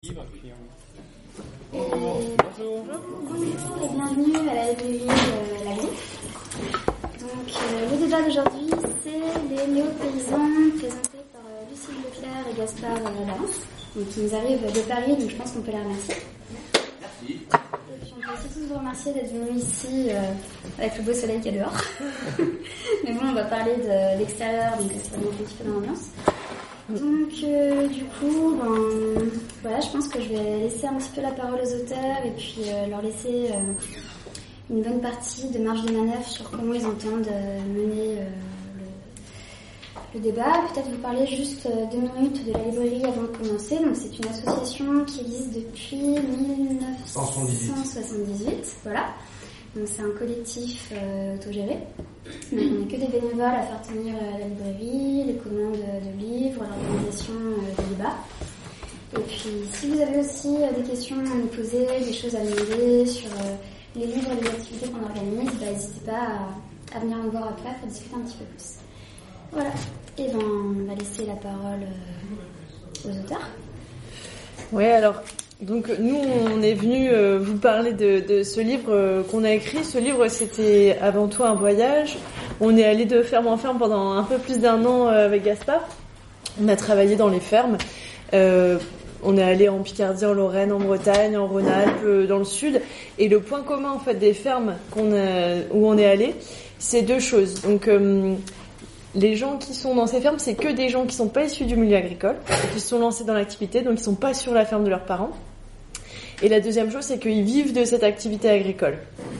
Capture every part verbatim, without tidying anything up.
Livre, puis on... Et... Bonjour. Bonjour et bienvenue à la librairie euh, La Griffe. Donc euh, le débat d'aujourd'hui, c'est les néo-paysans présentés par euh, Lucille Leclerc et Gaspard euh, Valence, donc qui nous arrivent de Paris, donc je pense qu'on peut les remercier. Merci. Et puis on peut aussi tous vous remercier d'être venus ici euh, avec le beau soleil qu'il y a dehors. Mais bon, on va parler de l'extérieur, donc c'est vraiment un petit peu dans l'ambiance. Donc euh, du coup, ben, voilà, je pense que je vais laisser un petit peu la parole aux auteurs et puis euh, leur laisser euh, une bonne partie de marge de manœuvre sur comment ils entendent euh, mener euh, le, le débat. Peut-être vous parler juste euh, deux minutes de la librairie avant de commencer. Donc c'est une association qui existe depuis dix-neuf cent soixante-dix-huit. Voilà. Donc c'est un collectif euh, autogéré. Donc on n'est que des bénévoles à faire tenir euh, la librairie, les commandes de livres, l'organisation euh, des débats. Et puis si vous avez aussi euh, des questions à nous poser, des choses à nous demander sur euh, les livres et les activités qu'on organise, bah, n'hésitez pas à, à venir nous voir après pour discuter un petit peu plus. Voilà. Et ben on va laisser la parole euh, aux auteurs. Oui, alors... Donc nous, on est venu euh, vous parler de, de ce livre euh, qu'on a écrit. Ce livre, c'était avant tout un voyage. On est allé de ferme en ferme pendant un peu plus d'un an euh, avec Gaspard. On a travaillé dans les fermes. Euh, on est allé en Picardie, en Lorraine, en Bretagne, en Rhône-Alpes, euh, dans le sud. Et le point commun en fait des fermes qu'on a, où on est allé, c'est deux choses. Donc euh, les gens qui sont dans ces fermes, c'est que des gens qui sont pas issus du milieu agricole, qui se sont lancés dans l'activité, donc ils sont pas sur la ferme de leurs parents. Et la deuxième chose, c'est qu'ils vivent de cette activité agricole.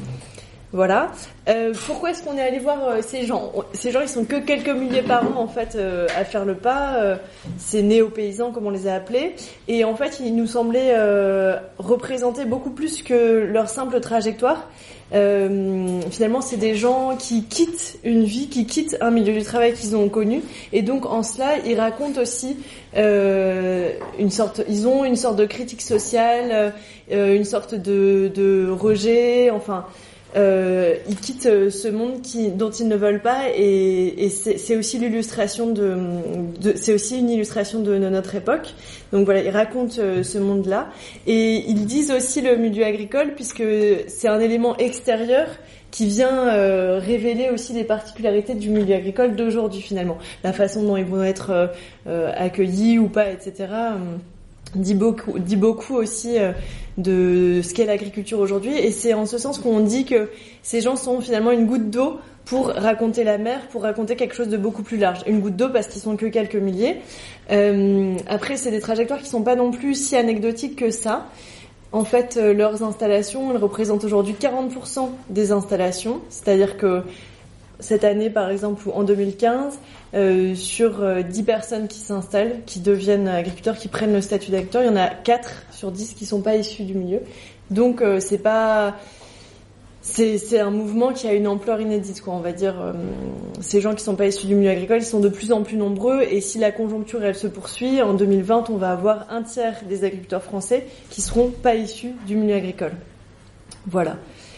Voilà. Euh, pourquoi est-ce qu'on est allé voir euh, ces gens ? Ces gens, ils sont que quelques milliers par an, en fait, euh, à faire le pas. Euh, c'est néo-paysans, comme on les a appelés. Et en fait, ils nous semblaient euh, représenter beaucoup plus que leur simple trajectoire. Euh, finalement, c'est des gens qui quittent une vie, qui quittent un milieu du travail qu'ils ont connu. Et donc, en cela, ils racontent aussi euh, une sorte... Ils ont une sorte de critique sociale, euh, une sorte de, de rejet, enfin... Euh, ils quittent ce monde qui, dont ils ne veulent pas, et, et c'est, c'est aussi l'illustration de, de, c'est aussi une illustration de, de notre époque. Donc voilà, ils racontent euh, ce monde-là, et ils disent aussi le milieu agricole, puisque c'est un élément extérieur qui vient euh, révéler aussi les particularités du milieu agricole d'aujourd'hui finalement, la façon dont ils vont être euh, euh, accueillis ou pas, et cetera. dit beaucoup, dit beaucoup aussi euh, de ce qu'est l'agriculture aujourd'hui, et c'est en ce sens qu'on dit que ces gens sont finalement une goutte d'eau pour raconter la mer, pour raconter quelque chose de beaucoup plus large. Une goutte d'eau parce qu'ils sont que quelques milliers. Euh, après, c'est des trajectoires qui sont pas non plus si anecdotiques que ça. En fait, euh, leurs installations, elles représentent aujourd'hui quarante pour cent des installations, c'est-à-dire que cette année, par exemple, ou en deux mille quinze, euh, sur euh, dix personnes qui s'installent, qui deviennent agriculteurs, qui prennent le statut d'agriculteur, il y en a quatre sur dix qui sont pas issus du milieu. Donc, euh, c'est pas, c'est, c'est un mouvement qui a une ampleur inédite, quoi. On va dire, euh, ces gens qui sont pas issus du milieu agricole, ils sont de plus en plus nombreux. Et si la conjoncture elle se poursuit, en deux mille vingt, on va avoir un tiers des agriculteurs français qui seront pas issus du milieu agricole. Voilà.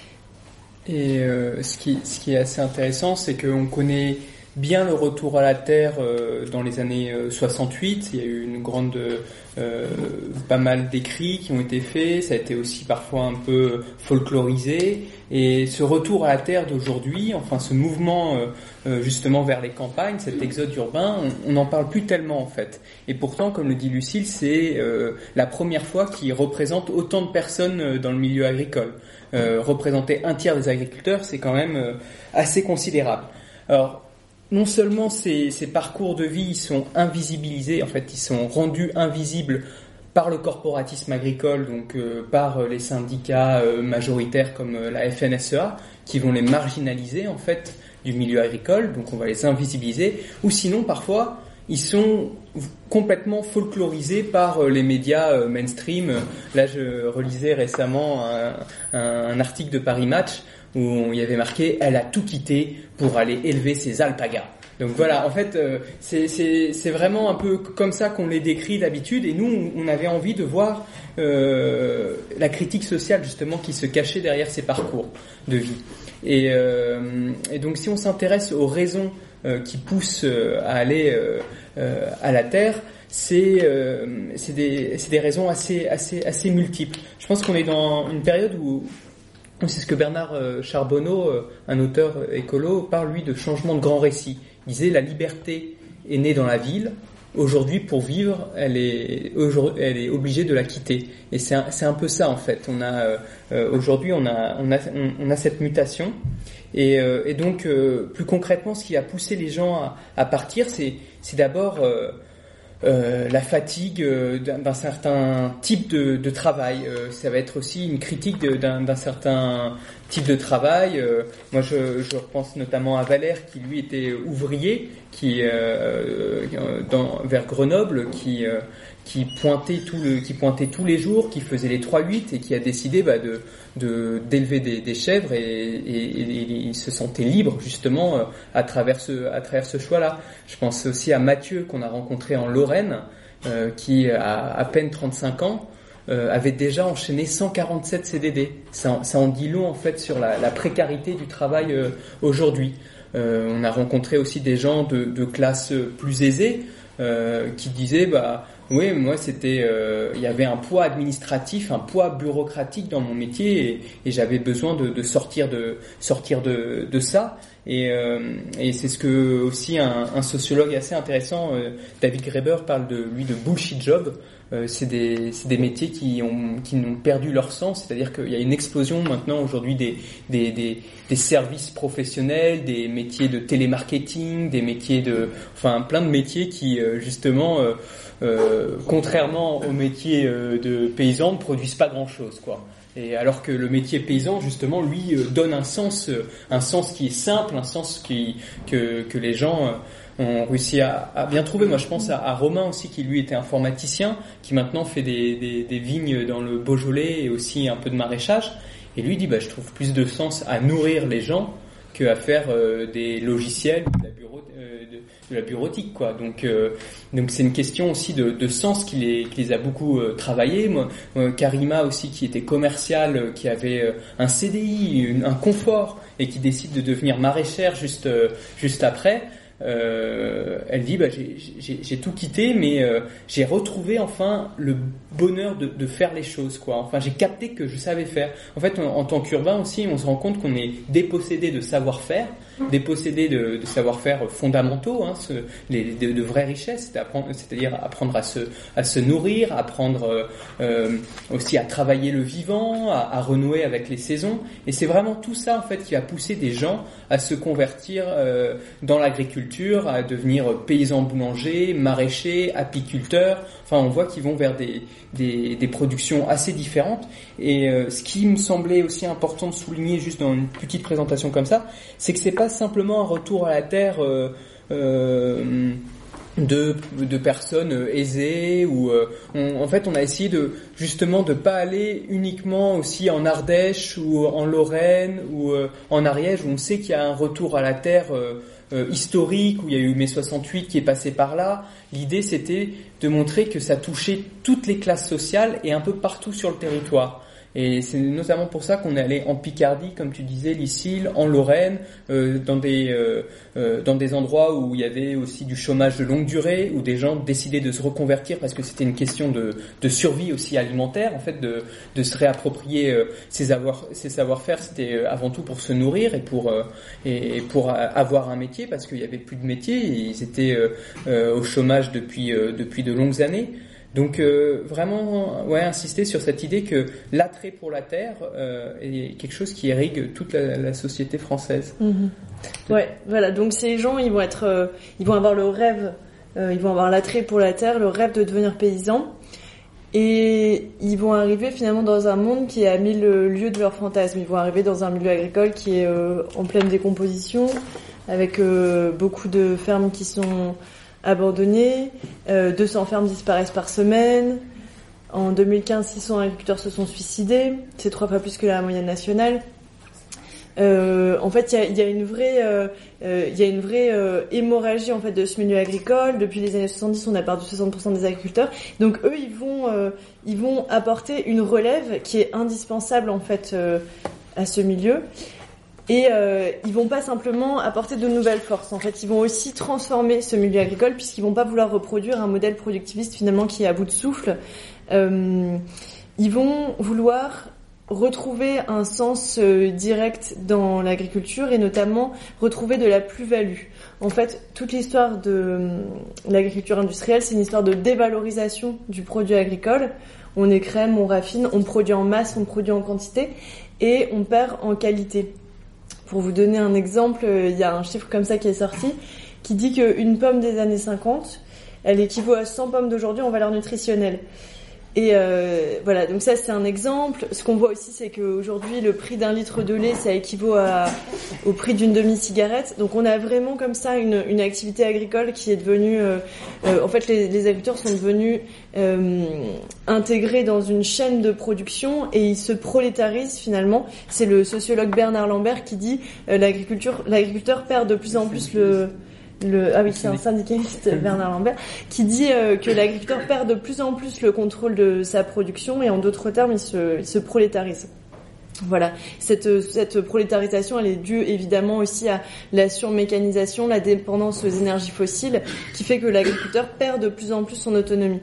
Et euh, ce qui ce qui est assez intéressant, c'est qu'on connaît bien le retour à la terre euh, dans les années euh, soixante-huit. Il y a eu une grande, euh, pas mal d'écrits qui ont été faits. Ça a été aussi parfois un peu folklorisé. Et ce retour à la terre d'aujourd'hui, enfin ce mouvement euh, justement vers les campagnes, cet exode urbain, on n'en parle plus tellement en fait. Et pourtant, comme le dit Lucille, c'est euh, la première fois qu'il représente autant de personnes dans le milieu agricole. Euh, représenter un tiers des agriculteurs, c'est quand même euh, assez considérable. Alors, non seulement ces, ces parcours de vie ils sont invisibilisés, en fait, ils sont rendus invisibles par le corporatisme agricole, donc euh, par les syndicats euh, majoritaires comme euh, la F N S E A, qui vont les marginaliser en fait du milieu agricole, donc on va les invisibiliser, ou sinon parfois ils sont complètement folklorisés par les médias mainstream. Là, je relisais récemment un, un, un article de Paris Match où il y avait marqué « Elle a tout quitté pour aller élever ses alpagas ». Donc voilà, en fait, c'est, c'est, c'est vraiment un peu comme ça qu'on les décrit d'habitude, et nous, on avait envie de voir euh, la critique sociale justement qui se cachait derrière ces parcours de vie. Et, euh, et donc, si on s'intéresse aux raisons euh, qui poussent euh, à aller euh, euh, à la terre, c'est euh, c'est des c'est des raisons assez assez assez multiples. Je pense qu'on est dans une période où c'est ce que Bernard Charbonneau, un auteur écolo, parle lui de changement de grand récit. Il disait la liberté est née dans la ville. Aujourd'hui, pour vivre, elle est elle est obligée de la quitter. Et c'est un, c'est un peu ça en fait. On a euh, aujourd'hui on a on a on, on a cette mutation. Et, euh, et donc euh, plus concrètement, ce qui a poussé les gens à, à partir, c'est c'est d'abord euh, Euh, la fatigue euh, d'un, d'un certain type de, de travail. Euh, ça va être aussi une critique de, d'un, d'un certain type de travail. Euh, moi, je, je repense notamment à Valère, qui lui était ouvrier, qui euh, dans, vers Grenoble, qui euh, qui pointait tout le, qui pointait tous les jours, qui faisait les trois huit et qui a décidé bah, de, de d'élever des, des chèvres et, et, et, et il se sentait libre justement euh, à travers ce à travers ce choix-là. Je pense aussi à Mathieu qu'on a rencontré en Lorraine, euh, qui à à peine trente-cinq ans euh, avait déjà enchaîné cent quarante-sept C D D. Ça, ça en dit long en fait sur la, la précarité du travail euh, aujourd'hui. Euh, on a rencontré aussi des gens de, de classe plus aisée euh, qui disaient bah oui, moi c'était, euh, il y avait un poids administratif, un poids bureaucratique dans mon métier et, et j'avais besoin de, de sortir de sortir de, de ça. Et, euh, et c'est ce que aussi un, un sociologue assez intéressant, euh, David Graeber, parle de lui de bullshit job. Euh, c'est des c'est des métiers qui ont qui ont perdu leur sens, c'est-à-dire qu'il y a une explosion maintenant aujourd'hui des des des des services professionnels, des métiers de télémarketing, des métiers de enfin plein de métiers qui euh, justement euh, euh, contrairement aux métiers euh, de paysans ne produisent pas grand-chose quoi. Et alors que le métier paysan, justement, lui, euh, donne un sens, euh, un sens qui est simple, un sens qui que que les gens euh, ont réussi à, à bien trouver. Moi, je pense à, à Romain aussi, qui lui était informaticien, qui maintenant fait des, des, des vignes dans le Beaujolais et aussi un peu de maraîchage. Et lui dit, bah, je trouve plus de sens à nourrir les gens qu'à faire euh, des logiciels ou de la, bureau, euh, de, de la bureautique, quoi. Donc, euh, donc c'est une question aussi de, de sens qui les, qui les a beaucoup euh, travaillé. Moi, euh, Karima aussi, qui était commerciale, euh, qui avait euh, un C D I, une, un confort, et qui décide de devenir maraîchère juste euh, juste après. Euh, elle dit bah j'ai, j'ai, j'ai tout quitté mais euh, j'ai retrouvé enfin le bonheur de, de faire les choses quoi. Enfin j'ai capté que je savais faire. En fait en, en tant qu'urbain aussi on se rend compte qu'on est dépossédé de savoir-faire, dépossédé de, de savoir-faire fondamentaux, hein, ce, les, de, de vraies richesses, c'est apprendre, c'est-à-dire apprendre à se à se nourrir, apprendre euh, aussi à travailler le vivant, à, à renouer avec les saisons. Et c'est vraiment tout ça en fait qui va pousser des gens à se convertir euh, dans l'agriculture, à devenir paysans boulangers, maraîchers, apiculteurs. Enfin, on voit qu'ils vont vers des, des, des productions assez différentes. Et euh, ce qui me semblait aussi important de souligner, juste dans une petite présentation comme ça, c'est que c'est pas simplement un retour à la terre euh, euh, de, de personnes aisées. Ou euh, on, en fait, on a essayé de justement de pas aller uniquement aussi en Ardèche ou en Lorraine ou euh, en Ariège, où on sait qu'il y a un retour à la terre euh, Euh, historique, où il y a eu mai soixante-huit qui est passé par là. L'idée, c'était de montrer que ça touchait toutes les classes sociales et un peu partout sur le territoire. Et c'est notamment pour ça qu'on est allé en Picardie, comme tu disais, Lucille, en Lorraine, euh, dans des euh, euh, dans des endroits où il y avait aussi du chômage de longue durée, où des gens décidaient de se reconvertir parce que c'était une question de de survie aussi alimentaire, en fait, de de se réapproprier euh, ses avoir ses savoir-faire. C'était euh, avant tout pour se nourrir et pour euh, et, et pour avoir un métier, parce qu'il y avait plus de métier, et ils étaient euh, euh, au chômage depuis euh, depuis de longues années. Donc euh, vraiment, ouais, insister sur cette idée que l'attrait pour la terre euh, est quelque chose qui irrigue toute la, la société française. Mmh. Ouais, voilà. Donc ces gens, ils vont être, euh, ils vont avoir le rêve, euh, ils vont avoir l'attrait pour la terre, le rêve de devenir paysan, et ils vont arriver finalement dans un monde qui est à mille lieues de leur fantasme. Ils vont arriver dans un milieu agricole qui est euh, en pleine décomposition, avec euh, beaucoup de fermes qui sont abandonnés, euh, deux cents fermes disparaissent par semaine. En deux mille quinze, six cents agriculteurs se sont suicidés. C'est trois fois plus que la moyenne nationale. Euh, en fait, il y a, y a une vraie, euh, euh, y a une vraie euh, hémorragie en fait de ce milieu agricole. Depuis les années soixante-dix, on a perdu soixante pour cent des agriculteurs. Donc eux, ils vont, euh, ils vont apporter une relève qui est indispensable en fait euh, à ce milieu. Et euh, ils vont pas simplement apporter de nouvelles forces. En fait, ils vont aussi transformer ce milieu agricole puisqu'ils vont pas vouloir reproduire un modèle productiviste finalement qui est à bout de souffle. Euh, ils vont vouloir retrouver un sens euh, direct dans l'agriculture et notamment retrouver de la plus-value. En fait, toute l'histoire de euh, l'agriculture industrielle, c'est une histoire de dévalorisation du produit agricole. On écrème, on raffine, on produit en masse, on produit en quantité et on perd en qualité. Pour vous donner un exemple, il y a un chiffre comme ça qui est sorti qui dit qu'une pomme des années cinquante, elle équivaut à cent pommes d'aujourd'hui en valeur nutritionnelle. Et euh, voilà, donc ça c'est un exemple. Ce qu'on voit aussi, c'est qu'aujourd'hui le prix d'un litre de lait, ça équivaut à, au prix d'une demi-cigarette. Donc on a vraiment comme ça une, une activité agricole qui est devenue... Euh, euh, en fait, les, les agriculteurs sont devenus euh, intégrés dans une chaîne de production et ils se prolétarisent finalement. C'est le sociologue Bernard Lambert qui dit euh, l'agriculture, l'agriculteur perd de plus en plus le... Le, ah oui, c'est un syndicaliste, Bernard Lambert, qui dit euh, que l'agriculteur perd de plus en plus le contrôle de sa production et en d'autres termes, il se, il se prolétarise. Voilà, cette, cette prolétarisation, elle est due évidemment aussi à la surmécanisation, la dépendance aux énergies fossiles, qui fait que l'agriculteur perd de plus en plus son autonomie.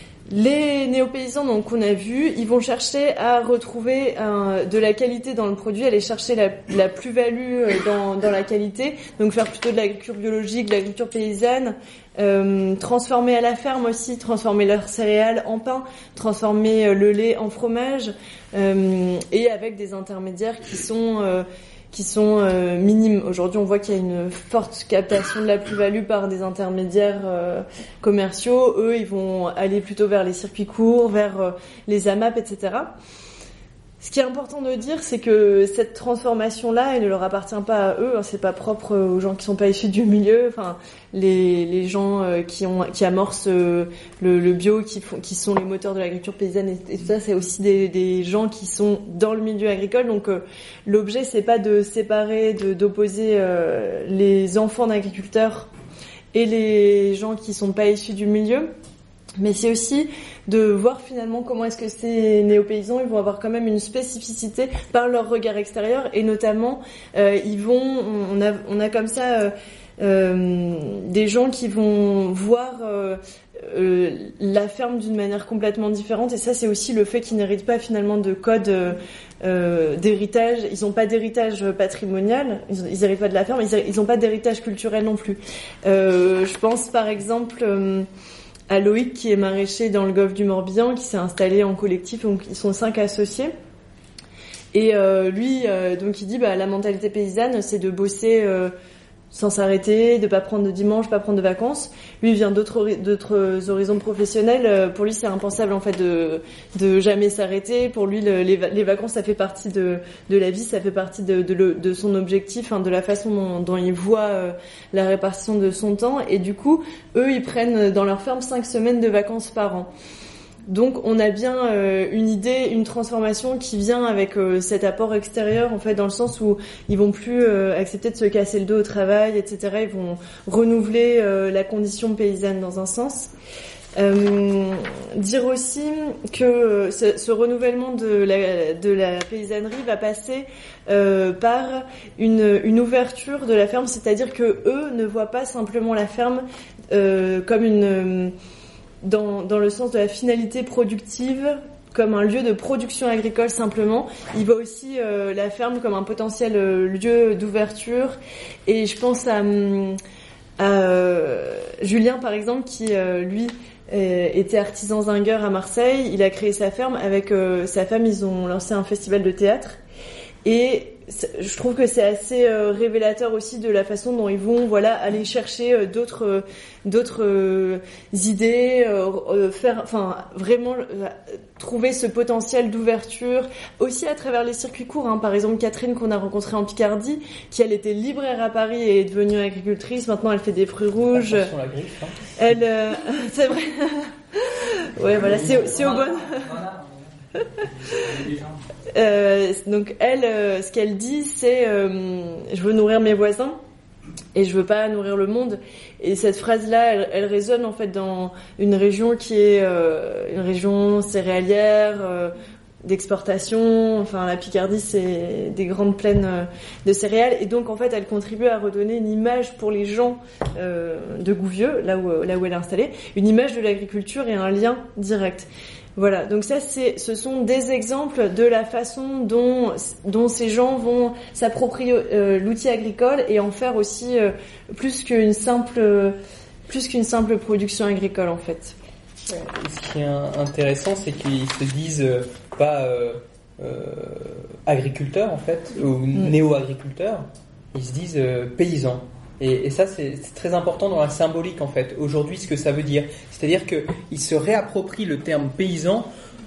Les néo-paysans, donc, qu'on a vu, ils vont chercher à retrouver un, de la qualité dans le produit, aller chercher la, la plus-value dans, dans la qualité, donc faire plutôt de l'agriculture biologique, de l'agriculture paysanne, euh, transformer à la ferme aussi, transformer leurs céréales en pain, transformer le lait en fromage, euh, et avec des intermédiaires qui sont... Euh, qui sont euh, minimes. Aujourd'hui, on voit qu'il y a une forte captation de la plus-value par des intermédiaires euh, commerciaux. Eux, ils vont aller plutôt vers les circuits courts, vers euh, les A M A P, et cetera. Ce qui est important de dire, c'est que cette transformation-là, elle ne leur appartient pas à eux, hein, c'est pas propre aux gens qui sont pas issus du milieu. Enfin, les, les gens euh, qui ont, qui amorcent euh, le, le bio, qui font, qui sont les moteurs de l'agriculture paysanne et, et tout ça, c'est aussi des, des gens qui sont dans le milieu agricole. Donc, euh, l'objet, c'est pas de séparer, de, d'opposer euh, les enfants d'agriculteurs et les gens qui sont pas issus du milieu. Mais c'est aussi de voir finalement comment est-ce que ces néo-paysans, ils vont avoir quand même une spécificité par leur regard extérieur et notamment euh, ils vont, on a, on a comme ça euh, euh, des gens qui vont voir euh, euh, la ferme d'une manière complètement différente et ça c'est aussi le fait qu'ils n'héritent pas finalement de code euh, euh, d'héritage, ils n'ont pas d'héritage patrimonial, ils, ils héritent pas de la ferme, ils n'ont pas d'héritage culturel non plus. Euh, je pense par exemple euh, à Loïc qui est maraîcher dans le golfe du Morbihan, qui s'est installé en collectif, donc ils sont cinq associés. Et euh, lui, euh, donc il dit, bah la mentalité paysanne, c'est de bosser euh, sans s'arrêter, de pas prendre de dimanche, pas prendre de vacances. Lui, il vient d'autres d'autres horizons professionnels. Pour lui, c'est impensable en fait de de jamais s'arrêter. Pour lui, le, les, les vacances, ça fait partie de de la vie, ça fait partie de de, de, de son objectif, hein, de la façon dont, dont il voit euh, la répartition de son temps. Et du coup, eux, ils prennent dans leur ferme cinq semaines de vacances par an. Donc on a bien euh, une idée, une transformation qui vient avec euh, cet apport extérieur en fait dans le sens où ils vont plus euh, accepter de se casser le dos au travail, et cetera. Ils vont renouveler euh, la condition paysanne dans un sens. Euh, dire aussi que euh, ce, ce renouvellement de la, de la paysannerie va passer euh, par une, une ouverture de la ferme, c'est-à-dire que eux ne voient pas simplement la ferme euh, comme une Dans, dans le sens de la finalité productive, comme un lieu de production agricole simplement. Il voit aussi euh, la ferme comme un potentiel euh, lieu d'ouverture. Et je pense à, à euh, Julien, par exemple, qui, euh, lui, euh, était artisan zingueur à Marseille. Il a créé sa ferme. Avec euh, sa femme, ils ont lancé un festival de théâtre. Et je trouve que c'est assez euh, révélateur aussi de la façon dont ils vont voilà aller chercher euh, d'autres euh, d'autres euh, idées, euh, euh, faire enfin vraiment euh, trouver ce potentiel d'ouverture aussi à travers les circuits courts. Hein. Par exemple, Catherine qu'on a rencontrée en Picardie, qui elle était libraire à Paris et est devenue agricultrice. Maintenant, elle fait des fruits rouges. Attention la griffe, hein. Elle, euh, c'est vrai. Ouais, voilà, c'est c'est au bon. Euh, donc elle, euh, ce qu'elle dit, c'est euh, je veux nourrir mes voisins et je veux pas nourrir le monde. Et cette phrase-là, elle, elle résonne en fait dans une région qui est euh, une région céréalière, euh, d'exportation. Enfin, la Picardie, c'est des grandes plaines de céréales, et donc en fait, elle contribue à redonner une image pour les gens euh, de Gouvieux, là où là où elle est installée, une image de l'agriculture et un lien direct. Voilà, donc ça, c'est, ce sont des exemples de la façon dont dont ces gens vont s'approprier euh, l'outil agricole et en faire aussi euh, plus qu'une simple plus qu'une simple production agricole en fait. Ce qui est intéressant, c'est qu'ils se disent euh, pas euh, euh, agriculteurs en fait, ou mmh. néo-agriculteurs, ils se disent euh, paysans. Et, et ça, c'est, c'est très important dans la symbolique en fait. Aujourd'hui, ce que ça veut dire, c'est-à-dire qu'ils se réapproprient le terme paysan,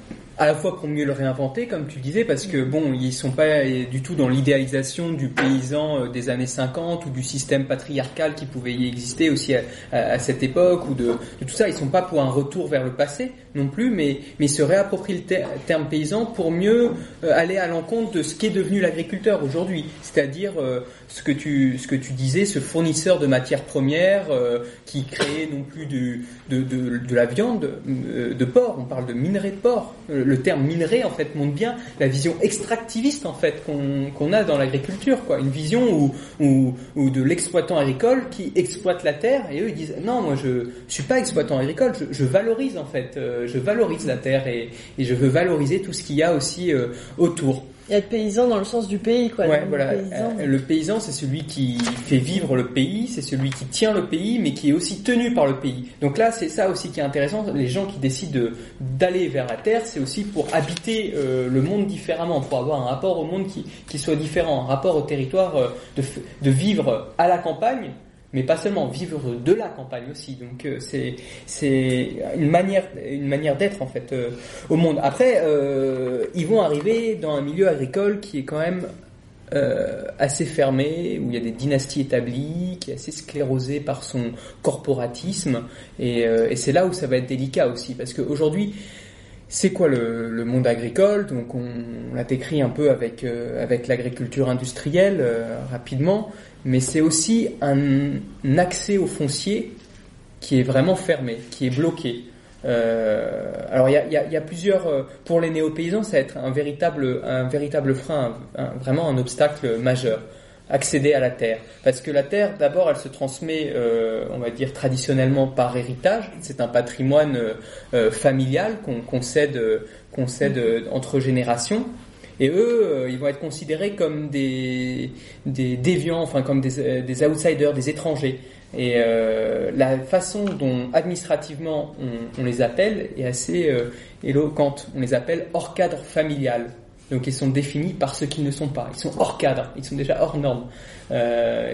à la fois pour mieux le réinventer, comme tu disais, parce que bon, ils sont pas du tout dans l'idéalisation du paysan des années cinquante ou du système patriarcal qui pouvait y exister aussi à, à, à cette époque, ou de, de tout ça. Ils sont pas pour un retour vers le passé non plus, mais, mais ils se réapproprient le ter- terme paysan pour mieux euh, aller à l'encontre de ce qu'est devenu l'agriculteur aujourd'hui, c'est-à-dire euh, ce que tu ce que tu disais, ce fournisseur de matières premières euh, qui crée non plus du, de, de, de la viande de, de porc. On parle de minerai de porc. Le terme minerai en fait montre bien la vision extractiviste en fait qu'on, qu'on a dans l'agriculture, quoi. Une vision où, où, où de l'exploitant agricole qui exploite la terre, et eux ils disent non, moi je, je suis pas exploitant agricole, je, je valorise en fait, euh, je valorise la terre et, et je veux valoriser tout ce qu'il y a aussi euh, autour. Il y a de paysans dans le sens du pays, quoi. Ouais, voilà. Le paysan, euh, le paysan, c'est celui qui fait vivre le pays, c'est celui qui tient le pays, mais qui est aussi tenu par le pays. Donc là, c'est ça aussi qui est intéressant. Les gens qui décident de, d'aller vers la terre, c'est aussi pour habiter euh, le monde différemment, pour avoir un rapport au monde qui, qui soit différent, un rapport au territoire, euh, de, de vivre à la campagne, mais pas seulement, vivre de la campagne aussi. Donc euh, c'est c'est une manière une manière d'être en fait euh, au monde. Après euh, ils vont arriver dans un milieu agricole qui est quand même euh, assez fermé, où il y a des dynasties établies, qui est assez sclérosé par son corporatisme, et, euh, et c'est là où ça va être délicat aussi, parce qu'aujourd'hui c'est quoi le, le monde agricole? Donc on, on l'a décrit un peu avec euh, avec l'agriculture industrielle euh, rapidement, mais c'est aussi un, un accès au foncier qui est vraiment fermé, qui est bloqué. Euh, alors il y a, y, a, y a plusieurs euh, pour les néo-paysans, ça va être un véritable un véritable frein, un, un, vraiment un obstacle majeur. Accéder à la terre, parce que la terre, d'abord, elle se transmet, euh, on va dire traditionnellement par héritage. C'est un patrimoine euh, euh, familial qu'on concède, euh, concède euh, entre générations. Et eux, euh, ils vont être considérés comme des, des déviants, enfin comme des, euh, des outsiders, des étrangers. Et euh, la façon dont administrativement on, on les appelle est assez euh, éloquente. On les appelle hors cadre familial. Donc ils sont définis par ceux qui ne sont pas. Ils sont hors cadre, ils sont déjà hors normes. Euh,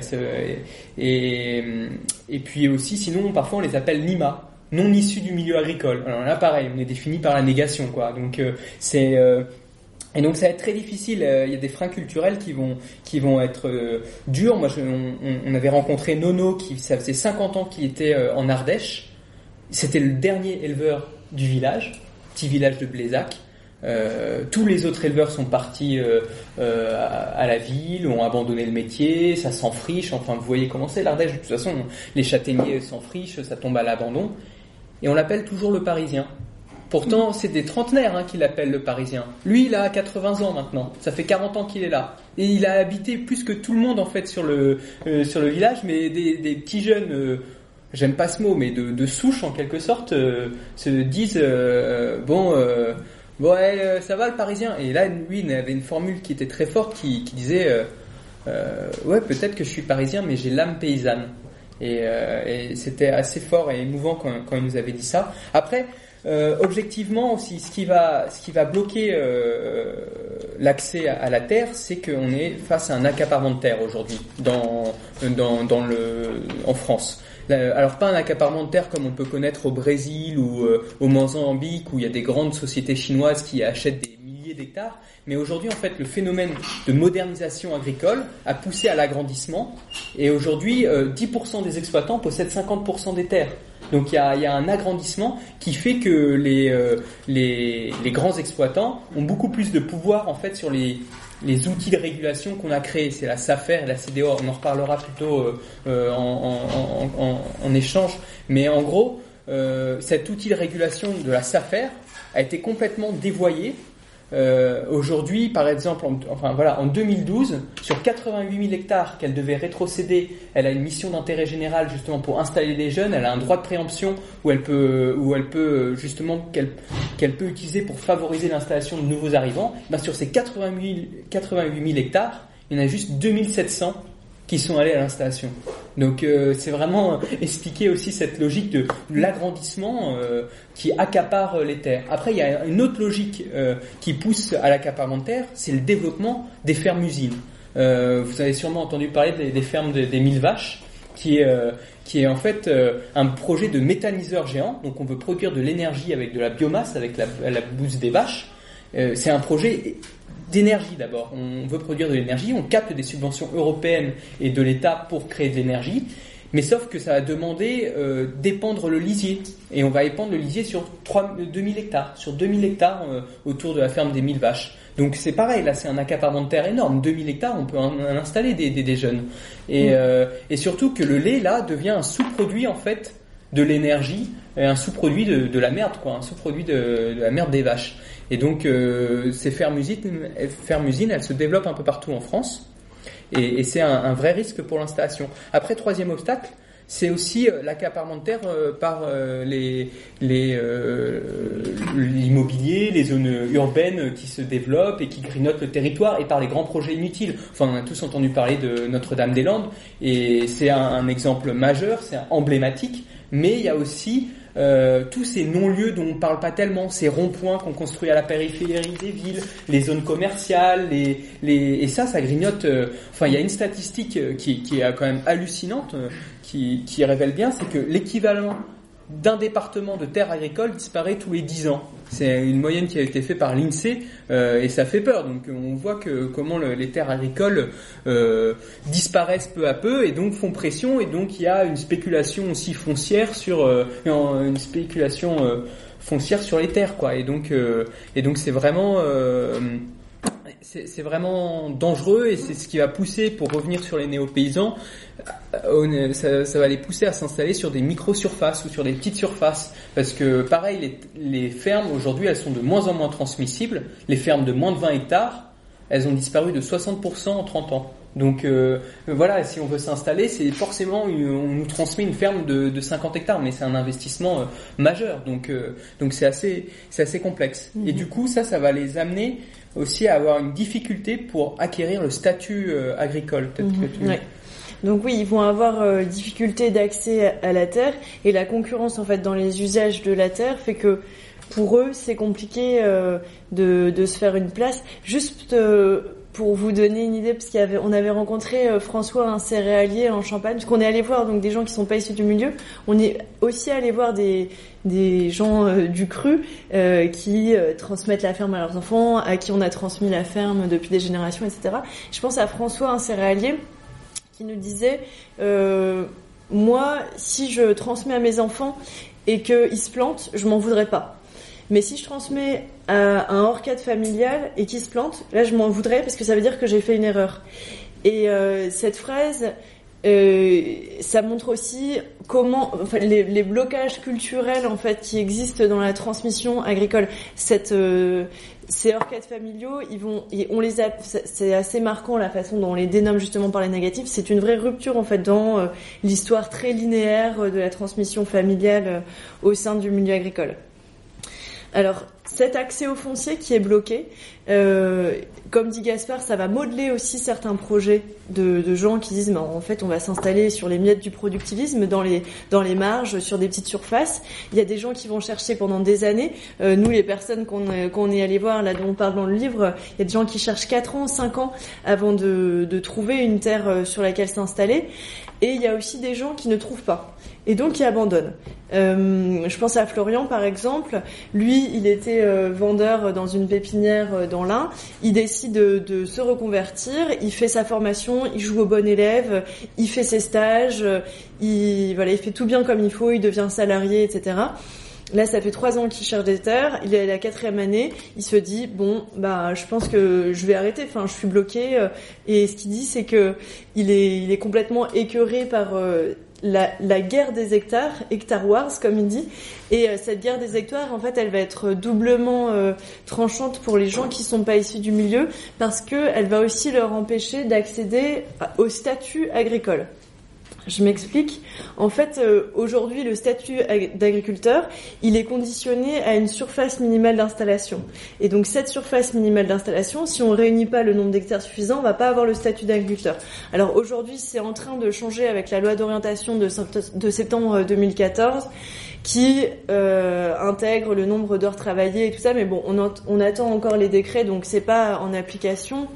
et, et puis aussi, sinon, parfois on les appelle Nima, non issus du milieu agricole. Alors là, pareil, on est défini par la négation, quoi. Donc euh, c'est euh, et donc ça va être très difficile. Il y a des freins culturels qui vont qui vont être euh, durs. Moi, je, on, on avait rencontré Nono, qui ça faisait cinquante ans qu'il était euh, en Ardèche. C'était le dernier éleveur du village, petit village de Blézac. Euh, tous les autres éleveurs sont partis euh, euh, à, à la ville, ont abandonné le métier, ça s'enfriche, enfin vous voyez comment c'est l'Ardèche, de toute façon les châtaigniers s'enfrichent, ça tombe à l'abandon, et on l'appelle toujours le Parisien. Pourtant c'est des trentenaires hein, qui l'appellent le Parisien. Lui il a quatre-vingts ans maintenant, ça fait quarante ans qu'il est là, et il a habité plus que tout le monde en fait sur le, euh, sur le village, mais des, des petits jeunes... Euh, j'aime pas ce mot, mais de, de souche en quelque sorte, euh, se disent euh, bon... Euh, Bon, ouais, euh, ça va le Parisien. Et là, lui, il avait une formule qui était très forte, qui, qui disait euh, euh, ouais, peut-être que je suis parisien, mais j'ai l'âme paysanne. Et, euh, et c'était assez fort et émouvant quand, quand il nous avait dit ça. Après, euh, objectivement aussi, ce qui va, ce qui va bloquer euh, l'accès à, à la terre, c'est qu'on est face à un accaparement de terre aujourd'hui dans, dans, dans le, en France. Alors pas un accaparement de terre comme on peut connaître au Brésil ou euh, au Mozambique où il y a des grandes sociétés chinoises qui achètent des milliers d'hectares, mais aujourd'hui en fait le phénomène de modernisation agricole a poussé à l'agrandissement et aujourd'hui euh, dix pour cent des exploitants possèdent cinquante pour cent des terres. Donc il y a, il y a un agrandissement qui fait que les, euh, les, les grands exploitants ont beaucoup plus de pouvoir en fait sur les les outils de régulation qu'on a créés, c'est la SAFER et la C D O, on en reparlera plutôt euh, en, en, en, en échange, mais en gros, euh, cet outil de régulation de la SAFER a été complètement dévoyé Euh, aujourd'hui, par exemple, en, enfin voilà, en deux mille douze, sur quatre-vingt-huit mille hectares qu'elle devait rétrocéder, elle a une mission d'intérêt général justement pour installer des jeunes. Elle a un droit de préemption où elle peut, où elle peut justement qu'elle qu'elle peut utiliser pour favoriser l'installation de nouveaux arrivants. Ben, sur ces quatre-vingt-huit mille hectares, il y en a juste deux mille sept cents qui sont allés à l'installation. Donc euh, c'est vraiment expliquer aussi cette logique de l'agrandissement euh, qui accapare les terres. Après, il y a une autre logique euh, qui pousse à l'accaparement de terres, c'est le développement des fermes-usines. Euh, vous avez sûrement entendu parler des, des fermes de, des mille vaches, qui est, euh, qui est en fait euh, un projet de méthaniseur géant. Donc on veut produire de l'énergie avec de la biomasse, avec la, la bouse des vaches. Euh, c'est un projet d'énergie d'abord. On veut produire de l'énergie, on capte des subventions européennes et de l'État pour créer de l'énergie, mais sauf que ça va demander euh, d'épandre le lisier. Et on va épandre le lisier sur deux mille hectares, sur deux mille hectares euh, autour de la ferme des mille vaches. Donc c'est pareil, là c'est un accaparement de terre énorme. deux mille hectares, on peut en, en installer des, des, des jeunes. Et, mmh. euh, et surtout que le lait, là, devient un sous-produit en fait de l'énergie, un sous-produit de, de la merde, quoi, un sous-produit de, de la merde des vaches. Et donc, euh, ces fermes-usines, fermes-usines, elles se développent un peu partout en France, et, et c'est un, un vrai risque pour l'installation. Après, troisième obstacle, c'est aussi euh, l'accaparement de terre euh, par euh, les, les, euh, l'immobilier, les zones urbaines qui se développent et qui grignotent le territoire, et par les grands projets inutiles. Enfin, on a tous entendu parler de Notre-Dame-des-Landes, et c'est un, un exemple majeur, c'est un emblématique, mais il y a aussi Euh, tous ces non-lieux dont on parle pas tellement, ces ronds-points qu'on construit à la périphérie des villes, les zones commerciales, les, les, et ça, ça grignote. Euh, enfin, il y a une statistique qui, qui est quand même hallucinante, euh, qui, qui révèle bien, c'est que l'équivalent d'un département de terres agricoles disparaît tous les dix ans. C'est une moyenne qui a été faite par l'INSEE, euh, et ça fait peur. Donc on voit que comment le, les terres agricoles euh, disparaissent peu à peu et donc font pression, et donc il y a une spéculation aussi foncière sur euh, une spéculation euh, foncière sur les terres, quoi. Et donc euh, et donc c'est vraiment euh, c'est, c'est vraiment dangereux, et c'est ce qui va pousser, pour revenir sur les néo-paysans, ça, ça va les pousser à s'installer sur des micro-surfaces ou sur des petites surfaces, parce que pareil, les, les fermes aujourd'hui, elles sont de moins en moins transmissibles. Les fermes de moins de vingt hectares, elles ont disparu de soixante pour cent en trente ans. Donc euh, voilà, si on veut s'installer, c'est forcément une, on nous transmet une ferme de, de cinquante hectares, mais c'est un investissement euh, majeur. Donc euh, donc c'est assez c'est assez complexe. Mmh. Et du coup, ça ça va les amener aussi à avoir une difficulté pour acquérir le statut euh, agricole. Peut-être mmh. que tu... ouais. Donc oui, ils vont avoir euh, difficulté d'accès à la terre, et la concurrence en fait dans les usages de la terre fait que pour eux c'est compliqué euh, de de se faire une place. Juste euh, pour vous donner une idée, parce qu'il y avait, on avait rencontré euh, François, un céréalier en Champagne, parce qu'on est allé voir donc des gens qui sont pas issus du milieu. On est aussi allé voir des des gens euh, du cru euh, qui euh, transmettent la ferme à leurs enfants, à qui on a transmis la ferme depuis des générations, et cetera. Je pense à François, un céréalier, qui nous disait euh, moi, si je transmets à mes enfants et qu'ils se plantent, je m'en voudrais pas. Mais si je transmets à un orcade familial et qu'il se plante, là je m'en voudrais, parce que ça veut dire que j'ai fait une erreur. Et euh, cette phrase, euh, ça montre aussi comment, enfin, les, les blocages culturels en fait qui existent dans la transmission agricole. Cette euh, Ces orcades familiaux, ils vont, on les a, c'est assez marquant la façon dont on les dénomme justement par les négatifs. C'est une vraie rupture en fait dans euh, l'histoire très linéaire de la transmission familiale euh, au sein du milieu agricole. Alors, cet accès au foncier qui est bloqué, euh, comme dit Gaspard, ça va modeler aussi certains projets de, de gens qui disent, bah, en fait, on va s'installer sur les miettes du productivisme, dans les dans les marges, sur des petites surfaces. Il y a des gens qui vont chercher pendant des années. Euh, nous, les personnes qu'on qu'on est allé voir, là dont on parle dans le livre, il y a des gens qui cherchent quatre ans, cinq ans avant de de trouver une terre sur laquelle s'installer. Et il y a aussi des gens qui ne trouvent pas, et donc qui abandonnent. Euh, je pense à Florian par exemple. Lui, il était euh, vendeur dans une pépinière euh, dans l'Ain. Il décide de, de se reconvertir. Il fait sa formation, il joue au bon élève, il fait ses stages, il voilà, il fait tout bien comme il faut. Il devient salarié, et cetera. Là, ça fait trois ans qu'il cherche des terres. Il est à la quatrième année. Il se dit bon, bah, je pense que je vais arrêter. Enfin, je suis bloqué. Et ce qu'il dit, c'est que il est, il est complètement écœuré par euh, la, la guerre des hectares, Hectare Wars comme il dit, et euh, cette guerre des hectares en fait elle va être doublement euh, tranchante pour les gens qui sont pas issus du milieu parce que elle va aussi leur empêcher d'accéder au statut agricole. Je m'explique. En fait, euh, aujourd'hui, le statut ag- d'agriculteur, il est conditionné à une surface minimale d'installation. Et donc, cette surface minimale d'installation, si on réunit pas le nombre d'hectares suffisant, on va pas avoir le statut d'agriculteur. Alors, aujourd'hui, c'est en train de changer avec la loi d'orientation de, de septembre deux mille quatorze, qui euh, intègre le nombre d'heures travaillées et tout ça. Mais bon, on, ent- on attend encore les décrets, donc c'est pas en application.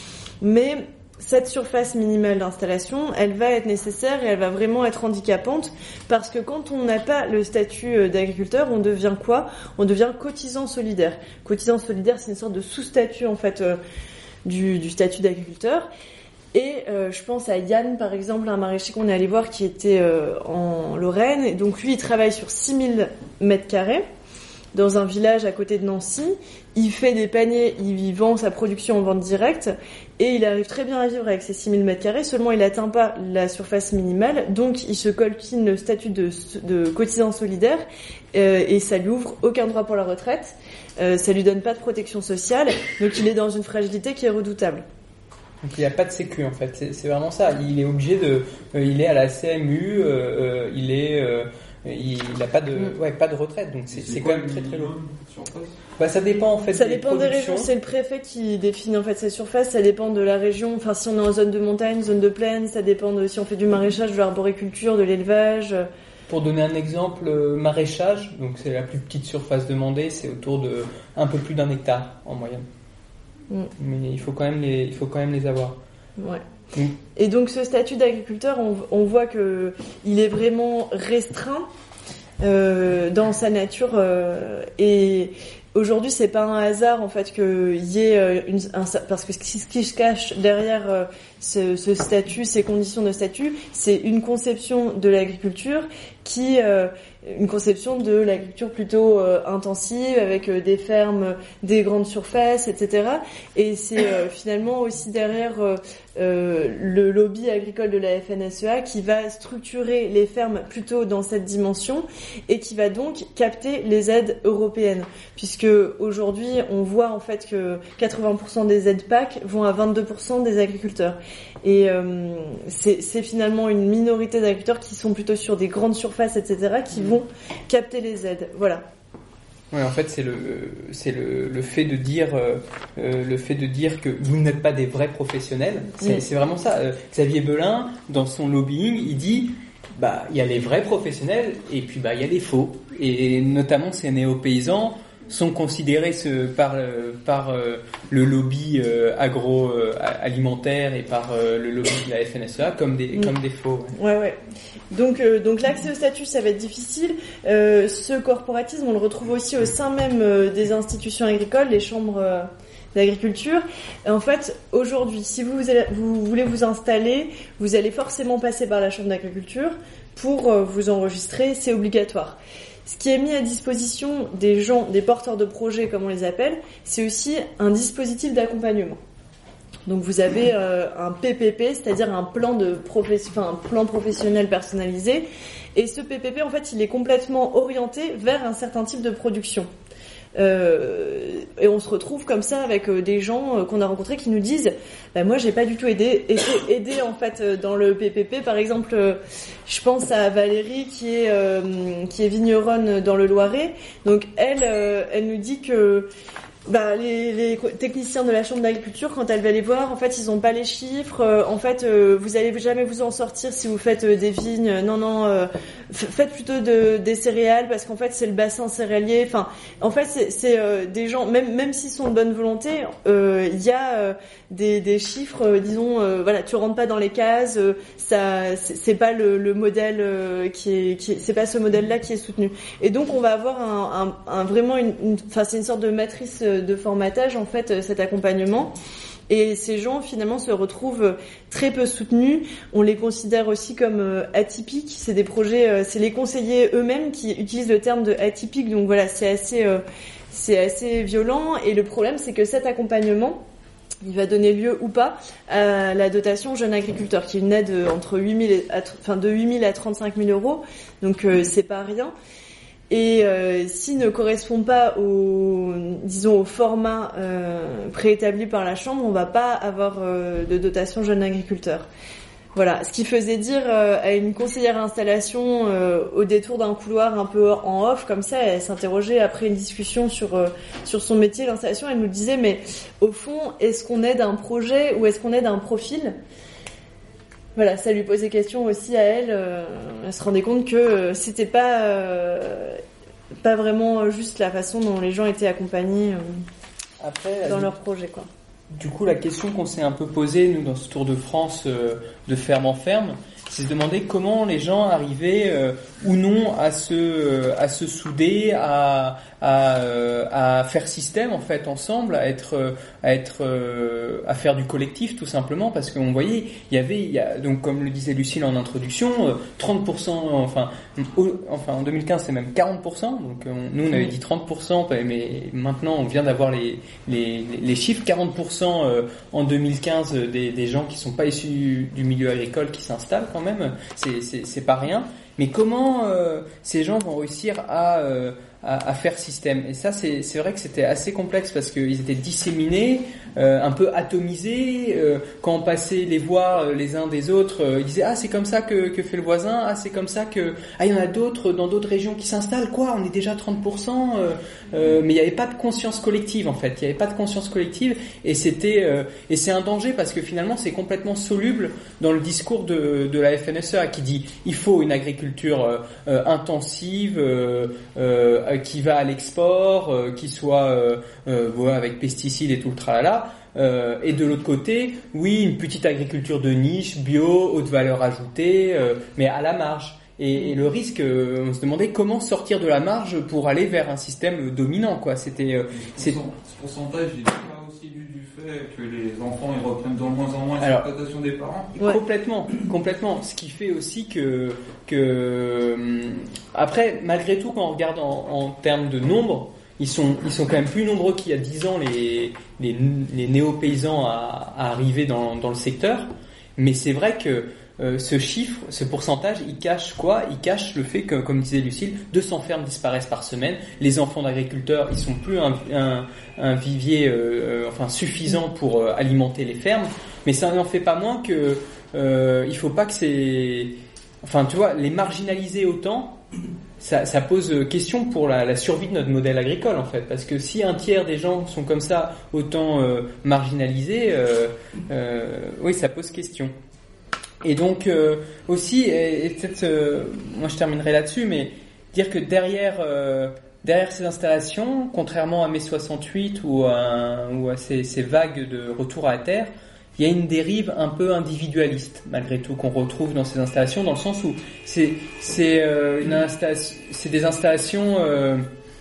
Mais cette surface minimale d'installation, elle va être nécessaire et elle va vraiment être handicapante parce que quand on n'a pas le statut d'agriculteur, on devient quoi ? On devient cotisant solidaire. Cotisant solidaire, c'est une sorte de sous-statut en fait euh, du, du statut d'agriculteur. Et euh, je pense à Yann, par exemple, un maraîcher qu'on est allé voir qui était euh, en Lorraine. Et donc lui, il travaille sur six mille mètres carrés dans un village à côté de Nancy. Il fait des paniers, il vend sa production en vente directe et il arrive très bien à vivre avec ses six mille mètres carrés, seulement il n'atteint pas la surface minimale, donc il se coltine le statut de, de cotisant solidaire euh, et ça lui ouvre aucun droit pour la retraite, euh, ça lui donne pas de protection sociale, donc il est dans une fragilité qui est redoutable. Donc il n'y a pas de sécu en fait, c'est, c'est vraiment ça, il est obligé de... Euh, il est à la C M U, euh, euh, il est... Euh, il n'a pas de, ouais, pas de retraite, donc c'est, c'est, c'est quand même très très lourd. Bah, ça dépend en fait. Ça des dépend des régions. C'est le préfet qui définit en fait ses surfaces. Ça dépend de la région. Enfin, si on est en zone de montagne, zone de plaine, ça dépend de si on fait du maraîchage, de l'arboriculture, de l'élevage. Pour donner un exemple, euh, maraîchage, donc c'est la plus petite surface demandée, c'est autour de un peu plus d'un hectare en moyenne. Mm. Mais il faut quand même les, il faut quand même les avoir. Ouais. Mm. Et donc ce statut d'agriculteur, on, on voit que il est vraiment restreint euh, dans sa nature euh, et aujourd'hui c'est pas un hasard en fait qu'il y ait une, un, parce que ce qui, ce qui se cache derrière euh, ce, ce statut, ces conditions de statut, c'est une conception de l'agriculture qui euh, une conception de l'agriculture plutôt euh, intensive avec euh, des fermes, des grandes surfaces, et cetera. Et c'est euh, finalement aussi derrière euh, euh, le lobby agricole de la F N S E A qui va structurer les fermes plutôt dans cette dimension et qui va donc capter les aides européennes, puisque aujourd'hui on voit en fait que quatre-vingts pour cent des aides P A C vont à vingt-deux pour cent des agriculteurs. Et euh, c'est, c'est finalement une minorité d'agriculteurs qui sont plutôt sur des grandes surfaces, et cetera, qui vont capter les aides. Voilà. Ouais, en fait, c'est le, c'est le, le fait de dire, euh, le fait de dire que vous n'êtes pas des vrais professionnels. C'est, mmh. c'est vraiment ça. Euh, Xavier Belin, dans son lobbying, il dit, bah, il y a les vrais professionnels et puis bah, il y a les faux. Et notamment ces néo-paysans sont considérés ce, par, par euh, le lobby euh, agroalimentaire et par euh, le lobby de la F N S E A comme des, mmh. comme des faux. Ouais, ouais. ouais. Donc, euh, donc l'accès au statut, ça va être difficile. Euh, ce corporatisme, on le retrouve aussi au sein même euh, des institutions agricoles, les chambres euh, d'agriculture. Et en fait, aujourd'hui, si vous, vous voulez vous installer, vous allez forcément passer par la chambre d'agriculture pour euh, vous enregistrer, c'est obligatoire. Ce qui est mis à disposition des gens, des porteurs de projets, comme on les appelle, c'est aussi un dispositif d'accompagnement. Donc vous avez euh, un P P P, c'est-à-dire un plan de professe- enfin, un plan professionnel personnalisé, et ce P P P en fait il est complètement orienté vers un certain type de production. Euh, et on se retrouve comme ça avec euh, des gens euh, qu'on a rencontrés qui nous disent bah, moi j'ai pas du tout aidé été aidé en fait euh, dans le P P P. Par exemple euh, je pense à Valérie qui est euh, qui est vigneronne dans le Loiret. Donc elle euh, elle nous dit que bah les, les techniciens de la chambre d'agriculture, quand elle va les voir, en fait ils ont pas les chiffres, euh, en fait euh, vous allez jamais vous en sortir si vous faites euh, des vignes, non non euh, f- faites plutôt de, des céréales parce qu'en fait c'est le bassin céréalier. Enfin en fait c'est, c'est euh, des gens, même même s'ils sont de bonne volonté, il euh, y a euh, des, des chiffres, euh, disons euh, voilà, tu rentres pas dans les cases, euh, ça c'est, c'est pas le, le modèle euh, qui est, qui est c'est pas ce modèle là qui est soutenu. Et donc on va avoir un, un, un vraiment une, enfin c'est une sorte de matrice de formatage en fait, cet accompagnement. Et ces gens finalement se retrouvent très peu soutenus. On les considère aussi comme euh, atypiques. C'est des projets, euh, c'est les conseillers eux-mêmes qui utilisent le terme de atypique. Donc voilà, c'est assez, euh, c'est assez violent. Et le problème, c'est que cet accompagnement, il va donner lieu ou pas à la dotation jeune agriculteur, qui est une aide entre huit mille et, enfin, de huit mille à trente-cinq mille euros. Donc, euh, c'est pas rien. Et euh, s'il ne correspond pas au, disons, au format euh, préétabli par la Chambre, on va pas avoir euh, de dotation jeune agriculteur. Voilà, ce qui faisait dire euh, à une conseillère installation euh, au détour d'un couloir un peu en off, comme ça, elle s'interrogeait après une discussion sur euh, sur son métier, l'installation, elle nous disait, mais au fond, est-ce qu'on aide un projet ou est-ce qu'on aide un profil ? Voilà, ça lui posait question aussi à elle. Euh, elle se rendait compte que euh, c'était pas euh, pas vraiment juste la façon dont les gens étaient accompagnés euh, Après, dans leur projet, quoi. Du coup, la question qu'on s'est un peu posée, nous, dans ce Tour de France euh, de ferme en ferme, c'est de se demander comment les gens arrivaient euh, ou non à se euh, à se souder, à à euh, à faire système en fait ensemble, à être euh, à être euh, à faire du collectif tout simplement, parce qu'on voyait il y avait il y a donc comme le disait Lucille en introduction, euh, trente pour cent enfin au, enfin en deux mille quinze c'est même quarante pour cent, donc on, nous on avait dit trente pour cent, mais maintenant on vient d'avoir les les les chiffres, quarante pour cent euh, en deux mille quinze des des gens qui sont pas issus du milieu agricole qui s'installent quand même, c'est c'est c'est pas rien. Mais comment euh, ces gens vont réussir à, euh, à à faire système ? Et ça, c'est c'est vrai que c'était assez complexe parce qu'ils étaient disséminés, euh, un peu atomisés. Euh, quand on passait les voir euh, les uns des autres, euh, ils disaient ah c'est comme ça que que fait le voisin, ah c'est comme ça que ah il y en a d'autres dans d'autres régions qui s'installent, quoi, on est déjà trente pour cent. Euh, euh, mais il n'y avait pas de conscience collective en fait. Il n'y avait pas de conscience collective et c'était euh, et c'est un danger parce que finalement c'est complètement soluble dans le discours de de la F N S E A qui dit il faut une agriculture culture euh, intensive euh, euh, qui va à l'export, euh, qui soit euh, euh, voilà, avec pesticides et tout le tralala. Euh, et de l'autre côté, oui, une petite agriculture de niche, bio, haute valeur ajoutée, euh, mais à la marge. Et, et le risque, euh, on se demandait comment sortir de la marge pour aller vers un système dominant, quoi. C'était, euh, c'est ce pourcentage, il est pas aussi dû du fait que les enfants ils reprennent de moins en moins l'exploitation des parents. Ouais. Complètement, complètement. Ce qui fait aussi que que après, malgré tout, quand on regarde en, en termes de nombre, ils sont ils sont quand même plus nombreux qu'il y a dix ans les les, les néo-paysans à, à arriver dans dans le secteur. Mais c'est vrai que Euh, ce chiffre, ce pourcentage, il cache quoi ? Il cache le fait que, comme disait Lucille, deux cents fermes disparaissent par semaine. Les enfants d'agriculteurs, ils sont plus un, un, un vivier, euh, enfin suffisant pour euh, alimenter les fermes. Mais ça n'en fait pas moins que euh, il faut pas que c'est, enfin tu vois, les marginaliser autant. Ça, ça pose question pour la, la survie de notre modèle agricole en fait, parce que si un tiers des gens sont comme ça, autant euh, marginalisés, euh, euh, oui, ça pose question. Et donc euh, aussi, et, et peut-être, euh, moi je terminerai là-dessus, mais dire que derrière euh, derrière ces installations, contrairement à mai soixante-huit ou à, ou à ces, ces vagues de retour à la terre, il y a une dérive un peu individualiste malgré tout qu'on retrouve dans ces installations, dans le sens où c'est c'est euh, une installation, c'est des installations euh,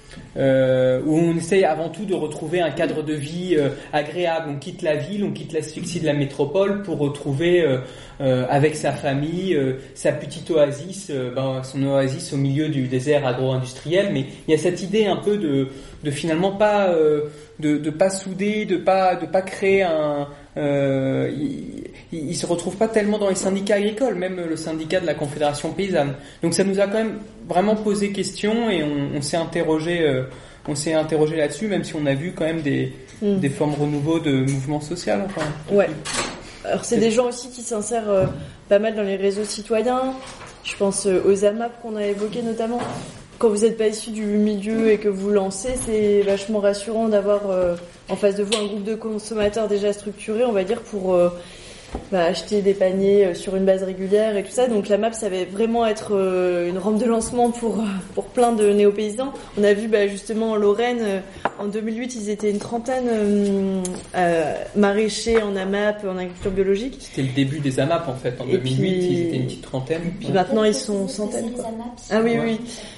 Euh, où on essaye avant tout de retrouver un cadre de vie euh, agréable. On quitte la ville, on quitte l'asphyxie de la métropole pour retrouver euh, euh, avec sa famille euh, sa petite oasis, euh, ben, son oasis au milieu du désert agro-industriel. Mais il y a cette idée un peu de, de finalement pas euh, de, de pas souder, de pas de pas créer un Euh, il, il, il se retrouve pas tellement dans les syndicats agricoles, même le syndicat de la Confédération paysanne. Donc ça nous a quand même vraiment posé question et on, on s'est interrogé, euh, on s'est interrogé là-dessus, même si on a vu quand même des, mmh. des formes renouveau de mouvement social. Enfin. Ouais. Alors c'est, c'est des gens aussi qui s'insèrent euh, pas mal dans les réseaux citoyens. Je pense euh, aux A M A P qu'on a évoqués notamment. Quand vous n'êtes pas issu du milieu et que vous lancez, c'est vachement rassurant d'avoir euh, en face de vous un groupe de consommateurs déjà structurés, on va dire, pour euh, bah, acheter des paniers euh, sur une base régulière et tout ça. Donc la M A P, ça va vraiment être euh, une rampe de lancement pour pour plein de néo-paysans. On a vu bah, justement en Lorraine, euh, en deux mille huit, ils étaient une trentaine euh, euh, maraîchers en A M A P, en agriculture biologique. C'était le début des A M A P en fait. En et deux mille huit, puis, ils étaient une petite trentaine. Puis ouais. Maintenant, ils sont centaines. Quoi. Ah oui, oui.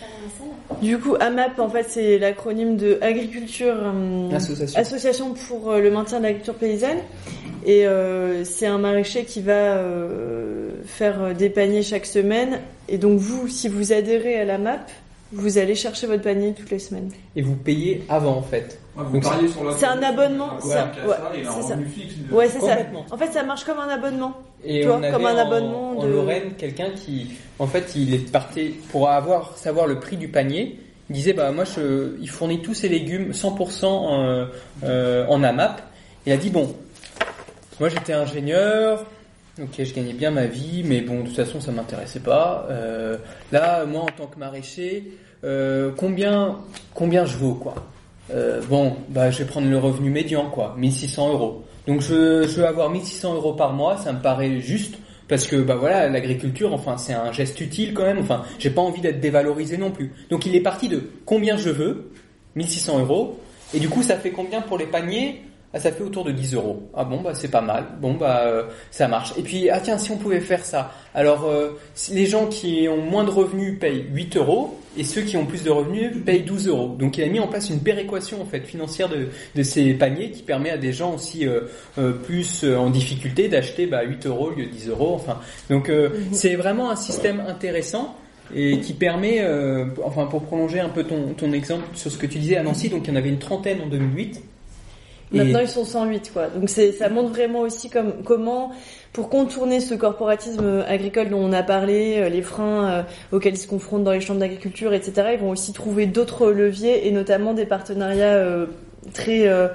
Du coup, A M A P, en fait, c'est l'acronyme de Agriculture euh, Association. Association pour euh, le maintien de l'agriculture paysanne. Et euh, c'est un maraîcher qui va euh, faire des paniers chaque semaine. Et donc vous, si vous adhérez à l'A M A P, Vous allez chercher votre panier toutes les semaines. Et vous payez avant en fait. Ouais, vous pariez sur la c'est un abonnement. C'est c'est un, un, ouais, et un c'est revenu fixe. De... Ouais, c'est ça. Complètement. En fait, ça marche comme un abonnement. Et tu on vois, avait comme un en, abonnement en de... Lorraine quelqu'un qui, en fait, il est parti pour avoir savoir le prix du panier. Il disait bah moi je, il fournit tous ses légumes cent pour cent en, euh, en AMAP. Il a dit bon, moi j'étais ingénieur. Ok, je gagnais bien ma vie, mais bon, de toute façon, ça m'intéressait pas. Euh, là, moi, en tant que maraîcher, euh, combien, combien je vaux, quoi. Euh, bon, bah, je vais prendre le revenu médian, quoi, mille six cents euros. Donc, je, je veux avoir mille six cents euros par mois, ça me paraît juste, parce que, bah voilà, l'agriculture, enfin, c'est un geste utile quand même. Enfin, j'ai pas envie d'être dévalorisé non plus. Donc, il est parti de combien je veux, mille six cents euros, et du coup, ça fait combien pour les paniers? Ah, ça fait autour de dix euros. Ah bon, bah c'est pas mal. Bon, bah euh, ça marche. Et puis, ah tiens, si on pouvait faire ça. Alors, euh, si les gens qui ont moins de revenus payent huit euros et ceux qui ont plus de revenus payent douze euros. Donc, il a mis en place une péréquation en fait financière de, de ces paniers qui permet à des gens aussi euh, euh, plus euh, en difficulté d'acheter bah, huit euros au lieu de dix euros. Enfin, donc euh, mmh. c'est vraiment un système intéressant. Et qui permet, euh, enfin pour prolonger un peu ton, ton exemple sur ce que tu disais à Nancy, donc il y en avait une trentaine en deux mille huit. Maintenant, et... ils sont cent huit, quoi. Donc, c'est, ça montre vraiment aussi comme, comment, pour contourner ce corporatisme agricole dont on a parlé, les freins euh, auxquels ils se confrontent dans les chambres d'agriculture, et cetera, ils vont aussi trouver d'autres leviers et notamment des partenariats euh, très, euh,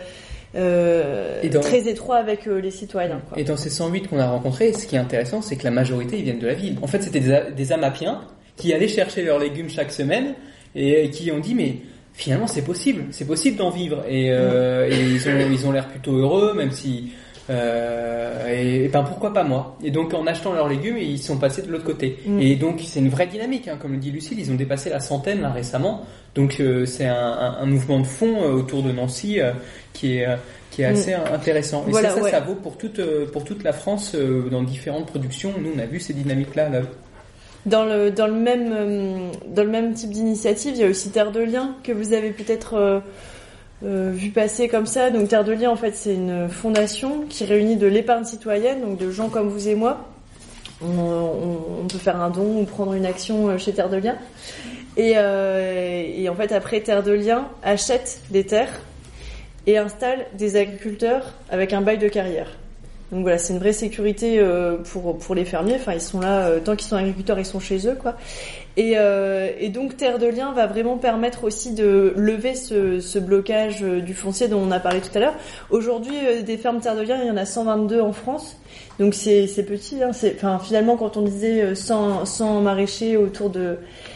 euh, dans... très étroits avec euh, les citoyens, quoi. Et dans ces cent huit qu'on a rencontrés, ce qui est intéressant, c'est que la majorité, ils viennent de la ville. En fait, c'était des, des Amapiens qui allaient chercher leurs légumes chaque semaine et, et qui ont dit, mais finalement, c'est possible, c'est possible d'en vivre et, euh, et ils ont ils ont l'air plutôt heureux, même si euh, et, et ben pourquoi pas moi. Et donc en achetant leurs légumes, ils sont passés de l'autre côté. Mm. Et donc c'est une vraie dynamique, hein, comme le dit Lucille, ils ont dépassé la centaine là récemment. Donc euh, c'est un, un, un mouvement de fond euh, autour de Nancy euh, qui est euh, qui est assez mm. intéressant. Et voilà, ça, ça, ouais. ça vaut pour toute pour toute la France euh, dans différentes productions. Nous on a vu ces dynamiques là là. Dans le dans le même euh, dans le même type d'initiative, il y a aussi Terre de Liens que vous avez peut-être euh, euh, vu passer comme ça. Donc Terre de Liens, en fait, c'est une fondation qui réunit de l'épargne citoyenne, donc de gens comme vous et moi. On, on, on peut faire un don ou prendre une action chez Terre de Liens. Et, euh, et en fait, après, Terre de Liens achète des terres et installe des agriculteurs avec un bail de carrière. Donc voilà, c'est une vraie sécurité euh, pour pour les fermiers. Enfin, ils sont là euh, tant qu'ils sont agriculteurs, ils sont chez eux, quoi. Et euh, et donc Terre de Liens va vraiment permettre aussi de lever ce ce blocage euh, du foncier dont on a parlé tout à l'heure. Aujourd'hui, euh, des fermes Terre de Liens, il y en a cent vingt-deux en France. Donc c'est c'est petit. Hein. C'est enfin finalement quand on disait cent cent maraîchers autour de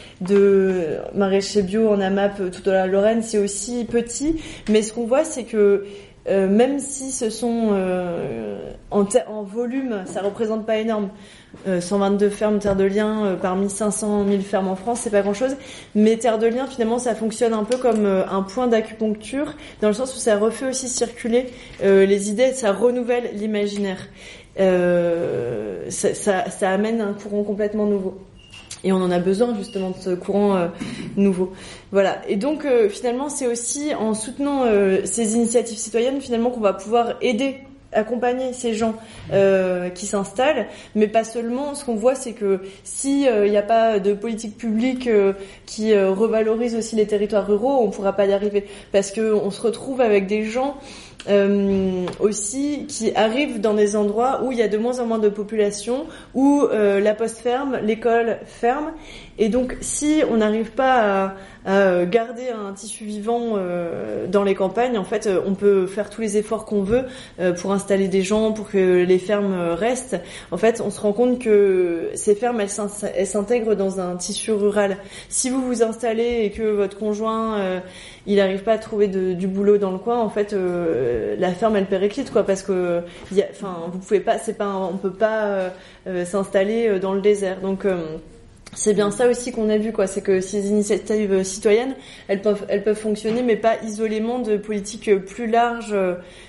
de maraîchers bio en AMAP toute la Lorraine, c'est aussi petit. Mais ce qu'on voit, c'est que Euh, même si ce sont euh, en, ter- en volume, ça représente pas énorme. Euh, cent vingt-deux fermes Terre de Liens euh, parmi cinq cent mille fermes en France, c'est pas grand-chose. Mais Terre de Liens, finalement, ça fonctionne un peu comme euh, un point d'acupuncture, dans le sens où ça refait aussi circuler euh, les idées, ça renouvelle l'imaginaire. Euh, ça, ça, ça amène un courant complètement nouveau. Et on en a besoin justement de ce courant euh, nouveau. Voilà. Et donc euh, finalement, c'est aussi en soutenant euh, ces initiatives citoyennes finalement qu'on va pouvoir aider, accompagner ces gens euh, qui s'installent, mais pas seulement. Ce qu'on voit, c'est que si il euh, n'y a pas de politique publique euh, qui euh, revalorise aussi les territoires ruraux, on pourra pas y arriver, parce que on se retrouve avec des gens Euh, aussi qui arrivent dans des endroits où il y a de moins en moins de population, où euh, la poste ferme, l'école ferme, et donc si on n'arrive pas à, à garder un tissu vivant euh, dans les campagnes, en fait, on peut faire tous les efforts qu'on veut euh, pour installer des gens, pour que les fermes restent. En fait, on se rend compte que ces fermes, elles, elles s'intègrent dans un tissu rural. Si vous vous installez et que votre conjoint euh, il n'arrive pas à trouver de, du boulot dans le coin, en fait, euh, la ferme elle périclite, quoi, parce que, y a, enfin, vous pouvez pas, c'est pas, un, on peut pas euh, euh, s'installer dans le désert. Donc euh, c'est bien ça aussi qu'on a vu, quoi, c'est que ces initiatives citoyennes, elles peuvent, elles peuvent fonctionner, mais pas isolément de politiques plus larges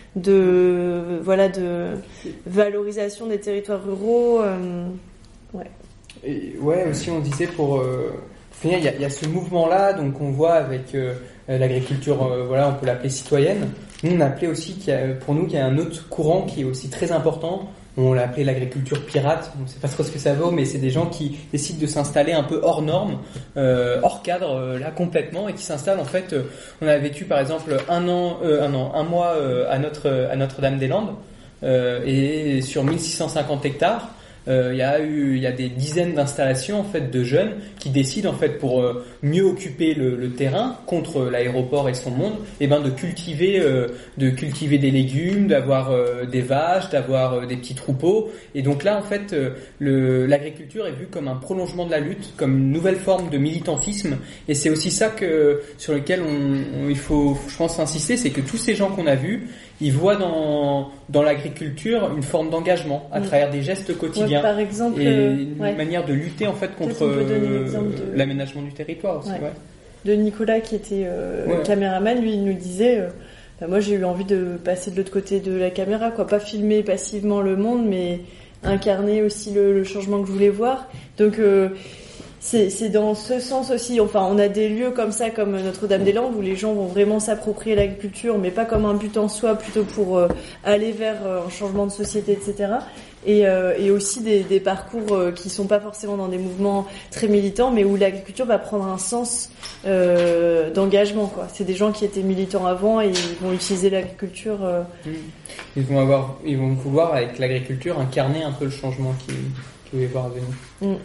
de, voilà, de valorisation des territoires ruraux. Euh, ouais. Et ouais, aussi on disait pour euh, finir, il y a, il y a ce mouvement-là, donc on voit avec euh, l'agriculture, euh, voilà, on peut l'appeler citoyenne. Nous, on a appelé aussi, qu'il y a, pour nous, qu'il y a un autre courant qui est aussi très important, on l'a appelé l'agriculture pirate. On ne sait pas trop ce que ça vaut, mais c'est des gens qui décident de s'installer un peu hors normes, euh, hors cadre, euh, là complètement, et qui s'installent en fait. Euh, on a vécu par exemple un an, euh, un an, un mois euh, à notre à Notre-Dame-des-Landes, euh, et sur mille six cent cinquante hectares. Il euh, y a eu, il y a des dizaines d'installations en fait de jeunes qui décident en fait pour euh, mieux occuper le, le terrain contre l'aéroport et son monde, et ben de cultiver, euh, de cultiver des légumes, d'avoir euh, des vaches, d'avoir euh, des petits troupeaux. Et donc là en fait, euh, le, l'agriculture est vue comme un prolongement de la lutte, comme une nouvelle forme de militantisme. Et c'est aussi ça que sur lequel on, on il faut, je pense, insister, c'est que tous ces gens qu'on a vus, ils voient dans dans l'agriculture une forme d'engagement à travers des gestes quotidiens, ouais, par exemple, et euh, une ouais. manière de lutter en fait contre euh, de... l'aménagement du territoire aussi. Ouais. Ouais. De Nicolas qui était euh, ouais. caméraman, lui il nous disait euh, bah, moi j'ai eu envie de passer de l'autre côté de la caméra, quoi, pas filmer passivement le monde, mais incarner aussi le, le changement que je voulais voir. Donc euh, C'est, c'est dans ce sens aussi, enfin on a des lieux comme ça, comme Notre-Dame-des-Landes, où les gens vont vraiment s'approprier l'agriculture, mais pas comme un but en soi, plutôt pour euh, aller vers euh, un changement de société, et cetera. Et, euh, et aussi des, des parcours euh, qui sont pas forcément dans des mouvements très militants, mais où l'agriculture va prendre un sens euh, d'engagement, quoi. C'est des gens qui étaient militants avant et ils vont utiliser l'agriculture. Euh... Ils vont avoir, ils vont pouvoir avec l'agriculture incarner un peu le changement qui, qui va voir venir. Mm.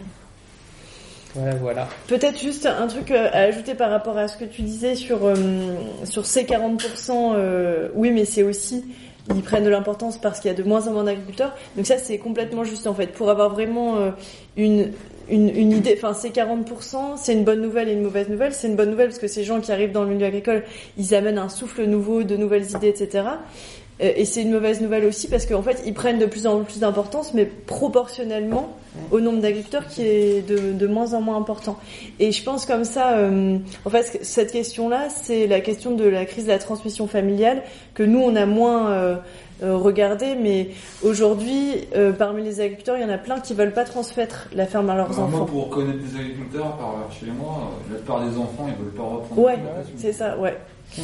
Voilà, voilà. Peut-être juste un truc à ajouter par rapport à ce que tu disais sur euh, sur ces quarante pour cent. Euh, oui, mais c'est aussi ils prennent de l'importance parce qu'il y a de moins en moins d'agriculteurs. Donc ça, c'est complètement juste en fait. Pour avoir vraiment euh, une une une idée, enfin ces quarante pour cent, c'est une bonne nouvelle et une mauvaise nouvelle. C'est une bonne nouvelle parce que ces gens qui arrivent dans le milieu agricole, ils amènent un souffle nouveau, de nouvelles idées, et cetera. Et c'est une mauvaise nouvelle aussi parce qu'en fait, ils prennent de plus en plus d'importance, mais proportionnellement au nombre d'agriculteurs qui est de, de moins en moins important. Et je pense comme ça, euh, en fait, cette question-là, c'est la question de la crise de la transmission familiale que nous, on a moins euh, euh, regardé, mais aujourd'hui, euh, parmi les agriculteurs, il y en a plein qui veulent pas transmettre la ferme à leurs Alors enfants. Moi, pour connaître des agriculteurs, par chez moi, la plupart des enfants, ils veulent pas reprendre. Ouais, c'est ça, ouais.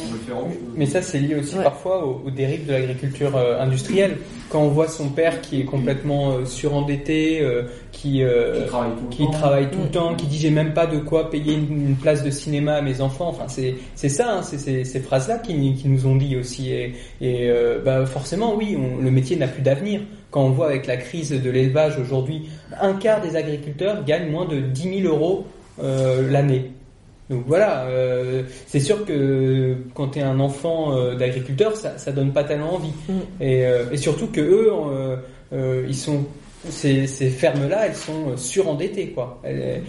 Mais ça, c'est lié aussi ouais. parfois aux, aux dérives de l'agriculture euh, industrielle. Quand on voit son père qui est complètement euh, surendetté, euh, qui, euh, qui travaille tout, qui le, temps. Travaille tout le temps, qui dit j'ai même pas de quoi payer une, une place de cinéma à mes enfants. Enfin, c'est c'est ça, hein, c'est, c'est ces phrases-là qui, qui nous ont dit aussi. Et, et euh, bah forcément, oui, on, le métier n'a plus d'avenir. Quand on voit avec la crise de l'élevage aujourd'hui, un quart des agriculteurs gagnent moins de dix mille euros euh, l'année. Donc voilà, euh, c'est sûr que quand t'es un enfant euh, d'agriculteur, ça, ça donne pas tellement envie. Mm. Et, euh, et surtout que eux, euh, euh, ils sont, ces, ces fermes-là, elles sont surendettées, quoi. Elles,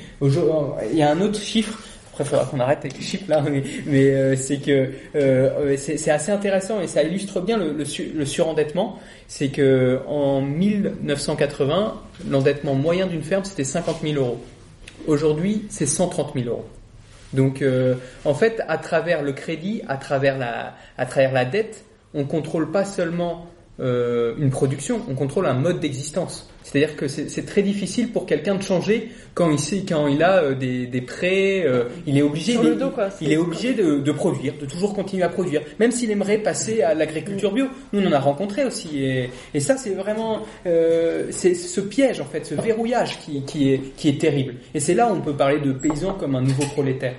il y a un autre chiffre. Après, il faudra qu'on arrête avec les chiffres là, mais, mais euh, c'est que euh, c'est, c'est assez intéressant et ça illustre bien le, le, le surendettement. C'est que en mille neuf cent quatre-vingts, l'endettement moyen d'une ferme c'était cinquante mille euros. Aujourd'hui, c'est cent trente mille euros. Donc, euh, en fait, à travers le crédit, à travers la, à travers la dette, on contrôle pas seulement euh, une production, on contrôle un mode d'existence. C'est-à-dire que c'est, c'est très difficile pour quelqu'un de changer quand il sait, quand il a euh, des, des prêts, euh, il est obligé, Sur il, le dos, quoi, il est obligé de, de produire, de toujours continuer à produire, même s'il aimerait passer à l'agriculture bio. Nous, on en a rencontré aussi, et, et ça, c'est vraiment, euh, c'est ce piège en fait, ce verrouillage qui, qui est, qui est terrible. Et c'est là où on peut parler de paysans comme un nouveau prolétaire.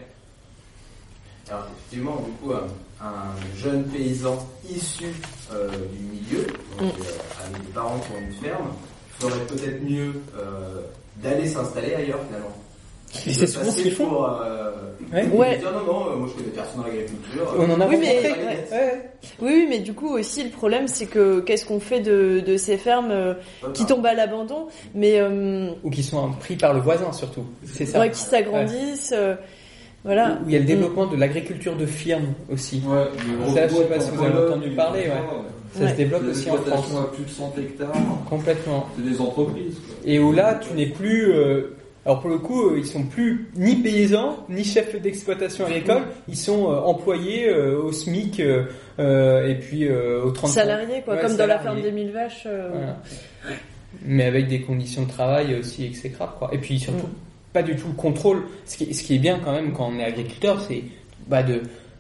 Alors effectivement, du coup, un, un jeune paysan issu euh, du milieu, donc, euh, avec des parents qui ont une ferme, ferait peut-être mieux euh, d'aller s'installer ailleurs finalement. Et c'est souvent ce qu'ils font. Pour, euh, ouais. ouais. Dire non, non, euh, moi je connais personne dans l'agriculture. On en a oui, rencontré. Mais, ouais. Ouais. Oui, oui, mais du coup aussi le problème c'est que qu'est-ce qu'on fait de, de ces fermes euh, qui tombent à l'abandon, mais euh, ou qui sont pris par le voisin surtout. C'est ça. Ouais, qui s'agrandissent. Ouais. Euh, Voilà. Où il y a le développement de l'agriculture de firme aussi. Ouais, ça, je sais pas si vous avez entendu parler. Ouais. Ça ouais. se développe aussi en France. À plus de cent hectares. Complètement. C'est des entreprises. Quoi. Et où là, tu n'es plus. Euh, alors pour le coup, euh, ils sont plus ni paysans ni chefs d'exploitation agricole. Ils sont euh, employés euh, au SMIC euh, euh, et puis euh, au trente-cinq. Salariés, quoi, ouais, comme salariés. Dans la ferme des mille vaches. Euh... Voilà. Mais avec des conditions de travail aussi exécrables, quoi. Et puis surtout. Mm. Pas du tout le contrôle. Ce qui, ce qui est bien quand même quand on est agriculteur, c'est bah de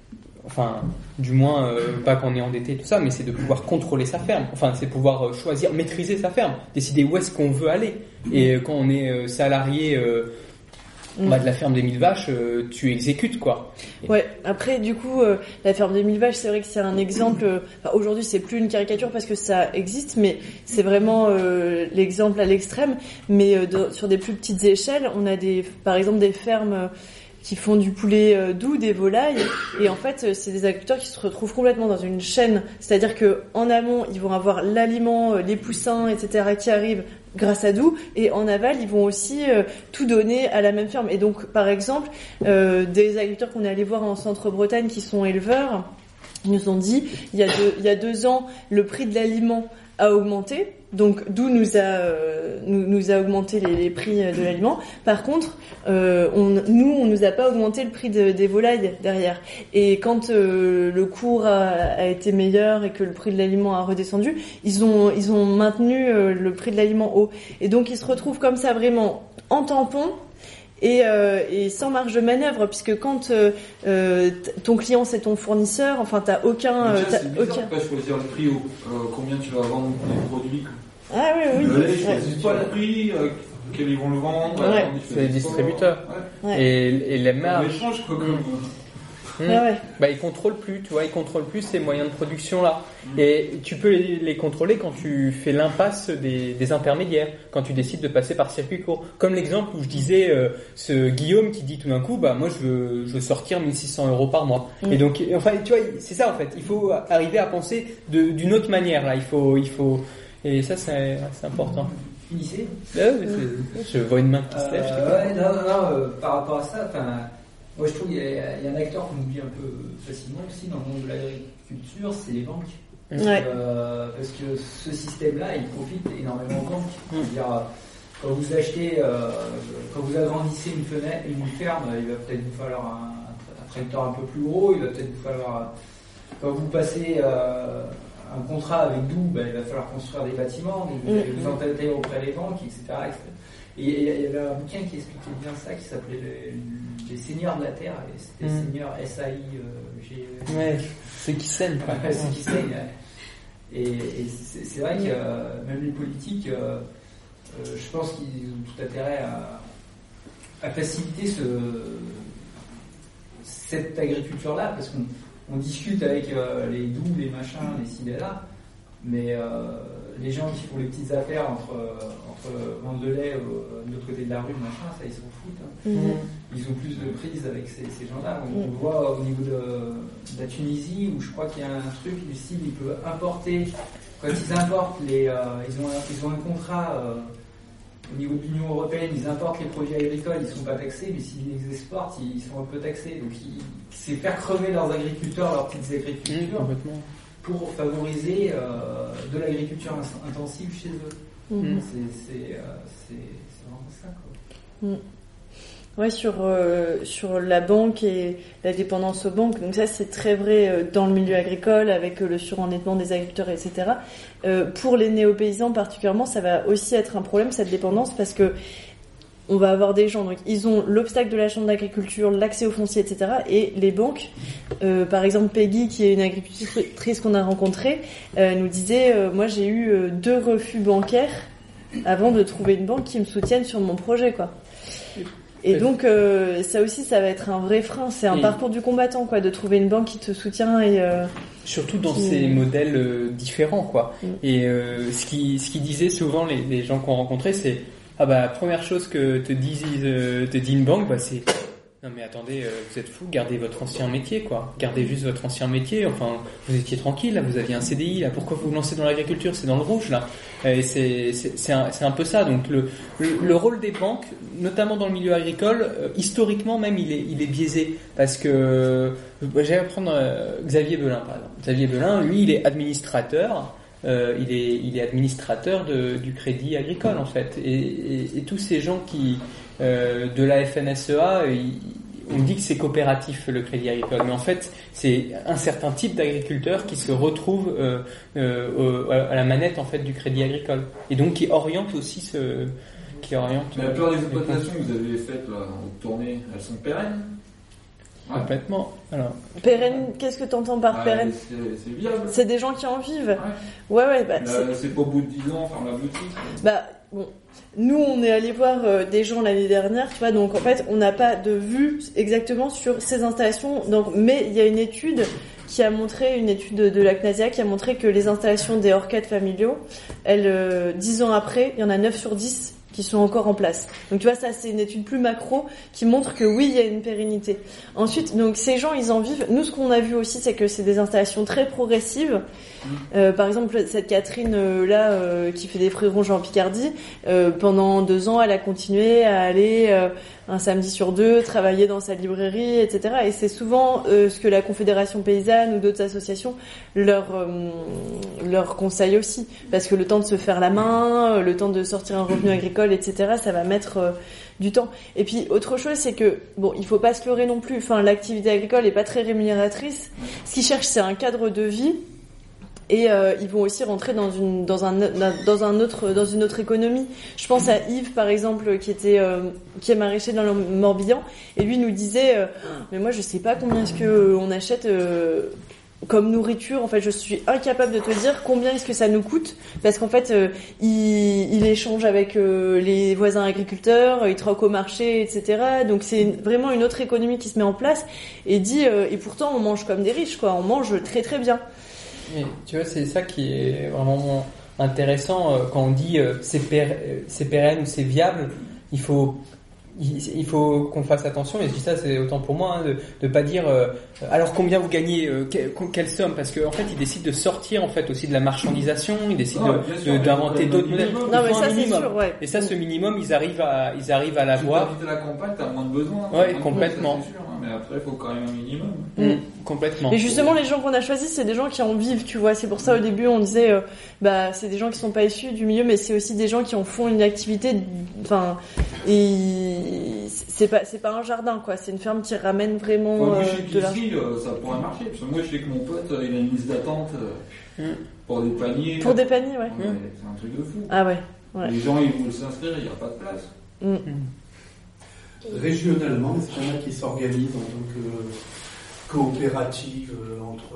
enfin, du moins, euh, pas qu'on est endetté, tout ça, mais c'est de pouvoir contrôler sa ferme. Enfin, c'est pouvoir euh, choisir, maîtriser sa ferme, décider où est-ce qu'on veut aller. Et euh, quand on est euh, salarié euh, mm. bah, de la ferme des mille vaches, euh, tu exécutes, quoi. Ouais. Après, du coup, euh, la ferme des mille vaches, c'est vrai que c'est un exemple. Euh, enfin, aujourd'hui, c'est plus une caricature parce que ça existe, mais c'est vraiment euh, l'exemple à l'extrême. Mais euh, de, sur des plus petites échelles, on a des, par exemple, des fermes. Euh, qui font du poulet euh, doux, des volailles, et en fait euh, c'est des agriculteurs qui se retrouvent complètement dans une chaîne, c'est-à-dire que en amont ils vont avoir l'aliment, euh, les poussins, et cetera qui arrivent grâce à Doux, et en aval ils vont aussi euh, tout donner à la même ferme. Et donc par exemple euh, des agriculteurs qu'on est allé voir en Centre-Bretagne qui sont éleveurs, ils nous ont dit il y a deux, il y a deux ans le prix de l'aliment a augmenté. Donc, Doux nous a euh, nous, nous a augmenté les, les prix de l'aliment. Par contre, euh, on, nous, on nous a pas augmenté le prix de, des volailles derrière. Et quand euh, le cours a, a été meilleur et que le prix de l'aliment a redescendu, ils ont ils ont maintenu euh, le prix de l'aliment haut. Et donc, ils se retrouvent comme ça vraiment en tampon. Et, euh, et sans marge de manœuvre, puisque quand euh, euh, ton client c'est ton fournisseur, enfin t'as aucun, mais tiens, t'as c'est bizarre aucun. De pas choisir le prix au euh, combien tu vas vendre les produits. Ah oui oui. Le lait, ils choisissent pas le prix euh, auquel ils vont le vendre. Ouais. C'est les distributeurs. Ouais. Ouais. Et, et les marges. On échange quoi. Comme... Mmh. Ouais, ouais. Bah, ils contrôlent plus, tu vois, ils contrôlent plus ces moyens de production là. Mmh. Et tu peux les, les contrôler quand tu fais l'impasse des, des intermédiaires, quand tu décides de passer par circuit court. Comme l'exemple où je disais, euh, ce Guillaume qui dit tout d'un coup, bah moi je veux, je veux sortir mille six cents euros par mois. Mmh. Et donc, enfin, tu vois, c'est ça en fait. Il faut arriver à penser de, d'une autre manière là. Il faut, il faut, et ça c'est, c'est important. Finissez. Ah, ouais, c'est, je vois une main qui se lève. Euh, ouais, non, non, non. Euh, par rapport à ça, enfin. Moi, je trouve qu'il y, y a un acteur qu'on oublie un peu facilement aussi dans le monde de l'agriculture, c'est les banques. Ouais. Euh, parce que ce système-là, il profite énormément aux banques. C'est-à-dire, quand vous achetez, euh, quand vous agrandissez une fenêtre, une ferme, il va peut-être vous falloir un, un tracteur un peu plus gros, il va peut-être vous falloir, quand vous passez euh, un contrat avec Doux, ben, il va falloir construire des bâtiments, donc vous allez vous endetter auprès des banques, et cetera, et cetera. Et il y avait un bouquin qui expliquait bien ça, qui s'appelait Les, les Seigneurs de la Terre, et c'était mmh. Seigneur S A I G. Euh, ouais, c'est qui saigne, quoi. Ouais, c'est qui saigne. Et, et c'est, c'est vrai que euh, même les politiques, euh, euh, je pense qu'ils ont tout intérêt à, à faciliter ce, cette agriculture-là, parce qu'on on discute avec euh, les Doux, les machins, les ci, les là, mais euh, les gens qui font les petites affaires entre, entre vente de lait euh, de l'autre côté de la rue, machin, ça ils s'en foutent. Hein. Mmh. Ils ont plus de prise avec ces, ces gens-là. On, on voit au niveau de, de la Tunisie où je crois qu'il y a un truc du style, ils peuvent importer, quand ils importent, les, euh, ils, ont un, ils ont un contrat euh, au niveau de l'Union Européenne, ils importent les produits agricoles, ils ne sont pas taxés, mais s'ils les exportent, ils sont un peu taxés. Donc ils, c'est faire crever leurs agriculteurs, leurs petites agricultures. Mmh, pour favoriser euh, de l'agriculture intensive chez eux. Mmh. C'est, c'est, euh, c'est, c'est vraiment ça, quoi. Mmh. Ouais, sur, euh, sur la banque et la dépendance aux banques. Donc ça, c'est très vrai euh, dans le milieu agricole, avec euh, le surendettement des agriculteurs, et cetera. Euh, pour les néo-paysans particulièrement, ça va aussi être un problème, cette dépendance, parce que on va avoir des gens, donc ils ont l'obstacle de la chambre d'agriculture, l'accès au foncier, et cetera. Et les banques, euh, par exemple Peggy, qui est une agricultrice qu'on a rencontrée, euh, nous disait, euh, moi j'ai eu euh, deux refus bancaires avant de trouver une banque qui me soutienne sur mon projet, quoi. Et donc euh, ça aussi, ça va être un vrai frein. C'est un et parcours du combattant, quoi, de trouver une banque qui te soutient et euh, surtout dans qui... ces modèles euh, différents, quoi. Mm. Et euh, ce qui ce qui disaient souvent les, les gens qu'on rencontrait, c'est ah bah première chose que te disent euh, te dit une banque, bah c'est non mais attendez, euh, vous êtes fous, gardez votre ancien métier, quoi. Gardez juste votre ancien métier. Enfin, vous étiez tranquille, là, vous aviez un C D I, là. Pourquoi vous vous lancez dans l'agriculture? C'est dans le rouge, là. Et c'est c'est c'est un, c'est un peu ça. Donc le, le le rôle des banques, notamment dans le milieu agricole, euh, historiquement même, il est il est biaisé parce que euh, j'allais prendre euh, Xavier Belin, par exemple. Xavier Belin, lui, il est administrateur. Euh, il est il est administrateur de du Crédit Agricole, en fait. Et et, et tous ces gens qui Euh, de la F N S E A, il, on dit que c'est coopératif le Crédit Agricole, mais en fait c'est un certain type d'agriculteurs qui se retrouvent euh, euh, à la manette en fait du Crédit Agricole et donc qui oriente aussi ce, qui oriente. Mais la plupart des exploitations que vous avez faites là, en tournée, elles sont pérennes. Complètement. Alors. Pérenne, qu'est-ce que tu entends par ah, pérenne? c'est, c'est viable. C'est des gens qui en vivent. Ouais, ouais. ouais bah, Là, c'est... c'est pas au bout de dix ans, faire la boutique. Bah, bon. Nous, on est allé voir euh, des gens l'année dernière, tu vois, donc en fait, on n'a pas de vue exactement sur ces installations. Donc, mais il y a une étude qui a montré, une étude de, de la CNASIA, qui a montré que les installations des orchètres familiaux, elles, euh, dix ans après, il y en a neuf sur dix qui sont encore en place. Donc tu vois, ça c'est une étude plus macro qui montre que oui, il y a une pérennité. Ensuite, donc ces gens, ils en vivent. Nous, ce qu'on a vu aussi, c'est que c'est des installations très progressives. Euh, par exemple, cette Catherine euh, là euh, qui fait des fruits ronges en Picardie, euh, pendant deux ans, elle a continué à aller euh, un samedi sur deux travailler dans sa librairie, et cetera. Et c'est souvent euh, ce que la Confédération paysanne ou d'autres associations leur euh, leur conseillent aussi, parce que le temps de se faire la main, le temps de sortir un revenu agricole, et cetera. Ça va mettre euh, du temps. Et puis autre chose, c'est que bon, il faut pas se leurrer non plus. Enfin, l'activité agricole est pas très rémunératrice. Ce qu'ils cherchent, c'est un cadre de vie. Et euh, ils vont aussi rentrer dans une dans un dans un autre dans une autre économie. Je pense à Yves par exemple qui était euh, qui est maraîcher dans le Morbihan et lui nous disait euh, mais moi je sais pas combien est-ce que on achète euh, comme nourriture. En fait, je suis incapable de te dire combien est-ce que ça nous coûte parce qu'en fait euh, il il échange avec euh, les voisins agriculteurs, il troque au marché, et cetera. Donc c'est une, vraiment une autre économie qui se met en place et dit euh, et pourtant on mange comme des riches quoi. On mange très très bien. Mais tu vois, c'est ça qui est vraiment intéressant euh, quand on dit euh, c'est, pér- c'est pérenne ou c'est viable. Il faut, il, il faut qu'on fasse attention. Et je dis ça, c'est autant pour moi hein, de de pas dire euh, alors combien vous gagnez, euh, quelle, quelle somme, parce qu'en en fait, ils décident de sortir en fait aussi de la marchandisation. Ils décident non, de, sûr, de, d'inventer d'autres modèles. Non, mais ça c'est sûr, ouais. Et ça, ce minimum, ils arrivent à, ils arrivent à l'avoir. Si tu habites à la campagne, t'as moins de besoin. Ouais, complètement. Ça, c'est sûr, hein, mais après, il faut quand même un minimum. Mmh, complètement. Et justement, les gens qu'on a choisis, c'est des gens qui en vivent, tu vois. C'est pour ça, au début, on disait, euh, bah, c'est des gens qui sont pas issus du milieu, mais c'est aussi des gens qui en font une activité, enfin, et c'est pas, c'est pas un jardin, quoi. C'est une ferme qui ramène vraiment enfin, moi, euh, je sais de l'argent. qu'ici, ça pourrait marcher. Parce que moi, je sais que mon pote, il a une liste d'attente euh, mmh. pour des paniers. Pour des paniers, ouais. ouais mmh. C'est un truc de fou. Ah ouais. ouais. Les gens, ils veulent s'inscrire, il n'y a pas de place. Mmh. Régionalement, est-ce qu'il y en a qui s'organisent en tant que coopérative euh, entre...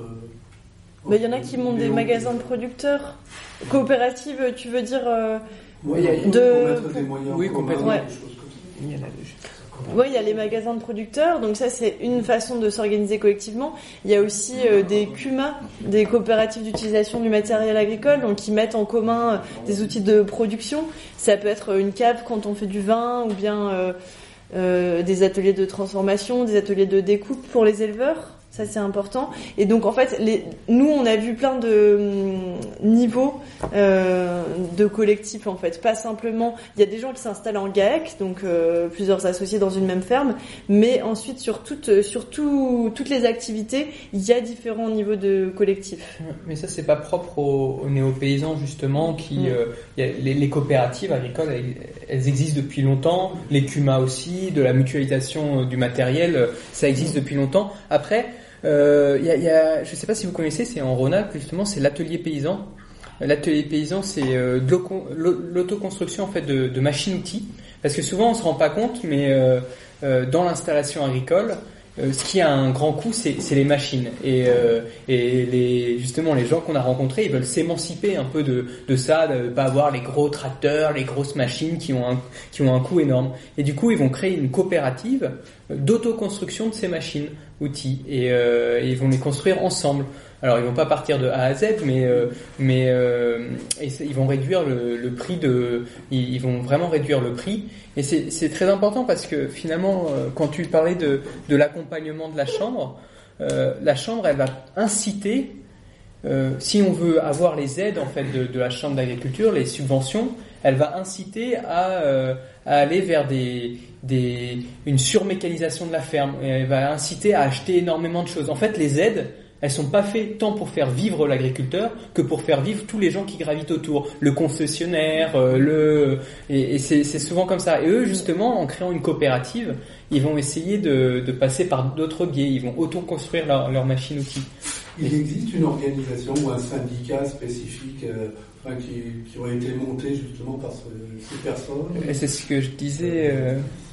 Il ben, y en a qui montent des magasins de producteurs. Coopérative, tu veux dire euh, oui, de... pour des moyens oui, complètement. Ouais. Il y a Oui, il y a les magasins de producteurs, donc ça c'est une façon de s'organiser collectivement. Il y a aussi euh, des C U M A, des coopératives d'utilisation du matériel agricole, donc qui mettent en commun euh, des outils de production. Ça peut être une cave quand on fait du vin, ou bien euh, euh, des ateliers de transformation, des ateliers de découpe pour les éleveurs. Ça c'est important. Et donc en fait, les, nous on a vu plein de hum, niveaux euh, de collectifs en fait. Pas simplement, il y a des gens qui s'installent en GAEC, donc euh, plusieurs associés dans une même ferme, mais ensuite sur toutes, sur tout, toutes les activités, il y a différents niveaux de collectifs. Mais ça c'est pas propre aux, aux néo-paysans justement, qui, mmh. euh, y a les, les coopératives agricoles, elles, elles existent depuis longtemps. Les C U M A aussi, de la mutualisation du matériel, ça existe depuis longtemps. Après. Euh, y a, y a, je ne sais pas si vous connaissez, c'est en Rhône-Alpes justement, c'est l'atelier paysan. L'atelier paysan, c'est euh, de l'autoconstruction en fait de, de machines-outils, parce que souvent on se rend pas compte, mais euh, euh, dans l'installation agricole, euh, ce qui a un grand coût, c'est, c'est les machines. Et, euh, et les, justement, les gens qu'on a rencontrés, ils veulent s'émanciper un peu de, de ça, de pas avoir les gros tracteurs, les grosses machines qui ont un, qui ont un coût énorme. Et du coup, ils vont créer une coopérative d'autoconstruction de ces machines, outils, et, euh, et ils vont les construire ensemble. Alors ils vont pas partir de A à Z, mais euh, mais euh, et ils vont réduire le, le prix de, ils, ils vont vraiment réduire le prix. Et c'est c'est très important parce que finalement, euh, quand tu parlais de de l'accompagnement de la chambre, euh, la chambre elle va inciter, euh, si on veut avoir les aides en fait de, de la chambre d'agriculture, les subventions, elle va inciter à euh, à aller vers des des une surmécanisation de la ferme. Et elle va inciter à acheter énormément de choses. En fait, les aides elles sont pas faites tant pour faire vivre l'agriculteur que pour faire vivre tous les gens qui gravitent autour, le concessionnaire, euh, le et, et c'est, c'est souvent comme ça. Et eux, justement, en créant une coopérative, ils vont essayer de, de passer par d'autres biais. Ils vont auto-construire leur, leur machine-outil. Il existe une organisation ou un syndicat spécifique euh, enfin, qui, qui aurait été monté justement par ce, ces personnes. Et c'est ce que je disais. Euh...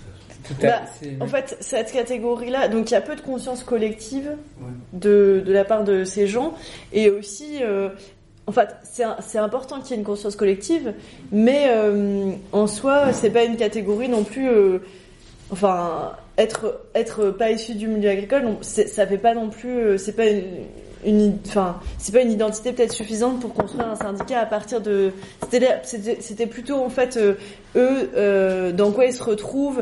Tout bah, en fait, cette catégorie-là, donc il y a peu de conscience collective ouais. de, de la part de ces gens, et aussi, euh, en fait, c'est, c'est important qu'il y ait une conscience collective, mais euh, en soi, c'est pas une catégorie non plus, euh, enfin, être, être pas issu du milieu agricole, non, c'est, ça fait pas non plus, euh, c'est pas une, une, enfin, c'est pas une identité peut-être suffisante pour construire un syndicat à partir de, c'était, c'était, c'était plutôt en fait euh, eux euh, dans quoi ils se retrouvent,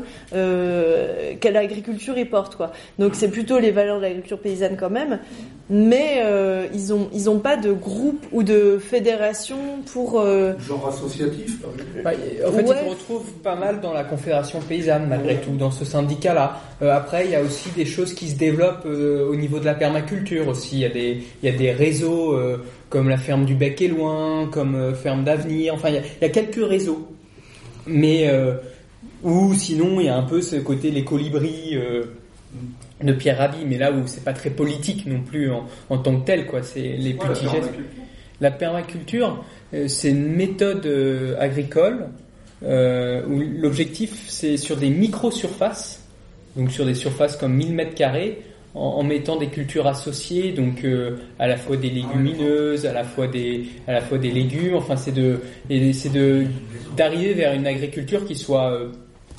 euh, quelle agriculture ils portent quoi. Donc c'est plutôt les valeurs de l'agriculture paysanne quand même, mais euh, ils ont ils ont pas de groupe ou de fédération pour euh... genre associatif. Bah, en fait, ouais. Ils se retrouvent pas mal dans la Confédération paysanne malgré ouais. tout dans ce syndicat-là. Euh, après, il y a aussi des choses qui se développent euh, au niveau de la permaculture aussi. Il y a des il y a des réseaux euh, comme la ferme du Bec et Loin, comme euh, ferme d'avenir. Enfin, il y a, il y a quelques réseaux. Mais euh, ou sinon il y a un peu ce côté les colibris euh, de Pierre Rabhi, mais là où c'est pas très politique non plus en, en tant que tel quoi. C'est les ouais, petits gestes. La permaculture, euh, c'est une méthode euh, agricole euh, où l'objectif c'est sur des micro-surfaces, donc sur des surfaces comme mille mètres carrés, en, en mettant des cultures associées, donc euh, à la fois des légumineuses, à la fois des à la fois des légumes. Enfin, c'est de et c'est de d'arriver vers une agriculture qui soit euh,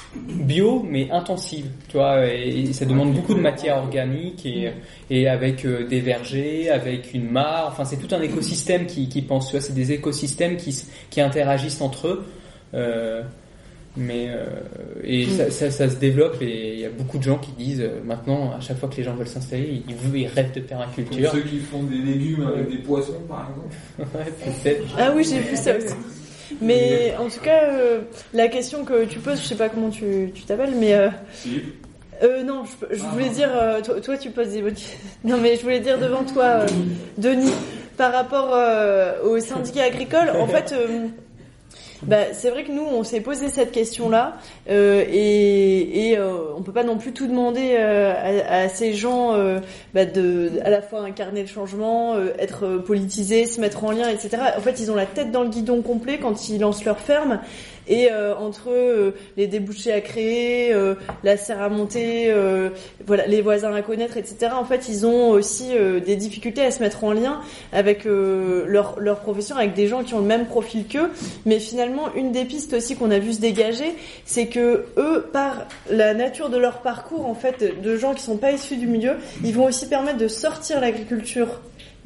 bio mais intensive, tu vois, et, et ça demande beaucoup de matière organique et et avec euh, des vergers, avec une mare. Enfin, c'est tout un écosystème qui qui pense, tu vois, c'est des écosystèmes qui qui interagissent entre eux. Euh, mais euh, et ça, ça, ça se développe et il y a beaucoup de gens qui disent euh, maintenant à chaque fois que les gens veulent s'installer ils, ils rêvent de permaculture. Pour ceux qui font des légumes avec des poissons par exemple. Ouais, peut-être. Ah oui, j'ai vu ça aussi. Mais en tout cas, euh, la question que tu poses, je sais pas comment tu, tu t'appelles, mais euh, si. euh, non, je, je voulais dire, euh, toi, toi tu poses des bonnes questions. Non, mais je voulais dire devant toi, euh, Denis, par rapport euh, au syndicat agricole, en fait. Euh, Bah, c'est vrai que nous, on s'est posé cette question-là, euh, et, et euh, on peut pas non plus tout demander euh, à, à ces gens euh, bah, de, à la fois incarner le changement, euh, être politisés, se mettre en lien, et cetera. En fait, ils ont la tête dans le guidon complet quand ils lancent leur ferme. Et euh, entre euh, les débouchés à créer, euh, la serre à monter, euh, voilà, les voisins à connaître, et cetera. En fait, ils ont aussi euh, des difficultés à se mettre en lien avec euh, leur leur profession, avec des gens qui ont le même profil qu'eux. Mais finalement, une des pistes aussi qu'on a vu se dégager, c'est que eux, par la nature de leur parcours, en fait, de gens qui sont pas issus du milieu, ils vont aussi permettre de sortir l'agriculture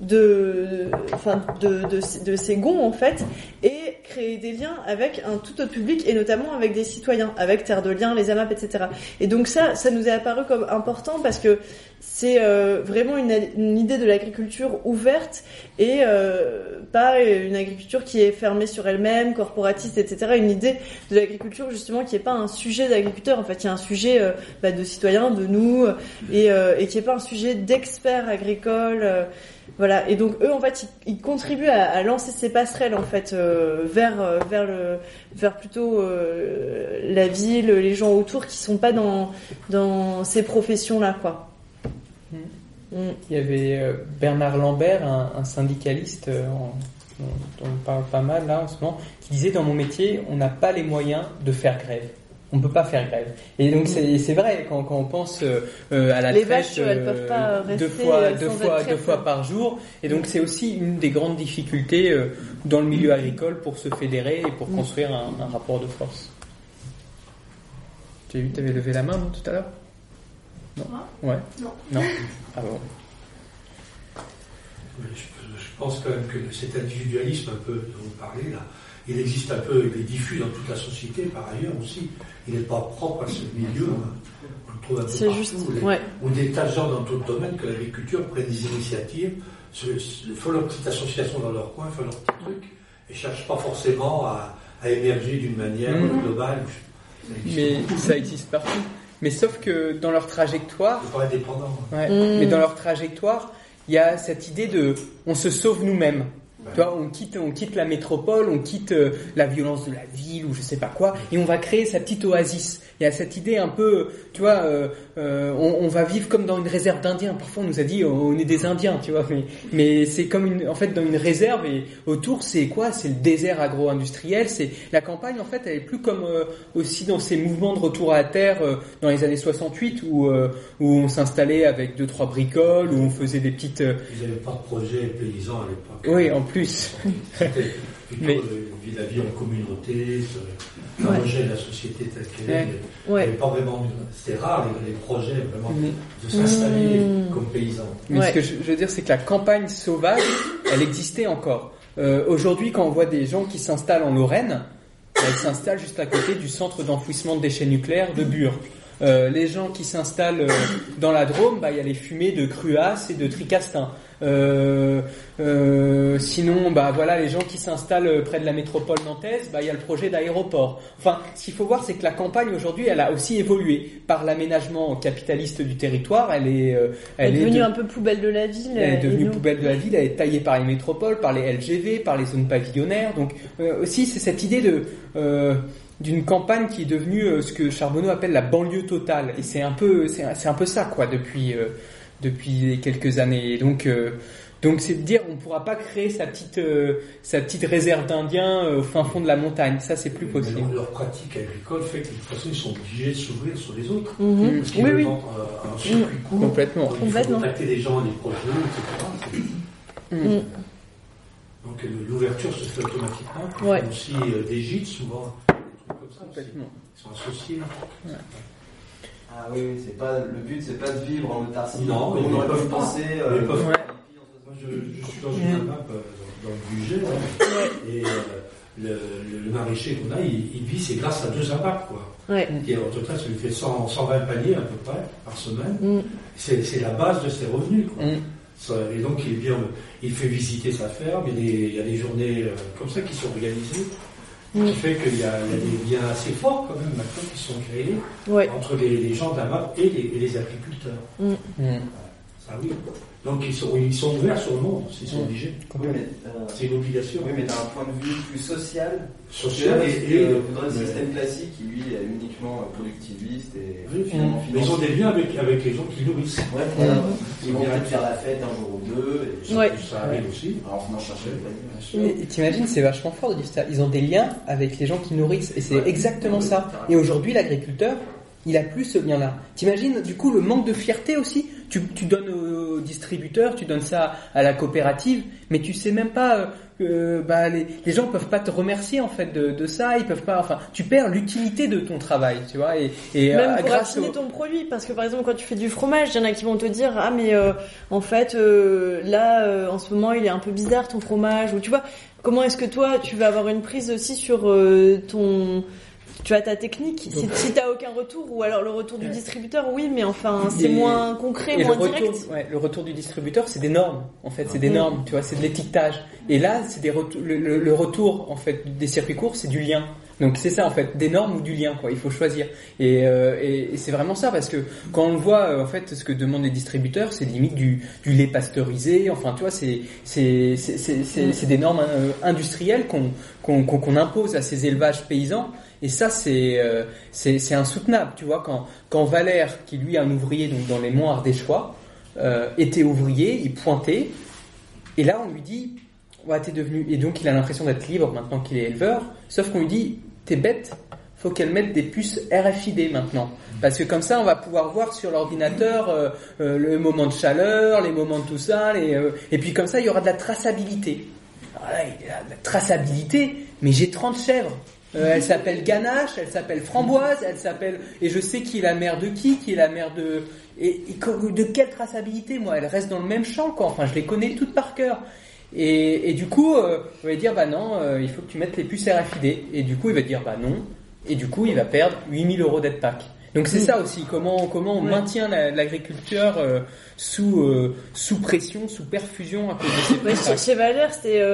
de, enfin, de, de, de ces gonds, en fait, et créer des liens avec un tout autre public, et notamment avec des citoyens, avec Terre de Liens, les A M A P, et cetera. Et donc ça, ça nous est apparu comme important parce que c'est euh, vraiment une, une idée de l'agriculture ouverte et euh, pas une agriculture qui est fermée sur elle-même, corporatiste, et cetera. Une idée de l'agriculture justement qui est pas un sujet d'agriculteur, en fait, qui est un sujet euh, bah, de citoyens, de nous, et, euh, et qui est pas un sujet d'experts agricoles. Euh, Voilà, et donc eux en fait ils, ils contribuent à, à lancer ces passerelles en fait euh, vers euh, vers le vers plutôt euh, la ville, les gens autour qui sont pas dans dans ces professions là quoi. Mmh. Mmh. Il y avait euh, Bernard Lambert, un, un syndicaliste euh, en, dont on parle pas mal là en ce moment, qui disait dans mon métier on n'a pas les moyens de faire grève. On peut pas faire grève. Et donc c'est, c'est vrai quand, quand on pense euh, à la les traite vaches, elles peuvent pas rester deux fois, deux sans fois, deux fois par jour. Et donc c'est aussi une des grandes difficultés euh, dans le milieu agricole pour se fédérer et pour construire un, un rapport de force. Tu as vu, tu avais levé la main non, tout à l'heure? Non. Ouais. Non. Non. Ah bon. Je, je pense quand même que cet individualisme un peu dont vous parlez là, il existe un peu, il est diffus dans toute la société par ailleurs aussi. Il n'est pas propre à ce milieu. Hein. On le trouve un peu c'est partout. Juste, les, ouais. Ou des tas de gens dans d'autres domaines que l'agriculture prennent des initiatives, se, se, font leur petite association dans leur coin, font leur petit truc, et ne cherchent pas forcément à, à émerger d'une manière mmh. globale. Ça Mais beaucoup. Ça existe partout. Mais sauf que dans leur trajectoire... C'est pas indépendant. Ouais, mmh. Mais dans leur trajectoire, il y a cette idée de on se sauve nous-mêmes. Tu vois, on quitte, on quitte la métropole, on quitte euh, la violence de la ville ou je sais pas quoi, et on va créer sa petite oasis. Il y a cette idée un peu, tu vois, euh, euh, on, on va vivre comme dans une réserve d'Indiens. Parfois, on nous a dit, on est des Indiens, tu vois, mais, mais c'est comme une, en fait, dans une réserve et autour, c'est quoi? C'est le désert agro-industriel. C'est la campagne, en fait, elle est plus comme euh, aussi dans ces mouvements de retour à la terre euh, dans les années soixante-huit où euh, où on s'installait avec deux trois bricoles, où on faisait des petites. Euh... Ils n'avaient pas de projet paysan à l'époque. Oui, en plus. C'était plutôt mais... la vie en communauté. Projet de la société telle qu'elle est, ouais. Ouais. Pas vraiment, c'était rare les, les projets vraiment mmh. de s'installer mmh. comme paysans. Mais ouais. ce que je, je veux dire, c'est que la campagne sauvage, elle existait encore. Euh, aujourd'hui, quand on voit des gens qui s'installent en Lorraine, ils s'installent juste à côté du centre d'enfouissement de déchets nucléaires de Bure. Euh, les gens qui s'installent euh, dans la Drôme, bah il y a les fumées de Cruas et de Tricastin. Euh, euh, sinon, bah voilà, les gens qui s'installent près de la métropole nantaise, bah il y a le projet d'aéroport. Enfin, ce qu'il faut voir, c'est que la campagne aujourd'hui, elle a aussi évolué par l'aménagement capitaliste du territoire. Elle est, euh, elle, elle est devenue de... un peu poubelle de la ville. Elle est devenue nous... poubelle de la ville. Elle est taillée par les métropoles, par les L G V, par les zones pavillonnaires. Donc euh, aussi, c'est cette idée de euh, d'une campagne qui est devenue euh, ce que Charbonneau appelle la banlieue totale. Et c'est un peu, c'est, c'est un peu ça, quoi, depuis. Euh, depuis quelques années. Et donc, euh, donc c'est de dire, on ne pourra pas créer sa petite, euh, sa petite réserve d'Indiens euh, au fin fond de la montagne. Ça, c'est plus possible. Mais leur pratique agricole fait que de toute façon, ils sont obligés de s'ouvrir sur les autres. Mmh. Parce qu'ils oui, veulent oui. vendre euh, un circuit mmh. court. Complètement. Il faut contacter des gens, des projets, et cetera. Mmh. Donc, l'ouverture se fait automatiquement. Ils ouais. font aussi euh, des gîtes, souvent. Des trucs comme ça. Complètement. Ils sont associés. Ouais. Ah oui, oui, c'est pas, le but c'est pas de vivre en autarcie. Non, comme on aurait pu penser. Euh, peuvent, ouais. Moi je, je suis dans une map euh, dans, dans le budget, ouais. et euh, le, le, le maraîcher qu'on a, il, il vit, c'est grâce à deux impacts, quoi. Ouais. Et au total, ça lui fait cent, cent vingt paniers à peu près par semaine. Mm. C'est, c'est la base de ses revenus, quoi. Mm. Ça, et donc il, vient, il fait visiter sa ferme, il y a des, il y a des journées euh, comme ça qui sont organisées. Ce qui fait qu'il y a, il y a des liens assez forts quand même maintenant qui sont créés ouais. entre les, les gens de la M A P et les, et les agriculteurs. Mm. Mm. Ça oui. Donc ils sont, ils sont ouverts sur le monde, ils sont mm. obligés. Oui, mais, euh, c'est une obligation. Oui, mais d'un point de vue plus social, social et, et, et euh, le système classique qui lui est uniquement productiviste et oui, finalement financier. Ils ont des liens avec, avec les gens qui nourrissent. Ouais, voilà. mm. Ils vont peut-être faire la fête un jour ou deux. Et ouais. Ça arrive ouais. aussi. Alors on en cherche le panier. T'imagines, c'est vachement fort de dire ça. Ils ont des liens avec les gens qui nourrissent et c'est ouais. exactement ça. Et aujourd'hui, l'agriculteur, il a plus ce lien-là. T'imagines, du coup, le manque de fierté aussi. Tu, tu donnes au distributeur, tu donnes ça à la coopérative, mais tu sais même pas que euh, bah, les, les gens peuvent pas te remercier en fait de, de ça. Ils peuvent pas. Enfin, tu perds l'utilité de ton travail, tu vois. Et, et même euh, pour affiner au... ton produit, parce que par exemple, quand tu fais du fromage, il y en a qui vont te dire ah mais euh, en fait euh, là euh, en ce moment il est un peu bizarre ton fromage, ou tu vois. Comment est-ce que toi tu vas avoir une prise aussi sur euh, ton tu as ta technique, donc, si, si t'as aucun retour, ou alors le retour du distributeur, oui, mais enfin c'est et, moins concret, moins le direct. Retour, ouais, le retour du distributeur, c'est des normes, en fait, c'est des mmh. normes, tu vois, c'est de l'étiquetage. Et là, c'est des retours, le, le, le retour en fait des circuits courts, c'est du lien. Donc c'est ça en fait, des normes ou du lien, quoi. Il faut choisir. Et, euh, et, et c'est vraiment ça, parce que quand on le voit, euh, en fait, ce que demandent les distributeurs, c'est limite du, du lait pasteurisé. Enfin, tu vois, c'est c'est c'est c'est, c'est, c'est des normes euh, industrielles qu'on, qu'on qu'on qu'on impose à ces élevages paysans. Et ça, c'est euh, c'est c'est insoutenable. Tu vois, quand quand Valère, qui lui est un ouvrier donc dans les monts ardéchois, euh, était ouvrier, il pointait, et là on lui dit, ouais, t'es devenu, et donc il a l'impression d'être libre maintenant qu'il est éleveur. Sauf qu'on lui dit, t'es bête, faut qu'elle mette des puces R F I D maintenant. Parce que comme ça, on va pouvoir voir sur l'ordinateur euh, euh, le moment de chaleur, les moments de tout ça, les, euh, et puis comme ça, il y aura de la traçabilité. Alors là, il y a de la traçabilité, mais j'ai trente chèvres. Euh, elle s'appelle Ganache, elle s'appelle Framboise, elle s'appelle... Et je sais qui est la mère de qui, qui est la mère de... Et, et de quelle traçabilité, moi? Elle reste dans le même champ, quoi. Enfin, je les connais toutes par cœur. Et, et du coup, euh, on va dire, bah non, euh, il faut que tu mettes les puces R F I D. Et du coup, il va dire, bah non. Et du coup, il va perdre huit mille euros d'aide P A C. Donc c'est ça aussi, comment comment on ouais. maintient la, l'agriculteur euh, sous euh, sous pression, sous perfusion à cause de ces ouais, chez, chez Valère, c'était euh,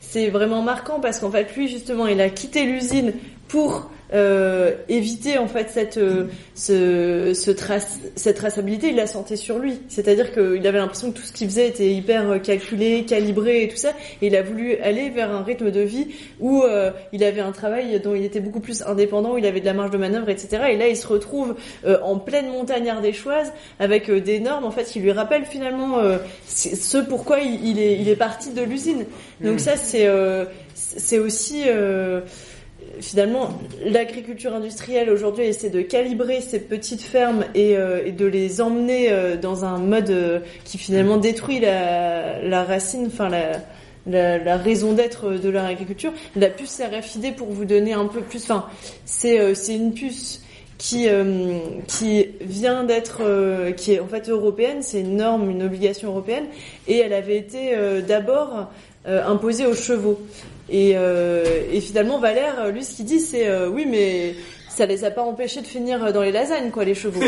c'est vraiment marquant parce qu'en fait, lui, justement, il a quitté l'usine pour euh, éviter en fait cette euh, ce, ce trace, cette traçabilité. Il l'a senti sur lui, c'est-à-dire qu'il avait l'impression que tout ce qu'il faisait était hyper calculé, calibré et tout ça, et il a voulu aller vers un rythme de vie où euh, il avait un travail dont il était beaucoup plus indépendant, où il avait de la marge de manœuvre, et cetera. Et là, il se retrouve euh, en pleine montagne ardéchoise avec euh, des normes en fait qui lui rappellent finalement euh, ce pourquoi il, il est il est parti de l'usine. Donc ça, c'est euh, c'est aussi euh, finalement, l'agriculture industrielle aujourd'hui essaie de calibrer ces petites fermes et, euh, et de les emmener euh, dans un mode euh, qui finalement détruit la, la racine, enfin la, la, la raison d'être de leur agriculture. La puce R F I D, pour vous donner un peu plus, enfin, c'est euh, c'est une puce qui euh, qui vient d'être, euh, qui est en fait européenne, c'est une norme, une obligation européenne, et elle avait été euh, d'abord euh, imposée aux chevaux. Et, euh, et finalement, Valère, lui, ce qu'il dit, c'est euh, oui, mais ça les a pas empêchés de finir dans les lasagnes, quoi, les chevaux.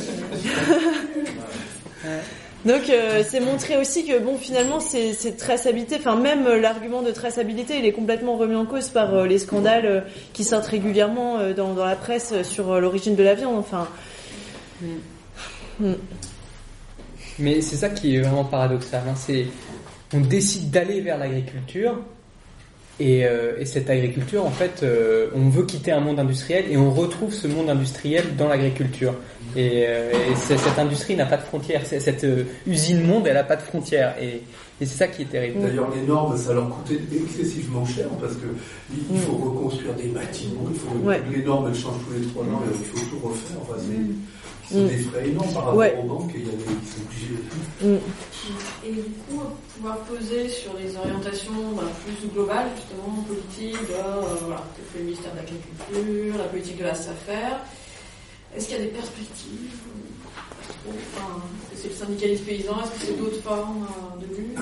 Donc, euh, c'est montrer aussi que bon, finalement, c'est, c'est traçabilité. Enfin, même l'argument de traçabilité, il est complètement remis en cause par euh, les scandales euh, qui sortent régulièrement euh, dans, dans la presse euh, sur euh, l'origine de la viande. Enfin. Mm. Mm. Mais c'est ça qui est vraiment paradoxal. Hein. C'est on décide d'aller vers l'agriculture. Et, euh, et cette agriculture, en fait, euh, on veut quitter un monde industriel et on retrouve ce monde industriel dans l'agriculture. Et, euh, et cette industrie n'a pas de frontières. Cette euh, usine monde, elle n'a pas de frontières. Et, et c'est ça qui est terrible. D'ailleurs, les normes, ça leur coûtait excessivement cher parce que il faut reconstruire des bâtiments. Il faut, ouais. Les normes, elles changent tous les trois ans. Il faut tout refaire. Enfin, c'est, c'est mm. des frais énormes par rapport ouais. aux banques. Et il y a des, ils sont obligés de tout. Mm. Et du coup, pouvoir poser sur les orientations bah, plus globales, justement, politique, de, euh, voilà, que fait le ministère de l'Agriculture, la politique de la S A F E R. Est-ce qu'il y a des perspectives? Enfin, est-ce que c'est le syndicalisme paysan? Est-ce que c'est d'autres formes de lutte?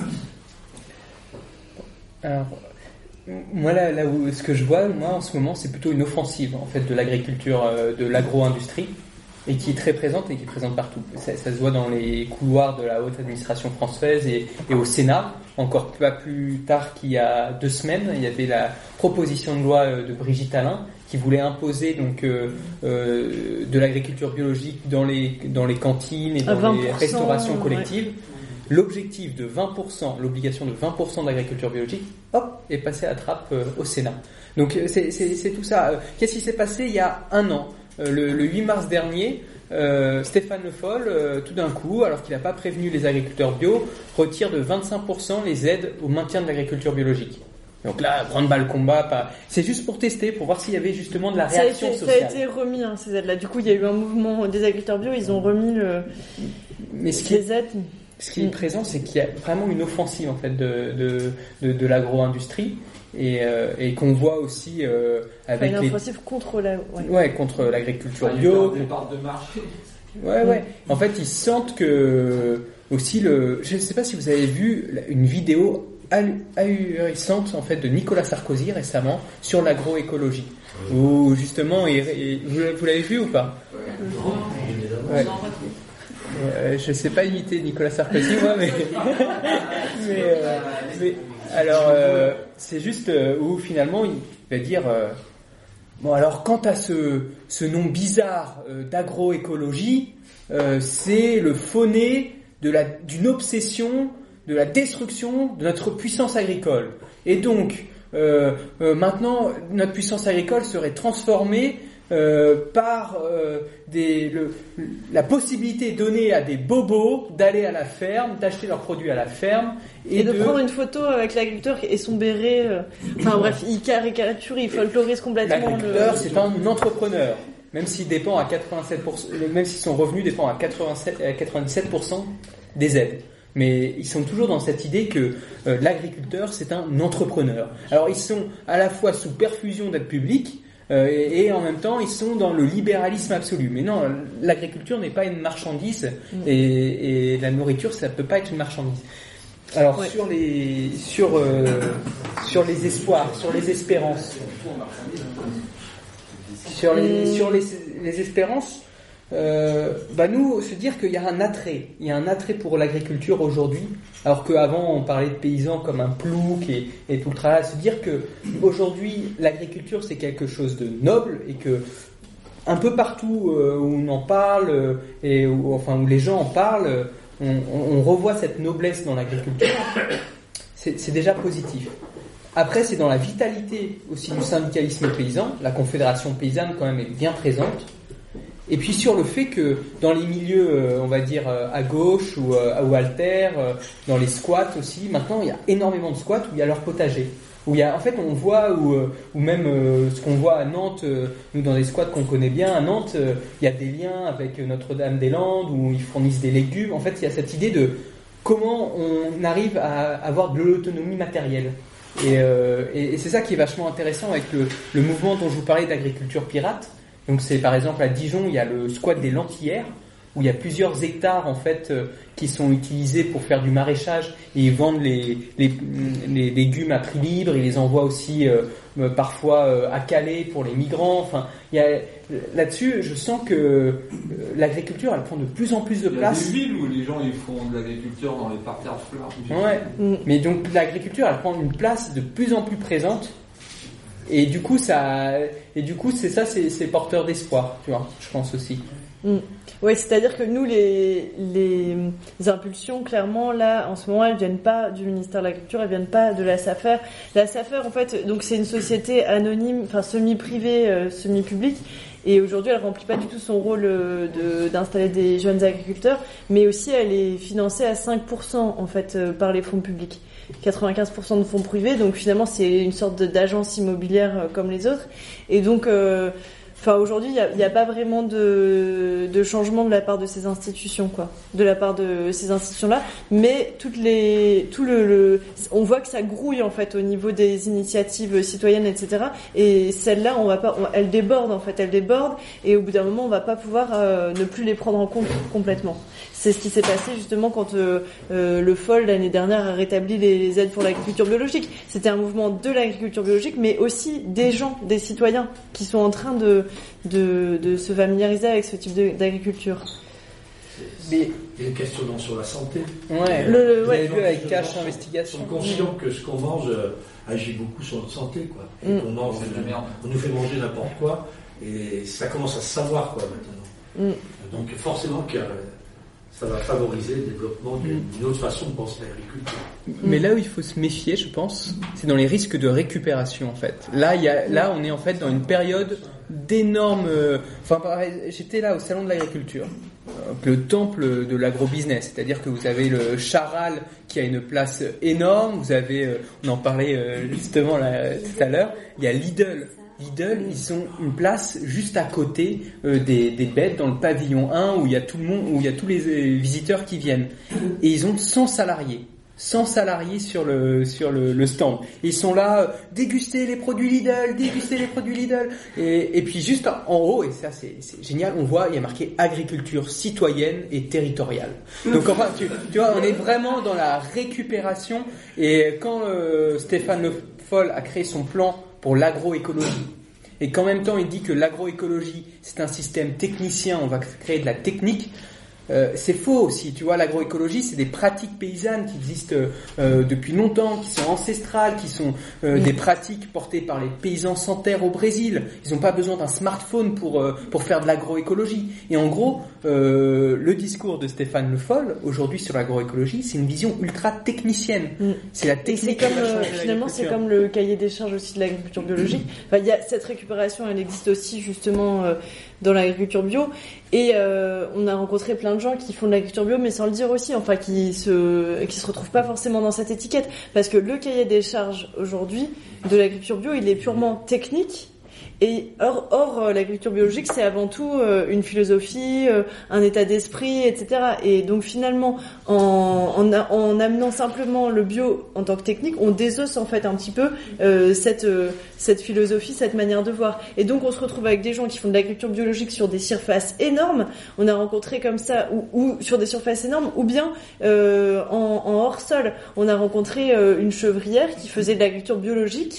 Alors, moi, là, là où, ce que je vois, moi, en ce moment, c'est plutôt une offensive, en fait, de l'agriculture, euh, de l'agro-industrie, et qui est très présente et qui est présente partout. Ça, ça se voit dans les couloirs de la haute administration française et, et au Sénat. Encore pas plus tard qu'il y a deux semaines, il y avait la proposition de loi de Brigitte Allain qui voulait imposer donc euh, euh, de l'agriculture biologique dans les dans les cantines et dans les restaurations collectives. Ouais. L'objectif de vingt pour cent, l'obligation de vingt pour cent d'agriculture biologique, hop, est passé à trappe euh, au Sénat. Donc c'est, c'est, c'est tout ça. Qu'est-ce qui s'est passé il y a un an? Le, le huit mars dernier, euh, Stéphane Le Foll, euh, tout d'un coup, alors qu'il n'a pas prévenu les agriculteurs bio, retire de vingt-cinq pour cent les aides au maintien de l'agriculture biologique. Donc là, grande balle combat, pas... c'est juste pour tester, pour voir s'il y avait justement de la réaction ça été, sociale. Ça a été remis, hein, ces aides-là. Du coup, il y a eu un mouvement des agriculteurs bio, ils ont remis le... Mais ce qui les aides. Ce qui est présent, c'est qu'il y a vraiment une offensive en fait de de de, de l'agro-industrie. Et, euh, et qu'on voit aussi euh, avec enfin, une offensive les... contre la ouais. ouais contre l'agriculture enfin, bio des parts de marché ouais ouais en fait ils sentent que aussi le je ne sais pas si vous avez vu une vidéo ahurissante en fait de Nicolas Sarkozy récemment sur l'agroécologie oui. Où justement et, et, vous, vous l'avez vu ou pas ouais. Ouais. Euh, je sais pas imiter Nicolas Sarkozy moi mais mais, euh, mais alors euh, c'est juste euh, où finalement il va dire euh, bon alors quant à ce ce nom bizarre euh, d'agroécologie euh, c'est le faux-nez de la d'une obsession de la destruction de notre puissance agricole et donc euh, euh, maintenant notre puissance agricole serait transformée Euh, par euh, des, le, la possibilité donnée à des bobos d'aller à la ferme, d'acheter leurs produits à la ferme et, et de, de prendre une photo avec l'agriculteur et son béret. Euh, enfin bref, il caricature, il folklorise complètement. L'agriculteur, le... c'est un entrepreneur, même s'il dépend à quatre-vingt-sept pour cent, même si son revenu dépend à quatre-vingt-sept à quatre-vingt-dix-sept pour cent des aides. Mais ils sont toujours dans cette idée que euh, l'agriculteur, c'est un entrepreneur. Alors ils sont à la fois sous perfusion d'aide publique. Euh, et, et en même temps, ils sont dans le libéralisme absolu. Mais non, l'agriculture n'est pas une marchandise mmh. et, et la nourriture, ça peut pas être une marchandise. Alors ouais. sur les sur euh, sur les espoirs, sur les espérances, sur les mmh. sur les, les espérances, euh, bah nous, se dire qu'il y a un attrait, il y a un attrait pour l'agriculture aujourd'hui, alors qu'avant on parlait de paysans comme un plouc et, et tout le travail, se dire que aujourd'hui l'agriculture c'est quelque chose de noble et que un peu partout euh, où on en parle euh, et où, enfin où les gens en parlent, on, on revoit cette noblesse dans l'agriculture. C'est, c'est déjà positif. Après, c'est dans la vitalité aussi du syndicalisme paysan. La Confédération paysanne quand même est bien présente. Et puis sur le fait que dans les milieux, euh, on va dire euh, à gauche ou, euh, ou alter, euh, dans les squats aussi, maintenant il y a énormément de squats où il y a leur potager. Où il y a, en fait, on voit, ou euh, ou même euh, ce qu'on voit à Nantes, euh, nous dans des squats qu'on connaît bien, à Nantes, euh, il y a des liens avec Notre-Dame-des-Landes où ils fournissent des légumes. En fait, il y a cette idée de comment on arrive à avoir de l'autonomie matérielle. Et, euh, et, et c'est ça qui est vachement intéressant avec le, le mouvement dont je vous parlais d'agriculture pirate. Donc c'est par exemple à Dijon, il y a le squat des Lentillères, où il y a plusieurs hectares en fait euh, qui sont utilisés pour faire du maraîchage et ils vendent les, les, les légumes à prix libre, ils les envoient aussi euh, euh, parfois euh, à Calais pour les migrants. Enfin, il y a là-dessus, je sens que euh, l'agriculture elle prend de plus en plus de place. Il y a des villes où les gens ils font de l'agriculture dans les parterres de fleurs. Ouais. Mm. Mais donc l'agriculture elle prend une place de plus en plus présente. Et du coup, ça, et du coup, c'est ça, c'est, c'est porteur d'espoir, tu vois, je pense aussi. Mmh. Ouais, c'est-à-dire que nous, les, les impulsions, clairement, là, en ce moment, elles viennent pas du ministère de l'Agriculture, elles viennent pas de la SAFER. La SAFER, en fait, donc c'est une société anonyme, enfin semi-privée, euh, semi-publique. Et aujourd'hui, elle remplit pas du tout son rôle de, d'installer des jeunes agriculteurs, mais aussi elle est financée à cinq pour cent en fait par les fonds publics, quatre-vingt-quinze pour cent de fonds privés. Donc finalement, c'est une sorte d'agence immobilière comme les autres. Et donc, euh, enfin aujourd'hui, il y a, y a pas vraiment de, de changement de la part de ces institutions, quoi, de la part de ces institutions-là. Mais toutes les, tout le, le, on voit que ça grouille en fait au niveau des initiatives citoyennes, et cetera. Et celles-là, on va pas, on, elles débordent en fait, elles débordent. Et au bout d'un moment, on va pas pouvoir euh, ne plus les prendre en compte complètement. C'est ce qui s'est passé justement quand euh, euh, le F O L l'année dernière a rétabli les, les aides pour l'agriculture biologique. C'était un mouvement de l'agriculture biologique, mais aussi des gens, des citoyens qui sont en train de de, de se familiariser avec ce type de, d'agriculture. Mais il y a une question sur la santé. Ouais. Le, le ouais. Vu avec Cash Investigation. Ils sont conscients que ce qu'on mange euh, agit beaucoup sur notre santé, quoi. Et mm. qu'on mange, on, on nous fait manger n'importe quoi, et ça commence à se savoir, quoi, maintenant. Mm. Donc forcément qu'il y a ça va favoriser le développement d'une, d'une autre façon de penser l'agriculture. Mais là où il faut se méfier, je pense, c'est dans les risques de récupération, en fait. Là, il y a, là, on est en fait dans une période d'énormes... Enfin, pareil, j'étais là au salon de l'agriculture, le temple de l'agrobusiness, c'est-à-dire que vous avez le Charal qui a une place énorme, vous avez, on en parlait justement là, tout à l'heure, il y a Lidl. Lidl, ils ont une place juste à côté euh, des, des bêtes dans le pavillon un où il y a tout le monde, où il y a tous les euh, visiteurs qui viennent. Et ils ont cent salariés. cent salariés sur le, sur le, le stand. Et ils sont là, euh, déguster les produits Lidl, déguster les produits Lidl. Et, et puis juste en haut, et ça c'est, c'est génial, on voit, il y a marqué agriculture citoyenne et territoriale. Donc enfin, tu, tu vois, on est vraiment dans la récupération. Et quand euh, Stéphane Le Foll a créé son plan pour l'agroécologie, et qu'en même temps il dit que l'agroécologie c'est un système technicien, on va créer de la technique, euh, c'est faux aussi, tu vois, l'agroécologie c'est des pratiques paysannes qui existent euh, depuis longtemps, qui sont ancestrales, qui sont euh, des pratiques portées par les paysans sans terre au Brésil. Ils n'ont pas besoin d'un smartphone pour euh, pour faire de l'agroécologie. Et en gros, euh, le discours de Stéphane Le Foll aujourd'hui sur l'agroécologie, c'est une vision ultra technicienne. Mm. C'est la technique. C'est comme, euh, finalement, c'est comme le cahier des charges aussi de l'agriculture biologique. Enfin, il y a cette récupération, elle existe aussi justement euh, dans l'agriculture bio. Et euh, on a rencontré plein de gens qui font de l'agriculture bio, mais sans le dire aussi, enfin qui se qui se retrouvent pas forcément dans cette étiquette, parce que le cahier des charges aujourd'hui de l'agriculture bio, il est purement technique. Et or, or l'agriculture biologique, c'est avant tout euh, une philosophie, euh, un état d'esprit, et cetera. Et donc finalement, en, en, en amenant simplement le bio en tant que technique, on désosse en fait un petit peu euh, cette euh, cette philosophie, cette manière de voir. Et donc on se retrouve avec des gens qui font de l'agriculture biologique sur des surfaces énormes. On a rencontré comme ça, ou, ou sur des surfaces énormes, ou bien euh, en, en hors sol. On a rencontré euh, une chevrière qui faisait de l'agriculture biologique.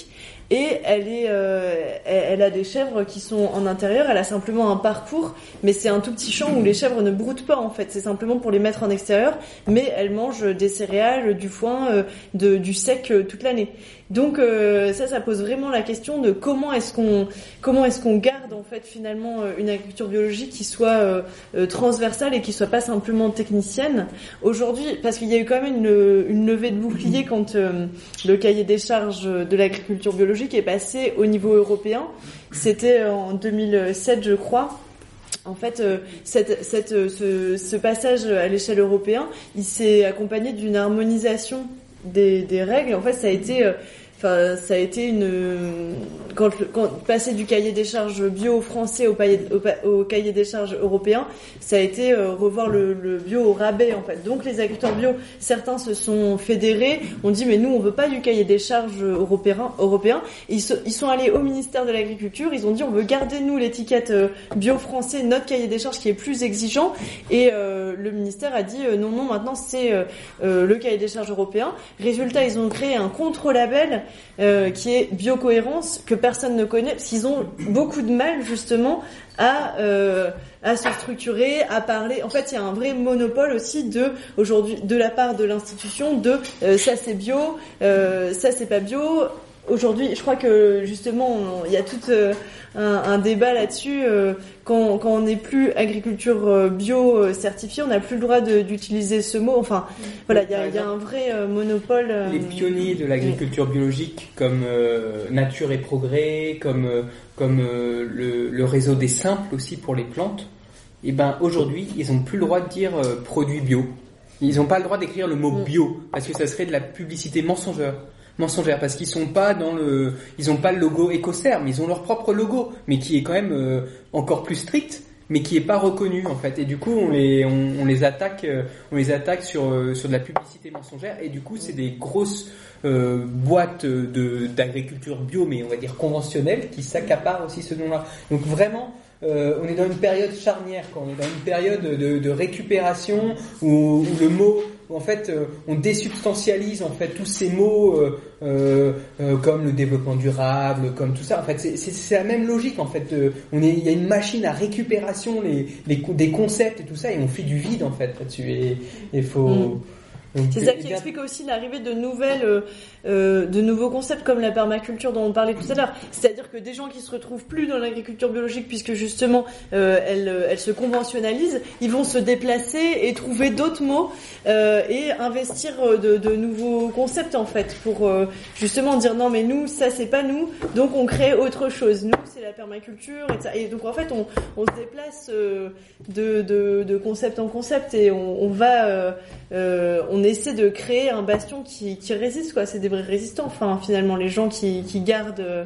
et elle est, euh, elle, elle a des chèvres qui sont en intérieur. Elle a simplement un parcours, mais c'est un tout petit champ où les chèvres ne broutent pas en fait. C'est simplement pour les mettre en extérieur, mais elles mangent des céréales, du foin, euh, de, du sec euh, toute l'année. Donc euh, ça, ça pose vraiment la question de comment est-ce qu'on comment est-ce qu'on garde en fait finalement une agriculture biologique qui soit euh, euh, transversale et qui soit pas simplement technicienne. Aujourd'hui, parce qu'il y a eu quand même une, une levée de bouclier quand euh, le cahier des charges de l'agriculture biologique est passé au niveau européen. C'était en deux mille sept, je crois. En fait, euh, cette, cette, euh, ce, ce passage à l'échelle européenne, il s'est accompagné d'une harmonisation des, des règles. En fait, ça a été, euh, enfin, ça a été une quand, quand passer du cahier des charges bio français au, paillet, au, au cahier des charges européen, ça a été euh, revoir le, le bio au rabais en fait. Donc les agriculteurs bio, certains se sont fédérés, ont dit mais nous on veut pas du cahier des charges européen, européen. Et ils, se, ils sont allés au ministère de l'Agriculture, ils ont dit on veut garder nous l'étiquette euh, bio français, notre cahier des charges qui est plus exigeant. Et euh, le ministère a dit euh, non non maintenant c'est euh, euh, le cahier des charges européen. Résultat, ils ont créé un contre-label euh, qui est biocohérence que personne ne connaît parce qu'ils ont beaucoup de mal justement à euh, à se structurer, à parler. En fait, il y a un vrai monopole aussi de aujourd'hui de la part de l'institution de euh, ça c'est bio, euh, ça c'est pas bio. Aujourd'hui, je crois que justement, on, il y a tout euh, un, un débat là-dessus. Euh, quand, quand on n'est plus agriculture euh, bio euh, certifiée, on n'a plus le droit de, d'utiliser ce mot. Enfin, voilà, il y a, il y a un vrai euh, monopole. Euh, les pionniers de l'agriculture oui. biologique, comme euh, Nature et Progrès, comme euh, comme euh, le, le réseau des simples aussi pour les plantes. Et ben aujourd'hui, ils n'ont plus le droit de dire euh, produits bio. Ils n'ont pas le droit d'écrire le mot bio parce que ça serait de la publicité mensongère. mensongère parce qu'ils sont pas dans le ils ont pas le logo Ecoserm, ils ont leur propre logo mais qui est quand même euh, encore plus strict mais qui est pas reconnu en fait et du coup on les on, on les attaque euh, on les attaque sur euh, sur de la publicité mensongère et du coup c'est des grosses euh, boîtes de d'agriculture bio mais on va dire conventionnelle qui s'accaparent aussi ce nom-là. Donc vraiment Euh, on est dans une période charnière, quoi. On est dans une période de, de récupération où, où le mot, où en fait, euh, on désubstantialise en fait tous ces mots euh, euh, euh, comme le développement durable, comme tout ça. En fait, c'est, c'est, c'est la même logique. En fait, euh, on est, il y a une machine à récupération les, les des concepts et tout ça, et on fait du vide en fait là-dessus. Et il faut. Mmh. Donc, c'est ça qui explique aussi l'arrivée de nouvelles, euh, euh, de nouveaux concepts comme la permaculture dont on parlait tout à l'heure. C'est-à-dire que des gens qui se retrouvent plus dans l'agriculture biologique puisque justement euh, elle, elle se conventionnalise, ils vont se déplacer et trouver d'autres mots euh, et investir de, de nouveaux concepts en fait pour euh, justement dire non mais nous ça c'est pas nous donc on crée autre chose. Nous c'est la permaculture et ça. Et donc en fait on, on se déplace euh, de, de, de concept en concept et on, on va euh, euh, on on essaie de créer un bastion qui, qui résiste, quoi. C'est des vrais résistants. Enfin, finalement, les gens qui, qui gardent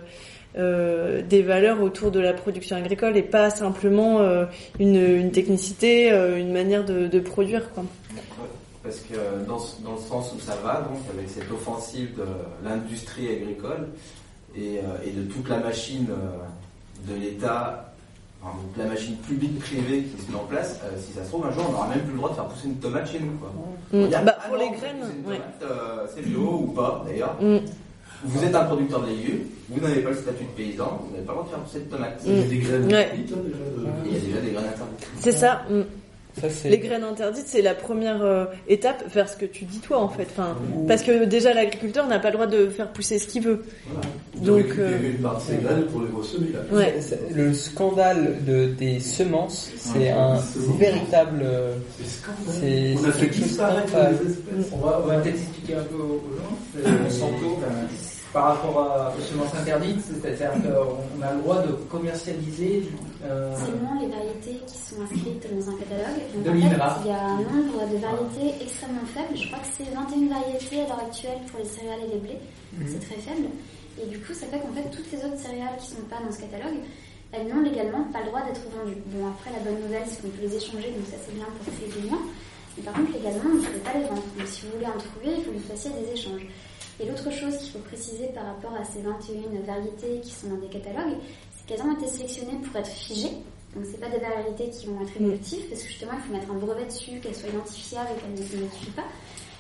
euh, des valeurs autour de la production agricole et pas simplement euh, une, une technicité, euh, une manière de, de produire, quoi. Parce que dans, dans le sens où ça va, donc avec cette offensive de l'industrie agricole et, euh, et de toute la machine euh, de l'État. Enfin, donc la machine publique-privée qui se met en place, euh, si ça se trouve un jour on n'aura même plus le droit de faire pousser une tomate chez nous quoi. Mmh. Dire, bah, ah pour non, les graines, tomate, ouais. euh, c'est bio ou pas d'ailleurs. Mmh. Vous êtes un producteur de légumes, vous n'avez pas le statut de paysan, vous n'avez pas le droit de faire pousser de tomates. Mmh. Il y a des graines ouais. interdites, hein, déjà. De... Il y a déjà des graines interdites. C'est ça. Mmh. Ça, c'est... Les graines interdites, c'est la première euh, étape vers ce que tu dis toi en fait. Enfin, parce que déjà l'agriculteur n'a pas le droit de faire pousser ce qu'il veut. Voilà. Donc, il y a euh... une part de ces graines pour les ressemer. Là. Ouais. C'est, c'est, le scandale de, des semences, c'est ouais, un c'est véritable. C'est, c'est, on a c'est fait quelque chose disparaître les espèces. On va, on va peut-être expliquer un peu aux gens. Monsanto, ben, par rapport à, aux semences interdites, c'est-à-dire qu'on a le droit de commercialiser. Euh... Seulement les variétés qui sont inscrites dans un catalogue. Donc, de en fait, l'INRA. il y a un nombre de variétés extrêmement faible. Je crois que c'est vingt et une variétés à l'heure actuelle pour les céréales et les blés. Mmh. C'est très faible. Et du coup, ça fait qu'en fait, toutes les autres céréales qui ne sont pas dans ce catalogue, elles n'ont légalement pas le droit d'être vendues. Bon, après, la bonne nouvelle, c'est qu'on peut les échanger, donc ça c'est bien pour créer du lien. Mais par contre, légalement, on ne peut pas les vendre. Donc si vous voulez en trouver, il faut que vous fassiez des échanges. Et l'autre chose qu'il faut préciser par rapport à ces vingt et une variétés qui sont dans des catalogues, c'est qu'elles ont été sélectionnées pour être figées. Donc c'est pas des variétés qui vont être évolutives, parce que justement il faut mettre un brevet dessus, qu'elles soient identifiables et qu'elles ne se modifient pas.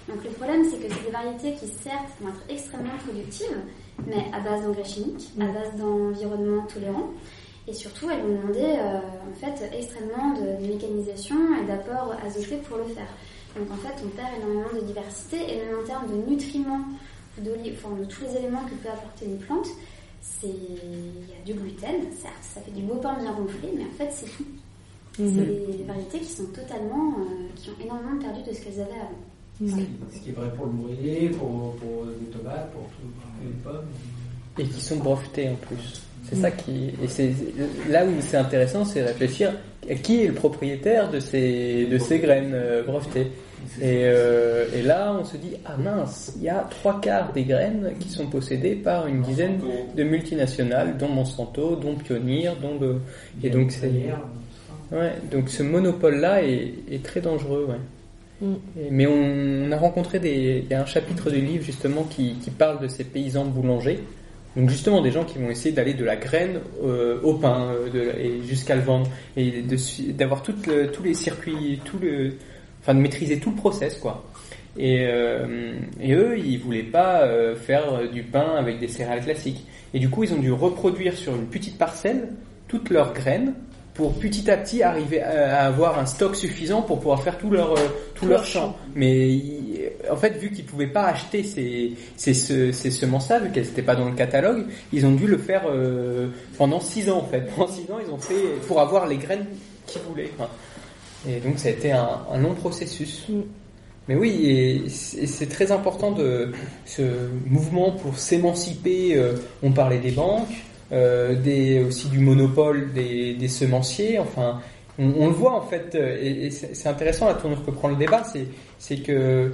Donc le problème, c'est que c'est des variétés qui, certes, vont être extrêmement productives, mais à base d'engrais chimiques, à base d'environnement tolérant. Et surtout, elles vont demander euh, en fait, extrêmement de, de mécanisation et d'apport azoté pour le faire. Donc en fait, on perd énormément de diversité, et même en termes de nutriments, de, enfin, de tous les éléments que peuvent apporter les plantes, c'est... il y a du gluten, certes, ça fait du beau pain bien gonflé, mais en fait, c'est tout. Mm-hmm. C'est des, des variétés qui sont totalement... Euh, qui ont énormément perdu de ce qu'elles avaient avant. Mm-hmm. Ce qui est vrai pour le brûler, pour, pour les tomates, pour tout, les pommes. Et qui sont brevetées en plus. C'est mmh. ça qui, et c'est là où c'est intéressant, c'est réfléchir à qui est le propriétaire de ces de ces graines euh, brevetées. Et, euh, et là, on se dit ah mince, il y a trois quarts des graines qui sont possédées par une dizaine de multinationales, dont Monsanto, dont Pioneer, dont de, et donc c'est, ouais, donc ce monopole-là est, est très dangereux, ouais. Mmh. Et, mais on, on a rencontré des, il y a un chapitre du livre justement qui qui parle de ces paysans boulangers. Donc justement des gens qui vont essayer d'aller de la graine euh, au pain euh, de, et jusqu'à le vendre et de, d'avoir tout le, tous les circuits, tout le, enfin de maîtriser tout le process quoi. Et, euh, et eux ils voulaient pas euh, faire du pain avec des céréales classiques. Et du coup ils ont dû reproduire sur une petite parcelle toutes leurs graines pour petit à petit arriver à, à avoir un stock suffisant pour pouvoir faire tout leur euh, tout leur champ. Mais ils, en fait, vu qu'ils pouvaient pas acheter ces ces ces, ces semences-là, vu qu'elles n'étaient pas dans le catalogue, ils ont dû le faire euh, pendant six ans en fait. Pendant six ans, ils ont fait pour avoir les graines qu'ils voulaient. Enfin, et donc ça a été un, un long processus. Mm. Mais oui, et c'est, et c'est très important de ce mouvement pour s'émanciper. Euh, on parlait des banques. Euh, des, aussi du monopole des, des semenciers, enfin on, on le voit en fait, et, et c'est, c'est intéressant la tournure que prend le débat, c'est, c'est que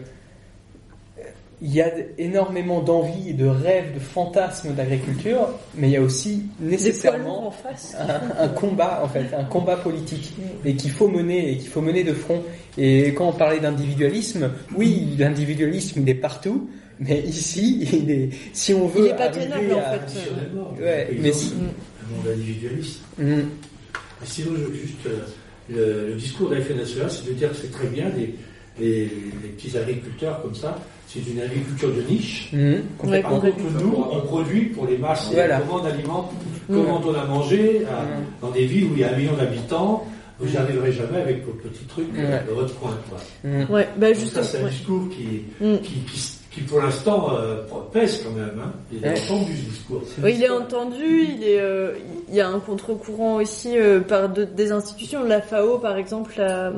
il y a énormément d'envie et de rêves, de fantasmes d'agriculture, mais il y a aussi nécessairement en face. un, un combat en fait, un combat politique et qu'il faut mener et qu'il faut mener de front. Et quand on parlait d'individualisme, oui, l'individualisme il est partout. Mais ici, il est, si on veut il est pas tenable, à... en fait. Ouais, mais si... Un monde individualiste. Mm. Sinon, je, juste, le, le discours de la F N S E A, c'est de dire que c'est très bien, les, les, les petits agriculteurs comme ça, c'est une agriculture de niche. Mmh, ouais, par contre, nous, on produit pour les masses. Voilà. Comment on alimente, comment mmh. on donne à manger à, mmh. dans des villes où il y a un million d'habitants. Vous n'y arriverez jamais avec vos petits trucs ouais. de votre coin. Quoi. Mmh. Ouais, bah juste ça, c'est un ouais. discours qui, mmh. qui, qui, qui, pour l'instant, euh, pèse quand même. Hein. Il est ouais. entendu, ce discours. Oui, il est entendu. Il est, euh, il y a un contre-courant aussi euh, par de, des institutions. La F A O, par exemple, la,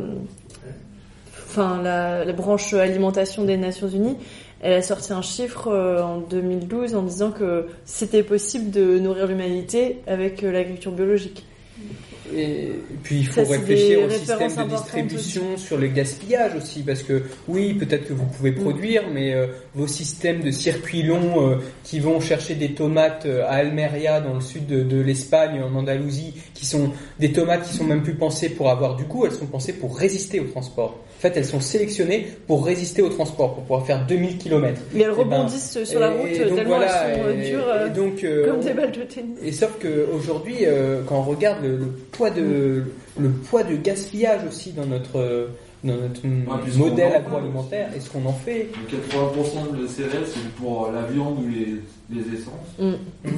enfin, la, la branche alimentation des Nations Unies, elle a sorti un chiffre euh, en deux mille douze en disant que c'était possible de nourrir l'humanité avec euh, l'agriculture biologique. Et puis il faut ça, réfléchir au système de distribution, aussi. Sur le gaspillage aussi, parce que oui, peut-être que vous pouvez produire, mmh. mais euh, vos systèmes de circuits longs euh, qui vont chercher des tomates à Almeria dans le sud de, de l'Espagne, en Andalousie, qui sont des tomates qui sont même plus pensées pour avoir du goût, elles sont pensées pour résister au transport. En fait, elles sont sélectionnées pour résister au transport, pour pouvoir faire deux mille kilomètres. Et elles rebondissent ben, sur la route tellement voilà, elles sont et, dures, et donc, euh, comme des balles de tennis. Et sauf qu'aujourd'hui, euh, quand on regarde le, le poids de le poids de gaspillage aussi dans notre dans notre ouais, modèle agroalimentaire, et ce qu'on en fait. quatre-vingts pour cent de céréales, c'est pour la viande ou les, les essences. Mmh.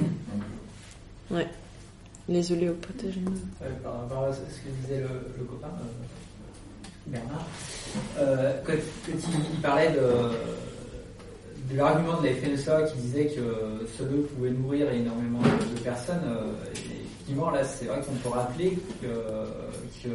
Mmh. Ouais. Les oléopotagineux. Ouais, par rapport à ce que disait le, le copain euh, Bernard, euh, quand, quand il, il parlait de, de l'argument de la F N S E A qui disait que ceux-là pouvaient nourrir énormément de, de personnes, euh, et, effectivement, là, c'est vrai qu'on peut rappeler que, que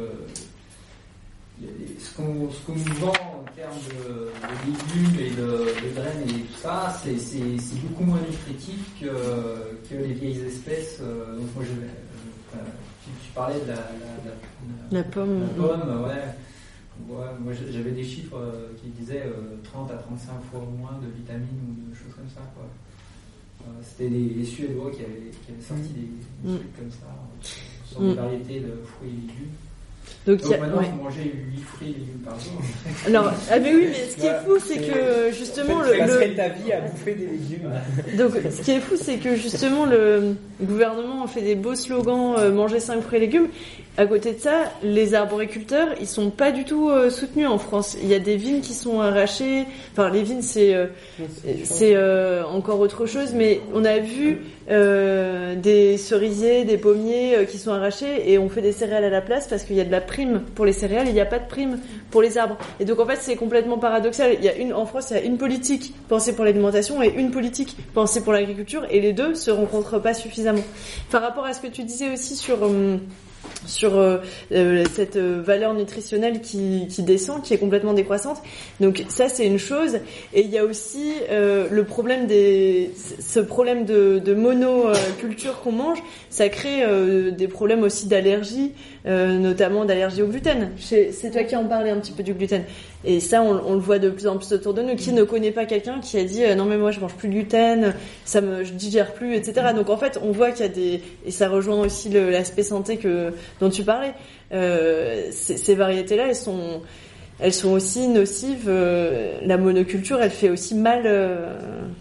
ce qu'on, ce qu'on nous vend en termes de, de légumes et de, de graines et tout ça, c'est, c'est, c'est beaucoup moins nutritif que, que les vieilles espèces. Donc moi, je, euh, tu, tu parlais de la, la, la, la pomme. La pomme, ouais. Ouais, moi, j'avais des chiffres qui disaient trente à trente-cinq fois moins de vitamines ou de choses comme ça, quoi. C'était les, les Suédois qui avaient, qui avaient sorti des, des mmh. trucs comme ça, sur des mmh. variétés de fruits et légumes. Donc, Donc a, maintenant, ouais. vous mangez huit fruits et légumes par jour. Alors, ah mais oui, mais ce qui est fou, c'est que justement en fait, le, tu passerais le... ta vie à bouffer des légumes. Donc, ce qui est fou, c'est que justement le gouvernement fait des beaux slogans, euh, manger cinq fruits et légumes, à côté de ça, les arboriculteurs, ils sont pas du tout euh, soutenus en France. Il y a des vignes qui sont arrachées. Enfin, les vignes, c'est euh, c'est euh, encore autre chose. Mais on a vu euh, des cerisiers, des pommiers euh, qui sont arrachés et on fait des céréales à la place parce qu'il y a de la prime pour les céréales et il n'y a pas de prime pour les arbres. Et donc en fait, c'est complètement paradoxal. Il y a une en France, il y a une politique pensée pour l'alimentation et une politique pensée pour l'agriculture et les deux se rencontrent pas suffisamment. Par rapport à ce que tu disais aussi sur euh, sur euh, euh, cette euh, valeur nutritionnelle qui, qui descend, qui est complètement décroissante. Donc ça, c'est une chose. Et il y a aussi euh, le problème des, ce problème de, de monoculture qu'on mange. Ça crée euh, des problèmes aussi d'allergie, euh, notamment d'allergie au gluten. C'est toi qui en parlais un petit peu du gluten. Et ça, on, on le voit de plus en plus autour de nous. Qui ne connaît pas quelqu'un qui a dit euh, non mais moi je mange plus de gluten, ça me, je digère plus, et cetera. Donc en fait, on voit qu'il y a des, et ça rejoint aussi le, l'aspect santé que dont tu parlais. Euh, ces, ces variétés-là, elles sont, elles sont aussi nocives. Euh, la monoculture, elle fait aussi mal euh,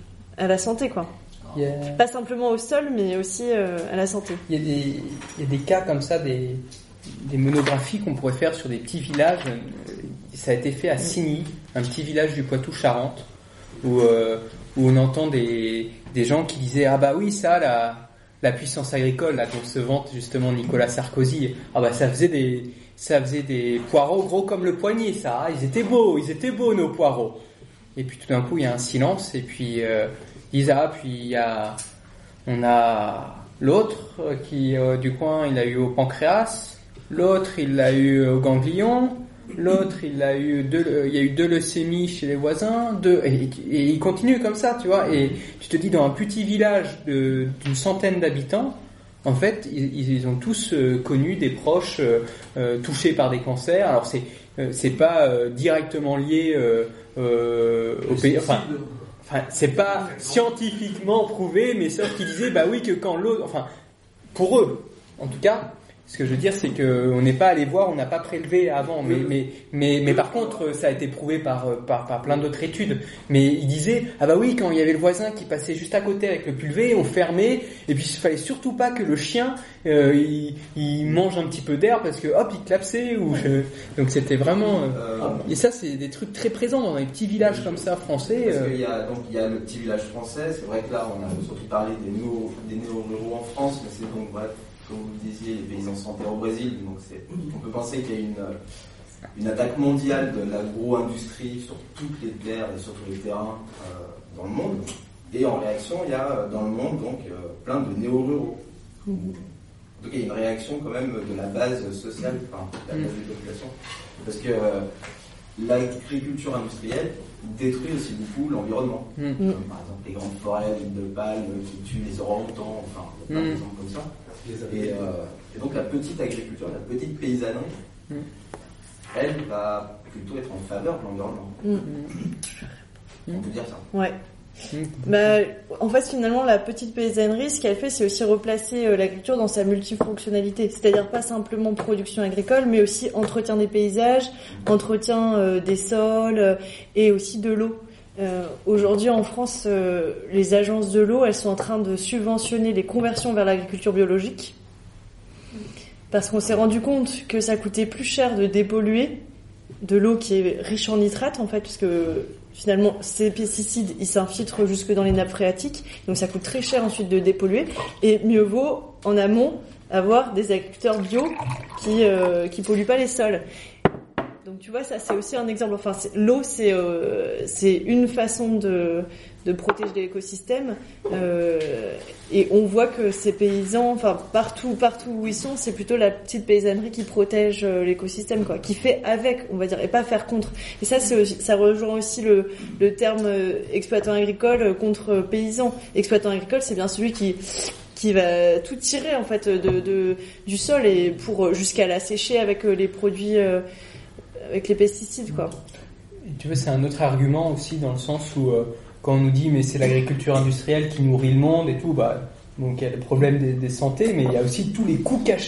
à la santé, quoi. Yeah. Pas simplement au sol, mais aussi euh, à la santé. Il y a des, il y a des cas comme ça, des, des monographies qu'on pourrait faire sur des petits villages. Ça a été fait à Signy, un petit village du Poitou-Charentes, où, euh, où on entend des, des gens qui disaient ah bah oui ça la la puissance agricole là dont se vante justement Nicolas Sarkozy, ah bah ça faisait des ça faisait des poireaux gros comme le poignet ça, ils étaient beaux, ils étaient beaux nos poireaux. Et puis tout d'un coup il y a un silence et puis euh, ils disent ah puis il y a on a l'autre qui euh, du coin il a eu au pancréas, l'autre il l'a eu au ganglion. L'autre, il a eu deux, il y a eu deux leucémies chez les voisins, deux, et, et il continue comme ça, tu vois. Et tu te dis, dans un petit village de, d'une centaine d'habitants, en fait, ils, ils ont tous euh, connu des proches euh, euh, touchés par des cancers. Alors c'est, euh, c'est pas euh, directement lié euh, euh, au pays. Enfin, enfin, c'est pas scientifiquement prouvé, mais sauf qu'ils disaient, bah oui, que quand l'autre, enfin, pour eux, en tout cas. Ce que je veux dire, c'est que on n'est pas allé voir, on n'a pas prélevé avant, mais mais mais mais par contre, ça a été prouvé par par par plein d'autres études. Mais il disait ah bah oui, quand il y avait le voisin qui passait juste à côté avec le pulvé, on fermait, et puis il fallait surtout pas que le chien euh, il, il mange un petit peu d'air parce que hop il clapsait ou je... donc c'était vraiment euh... et ça c'est des trucs très présents dans les petits villages comme ça français. Parce qu'il y a donc il y a le petit village français, c'est vrai que là on a surtout parlé des néo des néo-ruraux en France, mais c'est donc bref. Comme vous le disiez, les paysans sont au Brésil, donc c'est, on peut penser qu'il y a une, une attaque mondiale de l'agro-industrie sur toutes les terres et sur tous les terrains euh, dans le monde. Et en réaction, il y a dans le monde donc euh, plein de néo-ruraux. Donc il y a une réaction quand même de la base sociale, enfin de la base des populations, parce que euh, l'agriculture industrielle détruit aussi beaucoup l'environnement. Mm. Comme, par exemple les grandes forêts de palmes qui tuent les orang-outans, enfin il y a plein d'exemples comme ça. Et, euh, et donc la petite agriculture, la petite paysannerie, mm. elle va plutôt être en faveur de l'environnement. Mm. On peut dire ça. Ouais. Mmh. Bah, en fait, finalement, la petite paysannerie, ce qu'elle fait, c'est aussi replacer euh, l'agriculture dans sa multifonctionnalité. C'est-à-dire pas simplement production agricole, mais aussi entretien des paysages, entretien euh, des sols euh, et aussi de l'eau. Euh, aujourd'hui, en France, euh, les agences de l'eau, elles sont en train de subventionner les conversions vers l'agriculture biologique parce qu'on s'est rendu compte que ça coûtait plus cher de dépolluer de l'eau qui est riche en nitrates, en fait, puisque finalement, ces pesticides, ils s'infiltrent jusque dans les nappes phréatiques, donc ça coûte très cher ensuite de dépolluer, et mieux vaut, en amont, avoir des agriculteurs bio qui euh, qui polluent pas les sols. Donc tu vois, ça c'est aussi un exemple. Enfin, c'est, l'eau, c'est euh, c'est une façon de de protéger l'écosystème, euh, et on voit que ces paysans, enfin partout partout où ils sont, c'est plutôt la petite paysannerie qui protège l'écosystème, quoi, qui fait avec, on va dire, et pas faire contre. Et ça, c'est aussi, ça rejoint aussi le le terme exploitant agricole contre paysan. Exploitant agricole, c'est bien celui qui qui va tout tirer en fait de de du sol et pour jusqu'à l'assécher avec les produits euh, avec les pesticides, quoi. Et tu vois, c'est un autre argument aussi dans le sens où euh, quand on nous dit mais c'est l'agriculture industrielle qui nourrit le monde et tout, bah donc il y a le problème des, des santé, mais il y a aussi tous les coûts cachés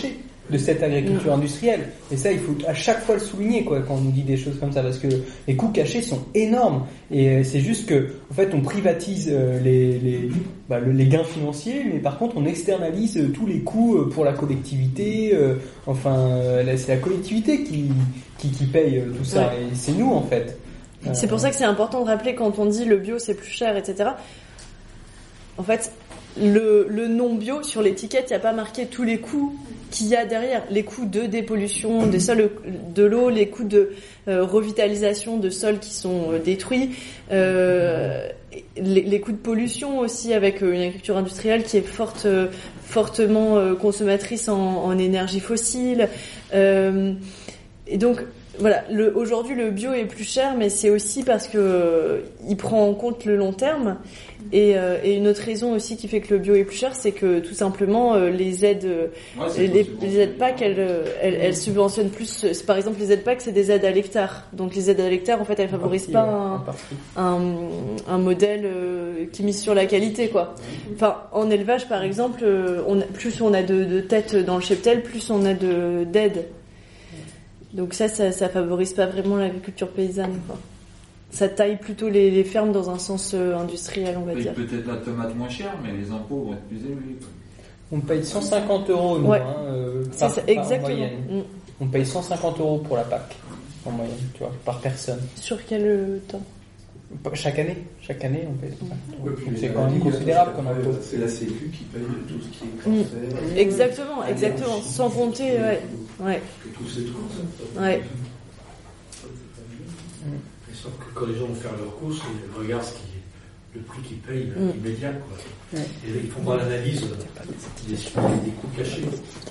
de cette agriculture mmh. industrielle. Et ça, il faut à chaque fois le souligner, quoi, quand on nous dit des choses comme ça, parce que les coûts cachés sont énormes. Et c'est juste que, en fait, on privatise les, les, bah, les gains financiers, mais par contre, on externalise tous les coûts pour la collectivité. Euh, enfin, c'est la collectivité qui, qui, qui paye tout ça. Ouais. Et c'est nous, en fait. C'est pour ça que c'est important de rappeler quand on dit le bio c'est plus cher, et cetera. En fait, le, le non bio, sur l'étiquette, il n'y a pas marqué tous les coûts qu'il y a derrière. Les coûts de dépollution des sols, de l'eau, les coûts de euh, revitalisation de sols qui sont euh, détruits, euh, les, les coûts de pollution aussi avec euh, une agriculture industrielle qui est forte, euh, fortement euh, consommatrice en, en énergie fossile. Euh, et donc, voilà, le, aujourd'hui le bio est plus cher, mais c'est aussi parce que euh, il prend en compte le long terme. Et, euh, et une autre raison aussi qui fait que le bio est plus cher, c'est que tout simplement euh, les aides, ouais, les, les aides P A C, elles, elles, elles subventionnent plus. C'est, par exemple, les aides P A C, c'est des aides à l'hectare. Donc les aides à l'hectare, en fait, elles favorisent pas un, un, un modèle euh, qui mise sur la qualité, quoi. Enfin, en élevage, par exemple, euh, on a, plus on a de, de têtes dans le cheptel, plus on a de d'aides. Donc ça, ça, ça favorise pas vraiment l'agriculture paysanne, quoi. Ça taille plutôt les, les fermes dans un sens euh, industriel, on va paye dire. Peut-être la tomate moins chère, mais les impôts vont être plus élevés. On paye cent cinquante euros, nous, ouais. hein, euh, c'est par, ça, par exactement. moyenne. Mm. On paye cent cinquante euros pour la P A C, en moyenne, tu vois, par personne. Sur quel euh, temps ? Chaque année, chaque année, on paye cent cinquante euros. Ouais, donc c'est quand même considérable comme impôt. C'est la Sécu qui paye tout ce qui est cancer. Mmh. Exactement, exactement. Sans compter, ouais. ouais. Que tous ces trucs. Ouais. Et sauf que quand les gens vont faire leurs courses, ils regardent ce qui est, le prix qu'ils payent mmh. immédiat, quoi. Mmh. Et ils font pas l'analyse des, des coûts cachés.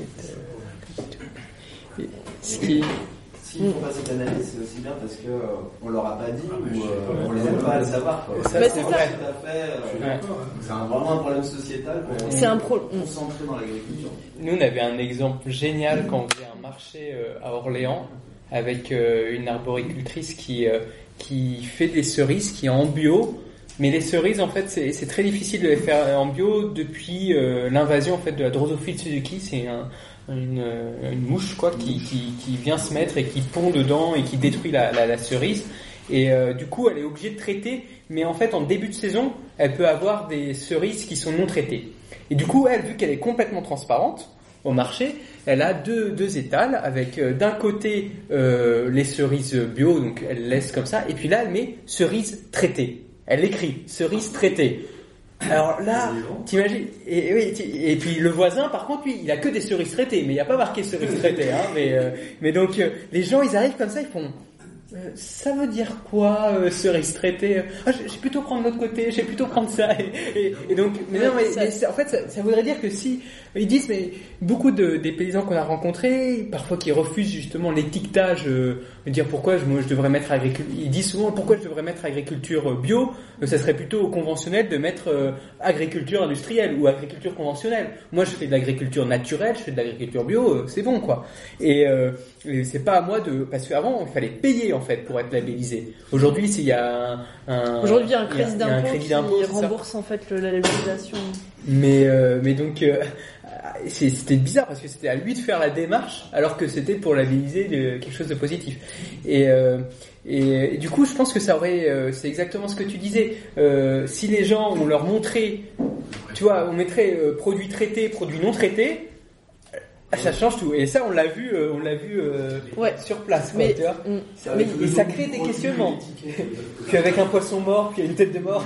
Ce qui S'ils font pas cette analyse, c'est aussi bien parce que euh, on leur a pas dit ah, ou euh, on les aide pas à le savoir. Quoi. Ça, bah, c'est c'est vrai. Tout à fait. Euh, ouais. C'est un, vraiment un problème sociétal. Pour c'est un problème concentré dans l'agriculture. Nous, on avait un exemple génial quand on faisait un marché à Orléans avec une arboricultrice qui qui fait des cerises, qui est en bio. Mais les cerises, en fait, c'est, c'est très difficile de les faire en bio depuis euh, l'invasion en fait de la Drosophile Suzuki. C'est un, une, une mouche quoi qui, qui, qui vient se mettre et qui pond dedans et qui détruit la, la, la cerise. Et euh, du coup, elle est obligée de traiter. Mais en fait, en début de saison, elle peut avoir des cerises qui sont non traitées. Et du coup, elle, vu qu'elle est complètement transparente au marché, elle a deux, deux étals avec euh, d'un côté euh, les cerises bio, donc elle laisse comme ça. Et puis là, elle met cerises traitées. Elle écrit cerise traitée. Alors là, t'imagines, et, et, et puis le voisin, par contre, lui, il a que des cerises traitées, mais il n'y a pas marqué cerise traitée, hein, mais, euh, mais donc, euh, les gens, ils arrivent comme ça, ils font, euh, ça veut dire quoi, euh, cerise traitée? Ah, je vais plutôt prendre l'autre côté, je vais plutôt prendre ça, et, et, et donc, mais non, mais, mais ça, en fait, ça, ça voudrait dire que si, ils disent, mais beaucoup de, des paysans qu'on a rencontrés, parfois qui refusent justement l'étiquetage, euh, de dire pourquoi je, moi, je devrais mettre agriculture, ils disent souvent pourquoi je devrais mettre agriculture bio, euh, ça serait plutôt conventionnel de mettre euh, agriculture industrielle ou agriculture conventionnelle. Moi je fais de l'agriculture naturelle, je fais de l'agriculture bio, euh, c'est bon quoi. Et, euh, et c'est pas à moi de, parce qu'avant il fallait payer en fait pour être labellisé. Aujourd'hui s'il y a un, un aujourd'hui il y a un crédit d'impôt, un crédit d'impôt qui rembourse ça. En fait le, la labellisation. Mais euh, mais donc euh, c'était bizarre parce que c'était à lui de faire la démarche alors que c'était pour labelliser de, quelque chose de positif. Et, euh, et, et du coup, je pense que ça aurait, euh, c'est exactement ce que tu disais. Euh, si les gens, on leur montrait, tu vois, on mettrait euh, produits traités, produits non traités, ça change tout. Et ça, on l'a vu, euh, on l'a vu euh, ouais. sur place, quoi, mais, tu vois. Mm. Mais, et ça crée des questionnements. Puis avec un poisson mort, puis une tête de mort.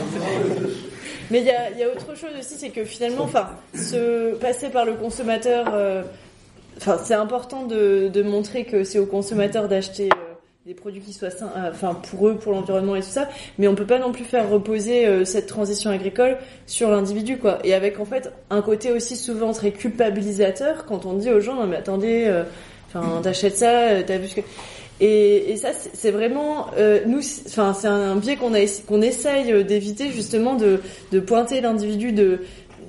Mais il y a, y a autre chose aussi, c'est que finalement, enfin, se passer par le consommateur, euh, enfin, c'est important de, de montrer que c'est au consommateur d'acheter euh, des produits qui soient sains, enfin, euh, pour eux, pour l'environnement et tout ça. Mais on peut pas non plus faire reposer euh, cette transition agricole sur l'individu, quoi. Et avec en fait un côté aussi souvent très culpabilisateur quand on dit aux gens, non mais attendez, enfin, euh, t'achètes ça, t'as vu ce que. Et, et ça, c'est vraiment euh, nous, enfin, c'est un biais qu'on a, qu'on essaye d'éviter justement de, de pointer l'individu, de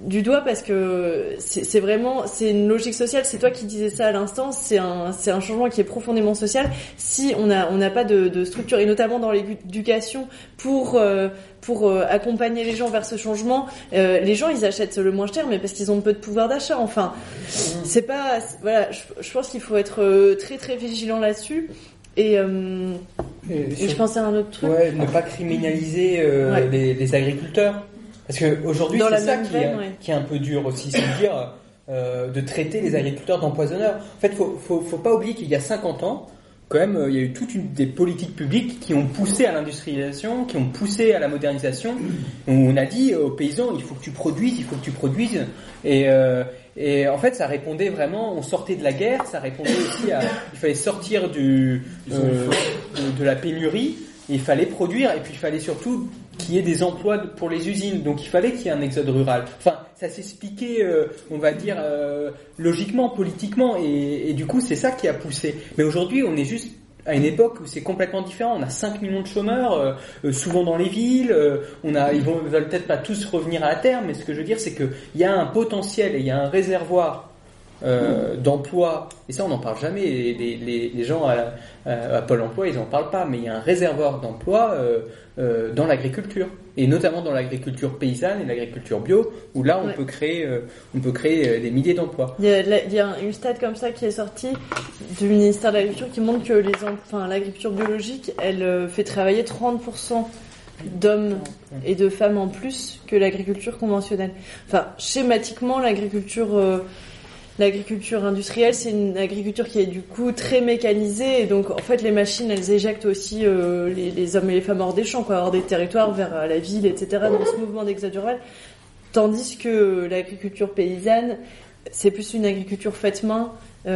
du doigt parce que c'est, c'est vraiment, c'est une logique sociale. C'est toi qui disais ça à l'instant. C'est un, c'est un changement qui est profondément social. Si on a, on n'a pas de, de structure, et notamment dans l'éducation, pour euh, pour euh, accompagner les gens vers ce changement, euh, les gens ils achètent le moins cher, mais parce qu'ils ont peu de pouvoir d'achat. Enfin, c'est pas, c'est, voilà. Je, je pense qu'il faut être euh, très très vigilant là-dessus. Et, euh, et, et je pensais à un autre truc. Ouais, ne pas criminaliser euh, ouais. les, les agriculteurs. Parce qu'aujourd'hui, c'est ça qui, veine, est, ouais. qui est un peu dur aussi, c'est de dire, euh, de traiter les agriculteurs d'empoisonneurs. En fait, faut, faut, faut pas oublier qu'il y a cinquante ans, quand même, euh, il y a eu toute une des politiques publiques qui ont poussé à l'industrialisation, qui ont poussé à la modernisation, où on a dit aux paysans, il faut que tu produises, il faut que tu produises. Et, euh, et en fait, ça répondait vraiment, on sortait de la guerre, ça répondait aussi à, il fallait sortir du, euh, de, de la pénurie, il fallait produire, et puis il fallait surtout qu'il y ait des emplois pour les usines. Donc il fallait qu'il y ait un exode rural. Enfin, ça s'expliquait, euh, on va dire, euh, logiquement, politiquement, et, et du coup, c'est ça qui a poussé. Mais aujourd'hui, on est juste à une époque où c'est complètement différent. On a cinq millions de chômeurs, euh, souvent dans les villes. Euh, on a, ils vont, ils veulent peut-être pas tous revenir à la terre, mais ce que je veux dire, c'est que il y a un potentiel et il y a un réservoir Euh, d'emploi, et ça on n'en parle jamais, les, les, les gens à, à, à Pôle emploi ils n'en parlent pas, mais il y a un réservoir d'emploi euh, euh, dans l'agriculture, et notamment dans l'agriculture paysanne et l'agriculture bio, où là on, ouais. peut, créer, euh, on peut créer des milliers d'emplois. Il y, a, il y a une stat comme ça qui est sortie du ministère de l'Agriculture qui montre que les, enfin, l'agriculture biologique elle euh, fait travailler trente pour cent d'hommes et de femmes en plus que l'agriculture conventionnelle. Enfin, schématiquement, l'agriculture euh, L'agriculture industrielle, c'est une agriculture qui est du coup très mécanisée, et donc en fait les machines, elles éjectent aussi euh, les, les hommes et les femmes hors des champs, quoi, hors des territoires, vers euh, la ville, et cetera. Dans ce mouvement d'exode rural, tandis que l'agriculture paysanne, c'est plus une agriculture faite main,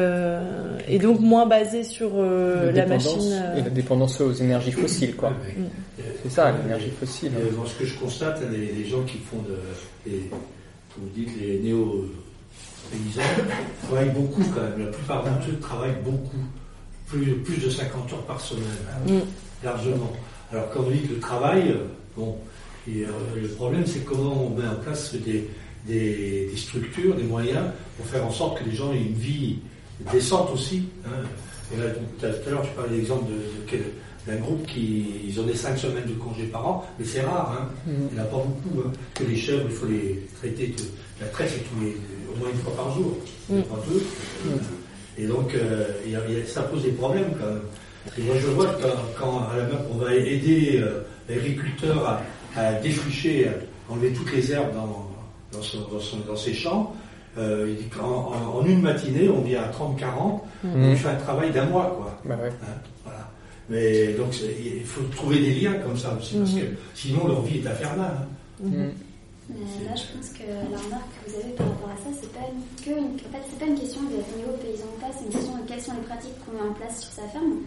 euh, et donc moins basée sur euh, la, la machine. Euh... Et la dépendance aux énergies fossiles, quoi. Ouais, mm. C'est ça, l'énergie fossile. Euh, bon, ce que je constate, les, les gens qui font de, les, vous dites les néo paysans travaillent beaucoup quand même. La plupart d'entre eux travaillent beaucoup, plus, plus de cinquante heures par semaine, hein, mm. largement. Alors quand on dit que le travail, bon, et, euh, le problème c'est comment on met en place des, des, des structures, des moyens pour faire en sorte que les gens aient une vie décente aussi. Hein. Et là, tout à l'heure, tu parlais d'exemple de, de quel, d'un groupe qui ils ont des cinq semaines de congés par an, mais c'est rare, hein. mm. il n'y en a pas beaucoup. Hein. Que les chèvres, il faut les traiter, que la traite c'est tous les au moins une fois par jour, mm. pas deux. Mm. Et donc, euh, y a, y a, ça pose des problèmes quand même. Et moi, je vois que quand, quand à la M A P, on va aider euh, l'agriculteur à, à défricher, à enlever toutes les herbes dans, dans, son, dans, son, dans ses champs, euh, il dit qu'en en, en une matinée, on vient à trente quarante, mm. on fait un travail d'un mois, quoi. Bah ouais. Hein, voilà. Mais donc, il faut trouver des liens comme ça aussi, mm. parce que sinon, leur vie est infernale. Hein. Mm. Mais là, je pense que la remarque que vous avez par rapport à ça, c'est pas une, que une, en fait, c'est pas une question d'être niveau paysan ou pas, c'est une question de quelles sont les pratiques qu'on met en place sur sa ferme.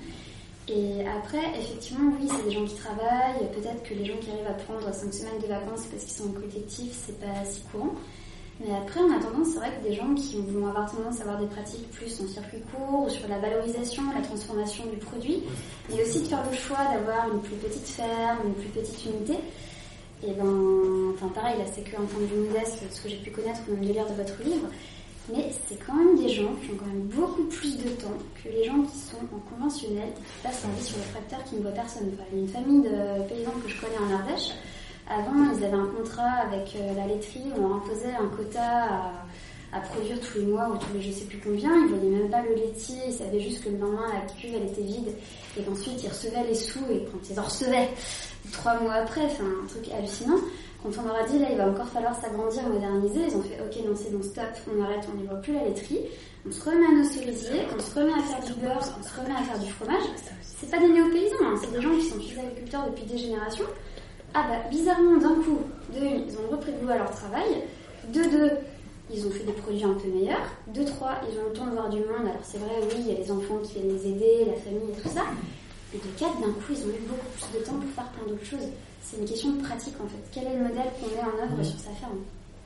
Et après, effectivement, oui, c'est des gens qui travaillent. Peut-être que les gens qui arrivent à prendre cinq semaines de vacances parce qu'ils sont en collectif, c'est pas si courant. Mais après, en attendant, c'est vrai que des gens qui vont avoir tendance à avoir des pratiques plus en circuit court, ou sur la valorisation, la transformation du produit, mais aussi de faire le choix d'avoir une plus petite ferme, une plus petite unité. Et ben, enfin pareil, là c'est qu'un point de vue modeste, ce que j'ai pu connaître ou même de lire de votre livre, mais c'est quand même des gens qui ont quand même beaucoup plus de temps que les gens qui sont en conventionnel, qui passent leur vie sur le tracteur, qui ne voient personne. Enfin, il y a une famille de paysans que je connais en Ardèche. Avant, ils avaient un contrat avec la laiterie où on leur imposait un quota à, à produire tous les mois ou tous les je sais plus combien. Ils voyaient même pas le laitier, ils savaient juste que le lendemain la cuve elle était vide et qu'ensuite ils recevaient les sous, et quand ils en recevaient trois mois après, enfin un truc hallucinant. Quand on leur a dit là il va encore falloir s'agrandir, moderniser, ils ont fait ok non c'est bon stop, on arrête, on livre plus la laiterie, on se remet à nos cerisiers, on se remet à faire du beurre, on se remet à faire du fromage. C'est pas des néo-paysans, hein, c'est des gens qui sont fils agriculteurs depuis des générations. Ah bah bizarrement d'un coup, de une, ils ont repris goût à leur travail, de deux, ils ont fait des produits un peu meilleurs, de trois, ils ont le temps de voir du monde. Alors c'est vrai, oui, il y a les enfants qui viennent les aider, la famille et tout ça. Et de quatre, d'un coup, ils ont eu beaucoup plus de temps pour faire plein d'autres choses. C'est une question de pratique, en fait. Quel est le modèle qu'on met en œuvre mmh. sur sa ferme ?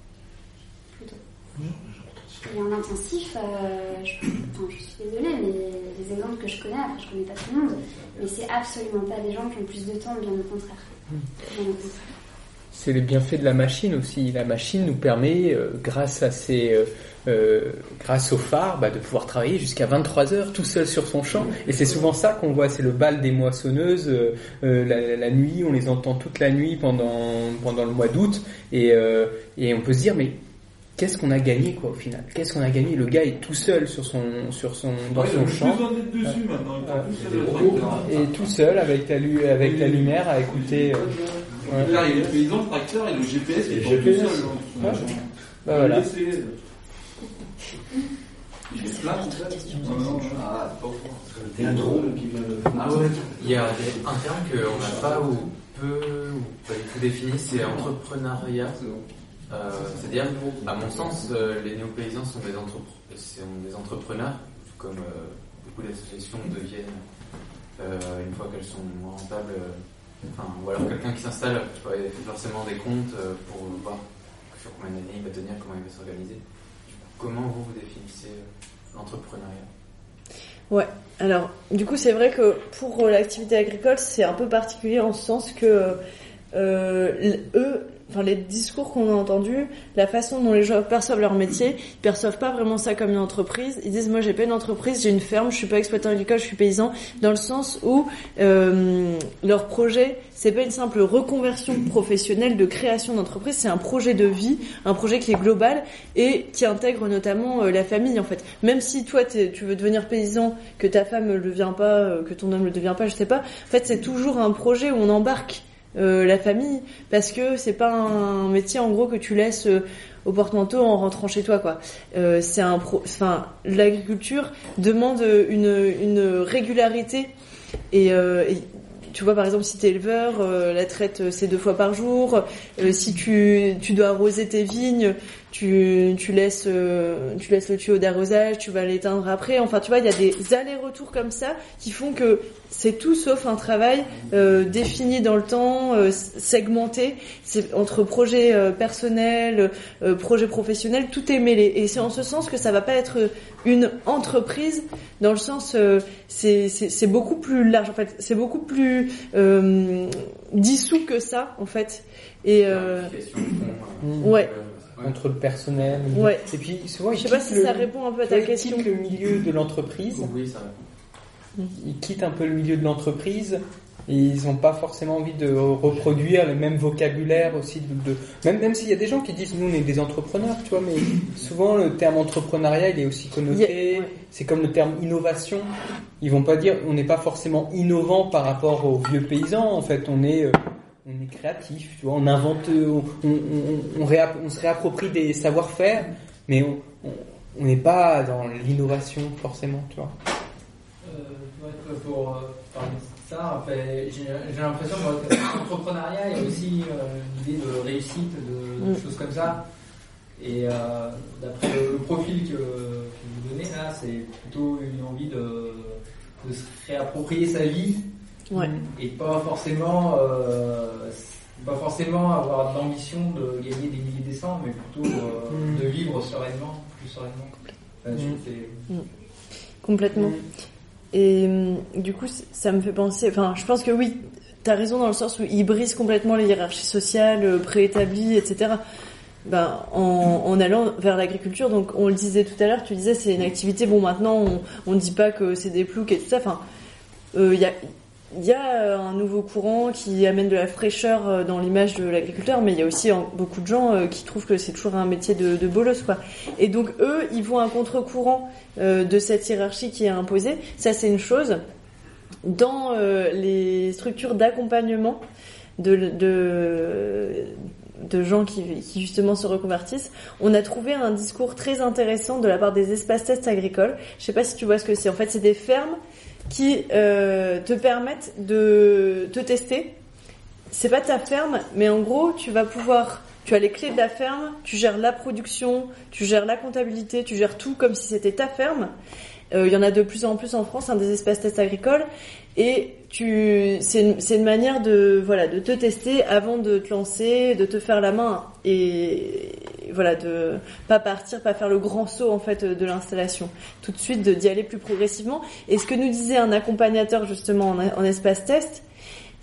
Plutôt. Mmh. Et en intensif, euh, je, enfin, je suis désolée, mais les exemples que je connais, enfin, je connais pas tout le monde, mais c'est absolument pas des gens qui ont plus de temps, bien au contraire. Mmh. Bien au contraire. c'est les bienfaits de la machine aussi. La machine nous permet, euh, grâce à ces, euh, euh, grâce au phare, bah, de pouvoir travailler jusqu'à vingt-trois heures tout seul sur son champ. Et c'est souvent ça qu'on voit, c'est le bal des moissonneuses. Euh, euh, la, la nuit, on les entend toute la nuit pendant pendant le mois d'août, et euh, et on peut se dire mais qu'est-ce qu'on a gagné quoi au final? Qu'est-ce qu'on a gagné? Le gars est tout seul sur son sur son dans ouais, son champ. Il dessus, euh, maintenant. Euh, et tout seul avec la lu- avec oui, la lumière à écouter. Euh, ouais. Là, il y a le paysan, le tracteur et le G P S. Et le G P S. Tout seul, ouais. Bah voilà. Il y a un drone qui vient de... Ah ouais. Il y a des, un terme qu'on n'a pas ou peu ou pas du tout défini, c'est entrepreneuriat. Euh, c'est-à-dire, à mon sens, euh, les néo-paysans sont des, entrepre- sont des entrepreneurs, comme euh, beaucoup d'associations deviennent euh, une fois qu'elles sont moins rentables. Euh, enfin, ou alors quelqu'un qui s'installe, tu vois, il fait forcément des comptes euh, pour voir sur combien d'années il va tenir, comment il va s'organiser. Comment vous, vous définissez euh, l'entrepreneuriat? Ouais, alors du coup c'est vrai que pour l'activité agricole c'est un peu particulier en ce sens que euh, eux, enfin les discours qu'on a entendus, la façon dont les gens perçoivent leur métier, ils perçoivent pas vraiment ça comme une entreprise. Ils disent moi j'ai pas une entreprise, j'ai une ferme, je suis pas exploitant agricole, je suis paysan, dans le sens où euh, leur projet c'est pas une simple reconversion professionnelle de création d'entreprise, c'est un projet de vie, un projet qui est global et qui intègre notamment euh, la famille en fait. Même si toi tu veux devenir paysan, que ta femme le devient pas, euh, que ton homme le devient pas, je sais pas. En fait c'est toujours un projet où on embarque Euh, la famille, parce que c'est pas un métier en gros que tu laisses euh, au porte-manteau en rentrant chez toi quoi. Euh, c'est un pro, enfin l'agriculture demande une une régularité et, euh, et tu vois par exemple si t'es éleveur, euh, la traite c'est deux fois par jour. Euh, si tu tu dois arroser tes vignes, tu tu laisses euh, tu laisses le tuyau d'arrosage, tu vas l'éteindre après. Enfin tu vois il y a des allers-retours comme ça qui font que c'est tout sauf un travail euh, défini dans le temps, euh, segmenté. C'est entre projet euh, personnel, euh, projet professionnel, tout est mêlé. Et c'est en ce sens que ça va pas être une entreprise, dans le sens euh, c'est, c'est c'est beaucoup plus large en fait. C'est beaucoup plus euh, dissous que ça en fait. Et euh, mmh. ouais. Entre le personnel. Ouais. Et puis souvent, je sais pas si le, ça répond un peu à ta question. Ils quittent le milieu de l'entreprise. Oui, ça répond. Ils quittent un peu le milieu de l'entreprise et ils n'ont pas forcément envie de reproduire le même vocabulaire aussi. De, de... Même, même s'il y a des gens qui disent nous on est des entrepreneurs, tu vois, mais souvent le terme entrepreneuriat il est aussi connoté. Yeah, ouais. C'est comme le terme innovation. Ils vont pas dire on n'est pas forcément innovant par rapport aux vieux paysans. En fait, on est euh, on est créatif, tu vois, on invente, on, on, on, on, réapp- on se réapproprie des savoir-faire, mais on n'est pas dans l'innovation forcément, tu vois. Pour euh, parler de ça, après, j'ai, j'ai l'impression que dans l'entrepreneuriat, il y a aussi euh, une idée de réussite, de, de mm. choses comme ça. Et euh, d'après le, le profil que, que vous donnez là, c'est plutôt une envie de, de se réapproprier sa vie, ouais. et pas forcément, euh, pas forcément avoir d'ambition de gagner des milliers de cents, mais plutôt euh, mm. de vivre sereinement, plus sereinement. Enfin, mm. c'est... Mm. Complètement. Mm. Et du coup, ça me fait penser... Enfin, je pense que oui, t'as raison dans le sens où il brise complètement les hiérarchies sociales préétablies, et cetera. Ben, en, en allant vers l'agriculture, donc on le disait tout à l'heure, tu disais c'est une activité... Bon, maintenant, on on dit pas que c'est des ploucs et tout ça. Enfin, il euh, y a... Il y a un nouveau courant qui amène de la fraîcheur dans l'image de l'agriculteur, mais il y a aussi beaucoup de gens qui trouvent que c'est toujours un métier de, de bolos, quoi. Et donc eux, ils vont à contre-courant de cette hiérarchie qui est imposée. Ça, c'est une chose. Dans les structures d'accompagnement de, de, de gens qui, qui justement se reconvertissent, on a trouvé un discours très intéressant de la part des espaces tests agricoles. Je sais pas si tu vois ce que c'est. En fait, c'est des fermes qui euh, te permettent de te tester. C'est pas ta ferme, mais en gros, tu vas pouvoir... Tu as les clés de la ferme, tu gères la production, tu gères la comptabilité, tu gères tout comme si c'était ta ferme. Euh, il y en a de plus en plus en France, hein, des espaces tests agricoles. Et tu, c'est une, c'est une manière de, voilà, de te tester avant de te lancer, de te faire la main et, voilà, de pas partir, pas faire le grand saut, en fait, de l'installation. Tout de suite, de, d'y aller plus progressivement. Et ce que nous disait un accompagnateur, justement, en, en espace test,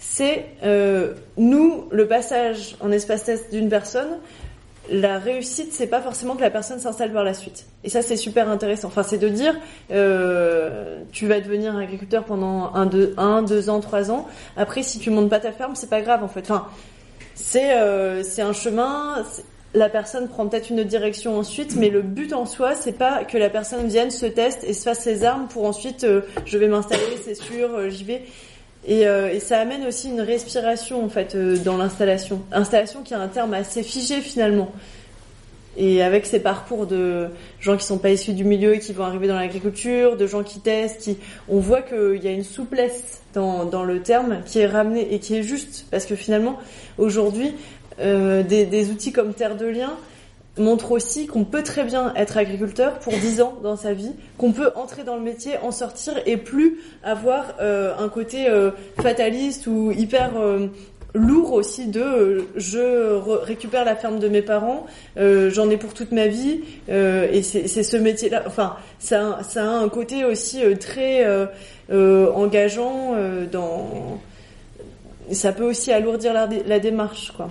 c'est euh, nous, le passage en espace test d'une personne, la réussite, c'est pas forcément que la personne s'installe par la suite. Et ça, c'est super intéressant. Enfin, c'est de dire, euh, tu vas devenir agriculteur pendant un, deux, un, deux ans, trois ans. Après, si tu montes pas ta ferme, c'est pas grave, en fait. Enfin, c'est, euh, c'est un chemin. C'est, la personne prend peut-être une autre direction ensuite, mais le but en soi, c'est pas que la personne vienne, se teste et se fasse ses armes pour ensuite, euh, je vais m'installer, c'est sûr, euh, j'y vais. Et, euh, et ça amène aussi une respiration en fait euh, dans l'installation. Installation qui a un terme assez figé finalement. Et avec ces parcours de gens qui sont pas issus du milieu et qui vont arriver dans l'agriculture, de gens qui testent, qui, on voit qu'il y a une souplesse dans, dans le terme qui est ramenée et qui est juste. Parce que finalement, aujourd'hui, euh, des, des outils comme Terre de Liens montrent aussi qu'on peut très bien être agriculteur pour dix ans dans sa vie, qu'on peut entrer dans le métier, en sortir et plus avoir euh, un côté euh, fataliste ou hyper... Euh, lourd aussi de euh, je re- récupère la ferme de mes parents, euh, j'en ai pour toute ma vie euh, et c'est, c'est ce métier-là. Enfin, ça, ça a un côté aussi euh, très euh, euh, engageant. Euh, dans, ça peut aussi alourdir la, la démarche, quoi.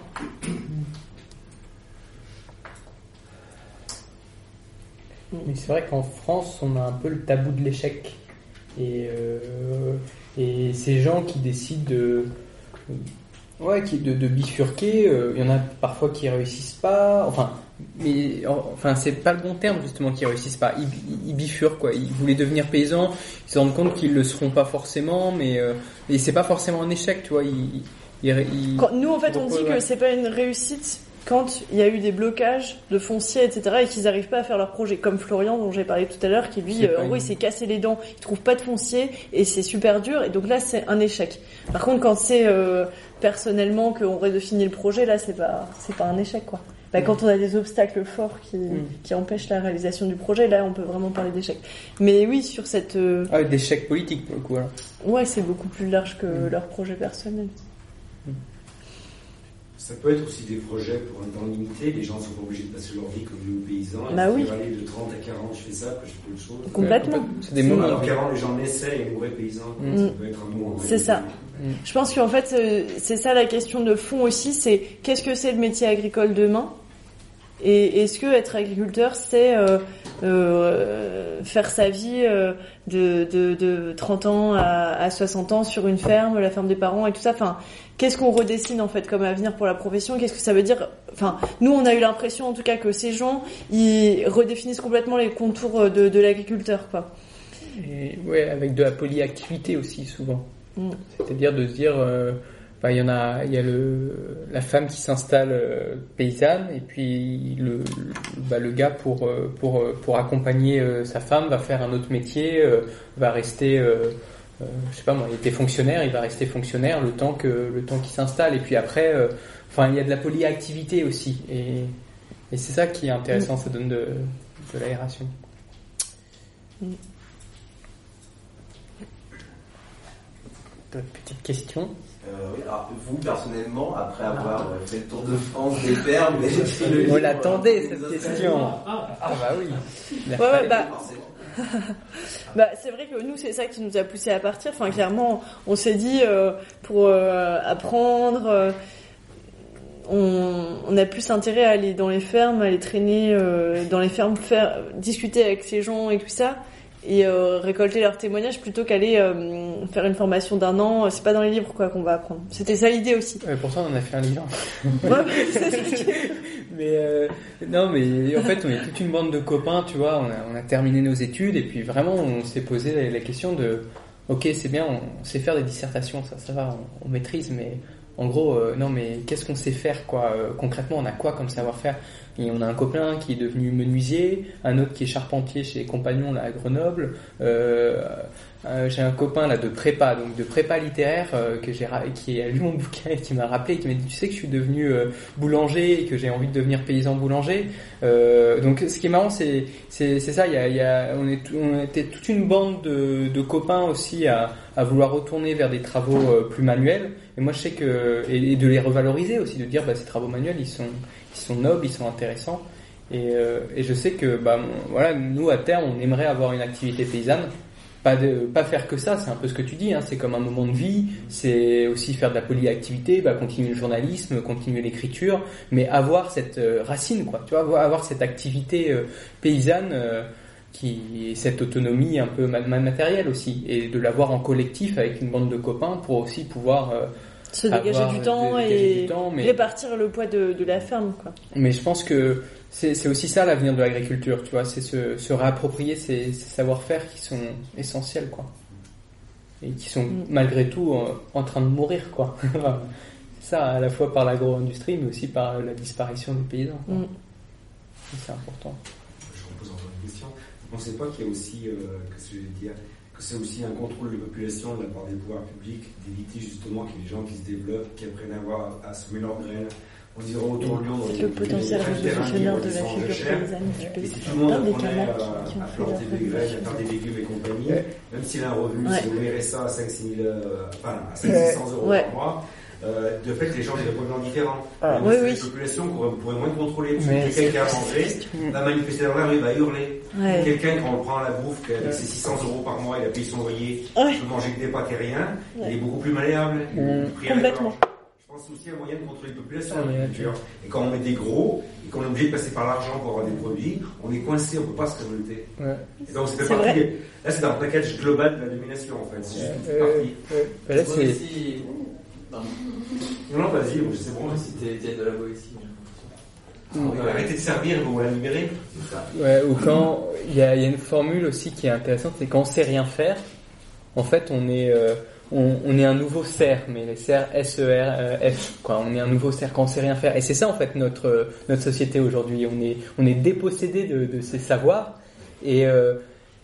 Mais c'est vrai qu'en France, on a un peu le tabou de l'échec et euh, et ces gens qui décident de Ouais, qui de, de bifurquer, il euh, y en a parfois qui réussissent pas, enfin, mais enfin c'est pas le bon terme justement, qui réussissent pas. Ils, ils bifurquent quoi. Ils voulaient devenir paysans, ils se rendent compte qu'ils le seront pas forcément, mais euh, et c'est pas forcément un échec, tu vois. Ils, ils, ils, Quand, nous en fait on dit que c'est pas une réussite quand il y a eu des blocages de foncier, et cetera, et qu'ils n'arrivent pas à faire leur projet, comme Florian dont j'ai parlé tout à l'heure, qui lui, euh, en gros, il s'est cassé les dents, il trouve pas de foncier, et c'est super dur, et donc là, c'est un échec. Par contre, quand c'est euh, personnellement qu'on redéfinit le projet, là, c'est pas, c'est pas un échec, quoi. Bah, mmh. Quand on a des obstacles forts qui, mmh. qui empêchent la réalisation du projet, là, on peut vraiment parler d'échec. Mais oui, sur cette... Euh... Ah, d'échec politique, pour le coup, alors. Ouais, c'est beaucoup plus large que mmh. leur projet personnel. Ça peut être aussi des projets pour un temps limité, les gens ne sont pas obligés de passer leur vie comme nous paysans, bah ils oui. peuvent aller de trente à quarante, je fais ça, après je fais autre chose. Complètement. Ouais, c'est des moments. Alors qu'avant les gens naissaient et mouraient paysans, mmh. ça peut être un moment. C'est ça. Mmh. Je pense qu'en fait, c'est ça la question de fond aussi, c'est qu'est-ce que c'est le métier agricole demain ? Et est-ce que être agriculteur, c'est euh, euh, faire sa vie euh, de, de, de trente ans à, à soixante ans sur une ferme, la ferme des parents et tout ça. Enfin, qu'est-ce qu'on redessine en fait comme avenir pour la profession ? Qu'est-ce que ça veut dire ? Enfin, nous, on a eu l'impression en tout cas que ces gens, ils redéfinissent complètement les contours de, de l'agriculteur, quoi. Et ouais, avec de la polyactivité aussi souvent. Mm. C'est-à-dire de se dire. Euh, Enfin, il y en a, il y a le, la femme qui s'installe euh, paysanne et puis le, le, bah, le gars pour, euh, pour, pour accompagner euh, sa femme va faire un autre métier, euh, va rester, euh, euh, je sais pas moi, il était fonctionnaire, il va rester fonctionnaire le temps que, le temps qu'il s'installe et puis après, euh, enfin, il y a de la polyactivité aussi et, et c'est ça qui est intéressant, ça donne de, de l'aération. Petite question. Euh, oui, alors vous personnellement, après avoir euh, fait le tour de France des fermes, on l'attendait cette question. Ah, ah bah oui. Ouais, ouais, bah, bah c'est vrai que nous c'est ça qui nous a poussé à partir. Enfin clairement, on s'est dit euh, pour euh, apprendre, euh, on, on a plus intérêt à aller dans les fermes, à aller traîner euh, dans les fermes, faire discuter avec ces gens et tout ça. Et euh, récolter leurs témoignages plutôt qu'aller euh, faire une formation d'un an. C'est pas dans les livres quoi qu'on va apprendre. C'était ça l'idée aussi. Ouais, pourtant on a fait un livre. Ouais, c'est mais euh, non mais en fait on est toute une bande de copains, tu vois. On a, on a terminé nos études et puis vraiment on s'est posé la, la question de ok c'est bien, on sait faire des dissertations, ça ça va, on, on maîtrise, mais en gros euh, non mais qu'est-ce qu'on sait faire quoi euh, concrètement, on a quoi comme savoir-faire? Et on a un copain qui est devenu menuisier, un autre qui est charpentier chez les Compagnons là à Grenoble. Euh, euh, j'ai un copain là de prépa, donc de prépa littéraire euh, que j'ai qui a lu mon bouquin et qui m'a rappelé, et qui m'a dit tu sais que je suis devenu euh, boulanger et que j'ai envie de devenir paysan boulanger. Euh, donc ce qui est marrant c'est c'est c'est ça, il y a il y a on est on était toute une bande de de copains aussi à à vouloir retourner vers des travaux euh, plus manuels. Et moi je sais que et, et de les revaloriser aussi, de dire bah ces travaux manuels ils sont ils sont nobles, ils sont intéressants, et, euh, et je sais que bah voilà nous à terme on aimerait avoir une activité paysanne pas de, pas faire que ça, c'est un peu ce que tu dis, hein, c'est comme un moment de vie, c'est aussi faire de la polyactivité, bah, continuer le journalisme, continuer l'écriture, mais avoir cette euh, racine, quoi, tu vois, avoir, avoir cette activité euh, paysanne, euh, qui, cette autonomie un peu matérielle aussi, et de l'avoir en collectif avec une bande de copains pour aussi pouvoir euh, se dégager du temps dégager et du temps, mais... répartir le poids de, de la ferme, quoi. Mais je pense que c'est, c'est aussi ça l'avenir de l'agriculture, tu vois, c'est se, se réapproprier ces, ces savoir-faire qui sont essentiels, quoi, et qui sont mm. malgré tout en, en train de mourir, quoi. Ça, à la fois par l'agro-industrie, mais aussi par la disparition des paysans, quoi. Mm. C'est important. Je repose encore une question. Vous ne pensez pas qu'il y a aussi, euh, que je vais dire, que c'est aussi un contrôle de la population de la part des pouvoirs publics, d'éviter justement qu'il y ait des gens qui se développent, qui apprennent à, avoir, à semer leurs graines. On dirait autour de Lyon, dans le potentiel révolutionnaire de la figure paysanne, tu peux et si tout le monde apprenait à, à planter des graines, à faire des légumes et compagnie, même s'il a un revenu, ouais. si vous R S A à cinq cents six cents euros ouais. par mois, Euh, de fait, les gens ont des problèmes différents. Ah, oui, oui. La population pourrait moins contrôler. Quelqu'un qui a mangé va manifester dans la rue, va hurler. Ouais. Quelqu'un, quand on prend la bouffe, avec ouais. ses six cents euros par mois, il a payé son loyer, ouais. peut manger que des pâtes et rien, ouais. il est beaucoup plus malléable. Mmh. Complètement. Je pense aussi à un moyen de contrôler la population dans l'agriculture. Et quand on met des gros, et qu'on est obligé de passer par l'argent pour avoir des produits, on est coincé, on ne peut pas se révolter. Ouais. Et donc, c'est, c'est partie des... Là, c'est dans le package global de la domination, en fait. C'est juste une euh, partie. Euh, là, c'est... Aussi... Non, non, vas-y, moi, je sais bon. Si t'es de la Boétie. Mmh. Arrêtez de servir, vous la libérer. Ouais, ou quand il y a, y a une formule aussi qui est intéressante, c'est quand on sait rien faire, en fait, on est, euh, on, on est un nouveau cerf, mais les cerfs S E R F, quoi. On est un nouveau cerf quand on sait rien faire. Et c'est ça, en fait, notre notre société aujourd'hui. On est on est dépossédé de, de ces savoirs et euh,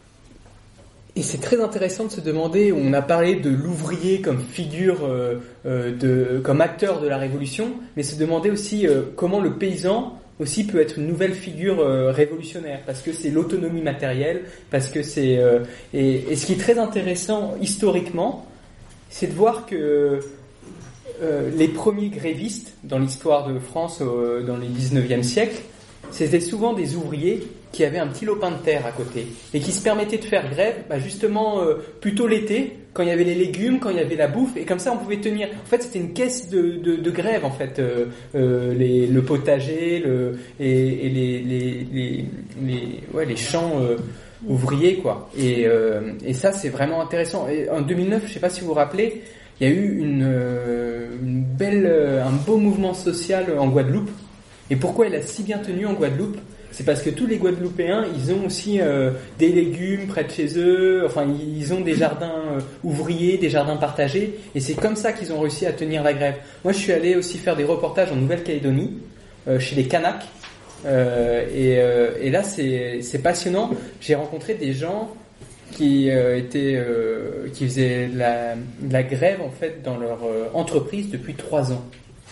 Et c'est très intéressant de se demander, on a parlé de l'ouvrier comme figure, euh, euh, de, comme acteur de la révolution, mais se demander aussi euh, comment le paysan aussi peut être une nouvelle figure euh, révolutionnaire, parce que c'est l'autonomie matérielle, parce que c'est... Euh, et, et ce qui est très intéressant historiquement, c'est de voir que euh, les premiers grévistes dans l'histoire de France euh, dans les dix-neuvième siècle, c'était souvent des ouvriers qui avaient un petit lopin de terre à côté et qui se permettaient de faire grève bah justement euh, plutôt l'été quand il y avait les légumes, quand il y avait la bouffe, et comme ça on pouvait tenir. En fait c'était une caisse de, de, de grève en fait, euh, euh, les, le potager le, et, et les, les, les, les, ouais, les champs euh, ouvriers quoi. Et, euh, et ça c'est vraiment intéressant. Et en deux mille neuf, je sais pas si vous vous rappelez, il y a eu une, une belle, un beau mouvement social en Guadeloupe. Et pourquoi elle a si bien tenu en Guadeloupe ? C'est parce que tous les Guadeloupéens, ils ont aussi euh, des légumes près de chez eux, enfin ils ont des jardins euh, ouvriers, des jardins partagés, et c'est comme ça qu'ils ont réussi à tenir la grève. Moi je suis allé aussi faire des reportages en Nouvelle-Calédonie, euh, chez les Kanaks, euh, et, euh, et là c'est, c'est passionnant. J'ai rencontré des gens qui euh, étaient, euh, qui faisaient de la, de la grève en fait dans leur euh, entreprise depuis trois ans.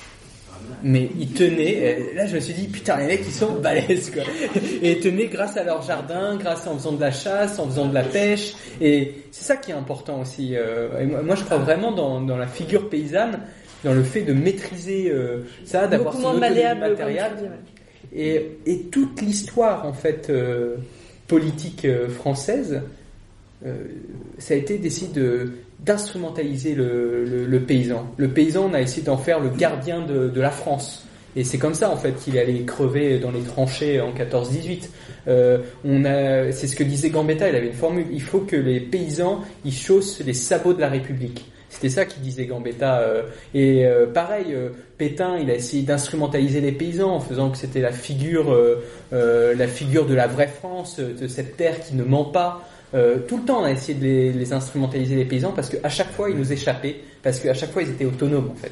Mais ils tenaient, là je me suis dit putain les mecs ils sont balèzes quoi, et ils tenaient grâce à leur jardin, grâce à en faisant de la chasse, en faisant de la pêche, et c'est ça qui est important aussi. Et moi je crois vraiment dans, dans la figure paysanne, dans le fait de maîtriser euh, ça, d'avoir son autonomie matérielle, et, et toute l'histoire en fait euh, politique euh, française, euh, ça a été d'essayer de d'instrumentaliser le, le, le paysan. Le paysan, on a essayé d'en faire le gardien de, de la France. Et c'est comme ça, en fait, qu'il allait crever dans les tranchées en quatorze dix-huit. Euh, on a, c'est ce que disait Gambetta, il avait une formule. Il faut que les paysans, ils chaussent les sabots de la République. C'était ça qu'il disait Gambetta. Euh, et euh, pareil, euh, Pétain, il a essayé d'instrumentaliser les paysans en faisant que c'était la figure, euh, euh, la figure de la vraie France, de cette terre qui ne ment pas. Euh, tout le temps, on a essayé de les, les instrumentaliser les paysans parce qu'à chaque fois, ils nous échappaient, parce qu'à chaque fois, ils étaient autonomes en fait.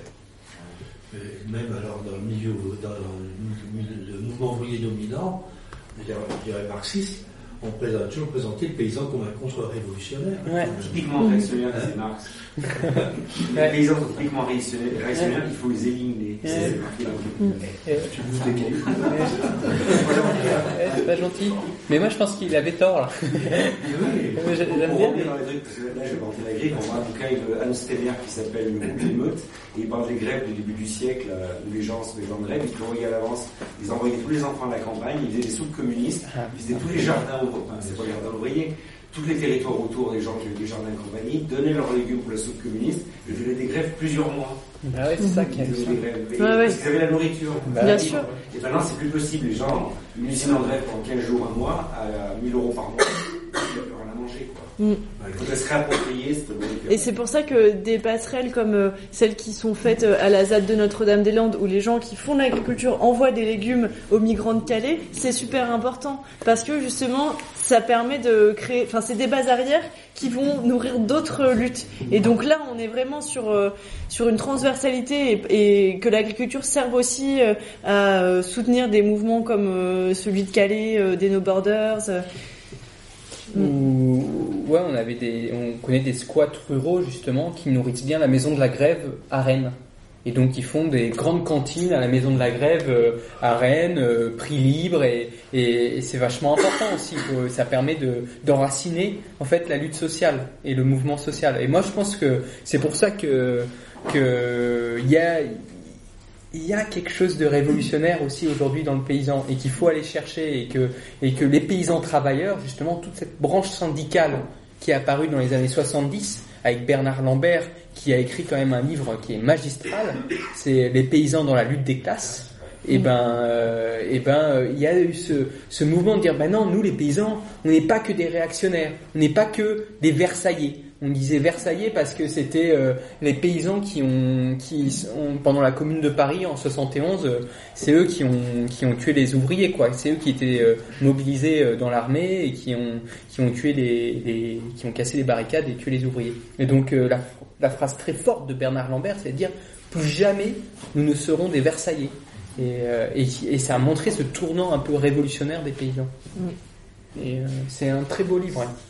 Et même alors dans le milieu, dans le, milieu, le mouvement ouvrier dominant, je dirais marxiste, on présente toujours présenté le paysan comme un contre-révolutionnaire. Ouais. Typiquement réactionnaire, c'est Marx. Les paysans sont typiquement réactionnaires, réactionnaires, il faut les éliminer. Ouais. C'est marqué dans le Tu bouges des cailloux. C'est pas gentil. Mais moi je pense qu'il avait tort là. Oui. J'aime bien. On rentre dans les trucs, parce que là je vais rentrer dans la grille, on voit un bouquin de Hans Steiner qui s'appelle Le groupe d'émeute, et il parle des grèves du début du siècle, où les gens se mettaient en grève, ils envoyaient à l'avance, ils envoyaient tous les enfants de la campagne, ils faisaient des soupes communistes, ils faisaient tous les jardins, enfin c'est pas les jardins ouvriers, tous les territoires autour des gens qui avaient des jardins et compagnie donnaient leurs légumes pour la soupe communiste et faisaient des grèves plusieurs mois. Bah ouais, c'est ça qui est des grèves. Et, ouais, parce qu'ils avaient la nourriture. Bah, bien sûr. Et maintenant, c'est plus possible. Les gens, une usine en grève pendant quinze jours, un mois, à mille euros par mois, il n'y a plus rien à manger, quoi. Mm. Il faudrait se réapproprier cette nourriture. Et c'est pour ça que des passerelles comme euh, celles qui sont faites euh, à la Z A D de Notre-Dame-des-Landes, où les gens qui font de l'agriculture envoient des légumes aux migrants de Calais, c'est super important. Parce que justement, ça permet de créer, enfin, c'est des bases arrières qui vont nourrir d'autres luttes. Et donc là, on est vraiment sur euh, sur une transversalité et, et que l'agriculture serve aussi euh, à euh, soutenir des mouvements comme euh, celui de Calais, euh, des No Borders. Euh. Où, ouais, on avait des, on connaît des squats ruraux justement qui nourrissent bien la maison de la Grève à Rennes. Et donc ils font des grandes cantines à la maison de la Grève euh, à Rennes, euh, prix libre et, et, et c'est vachement important aussi. Que ça permet de d'enraciner en fait la lutte sociale et le mouvement social. Et moi je pense que c'est pour ça que que il y a il y a quelque chose de révolutionnaire aussi aujourd'hui dans le paysan et qu'il faut aller chercher et que et que les paysans travailleurs justement toute cette branche syndicale qui est apparue dans les années soixante-dix avec Bernard Lambert qui a écrit quand même un livre qui est magistral, c'est Les paysans dans la lutte des classes. Et ben, euh, et ben, il y a eu ce, ce mouvement de dire, ben non, nous les paysans, on n'est pas que des réactionnaires, on n'est pas que des Versaillais. On disait Versaillais parce que c'était euh, les paysans qui ont, qui ont, pendant la Commune de Paris en soixante et onze, euh, c'est eux qui ont, qui ont tué les ouvriers, quoi. C'est eux qui étaient euh, mobilisés euh, dans l'armée et qui ont, qui ont tué les, les, qui ont cassé les barricades et tué les ouvriers. Et donc euh, la, la phrase très forte de Bernard Lambert, c'est de dire plus jamais nous ne serons des Versaillais. Et, euh, et, et ça a montré ce tournant un peu révolutionnaire des paysans. Mm. Et euh, c'est un très beau livre. Hein.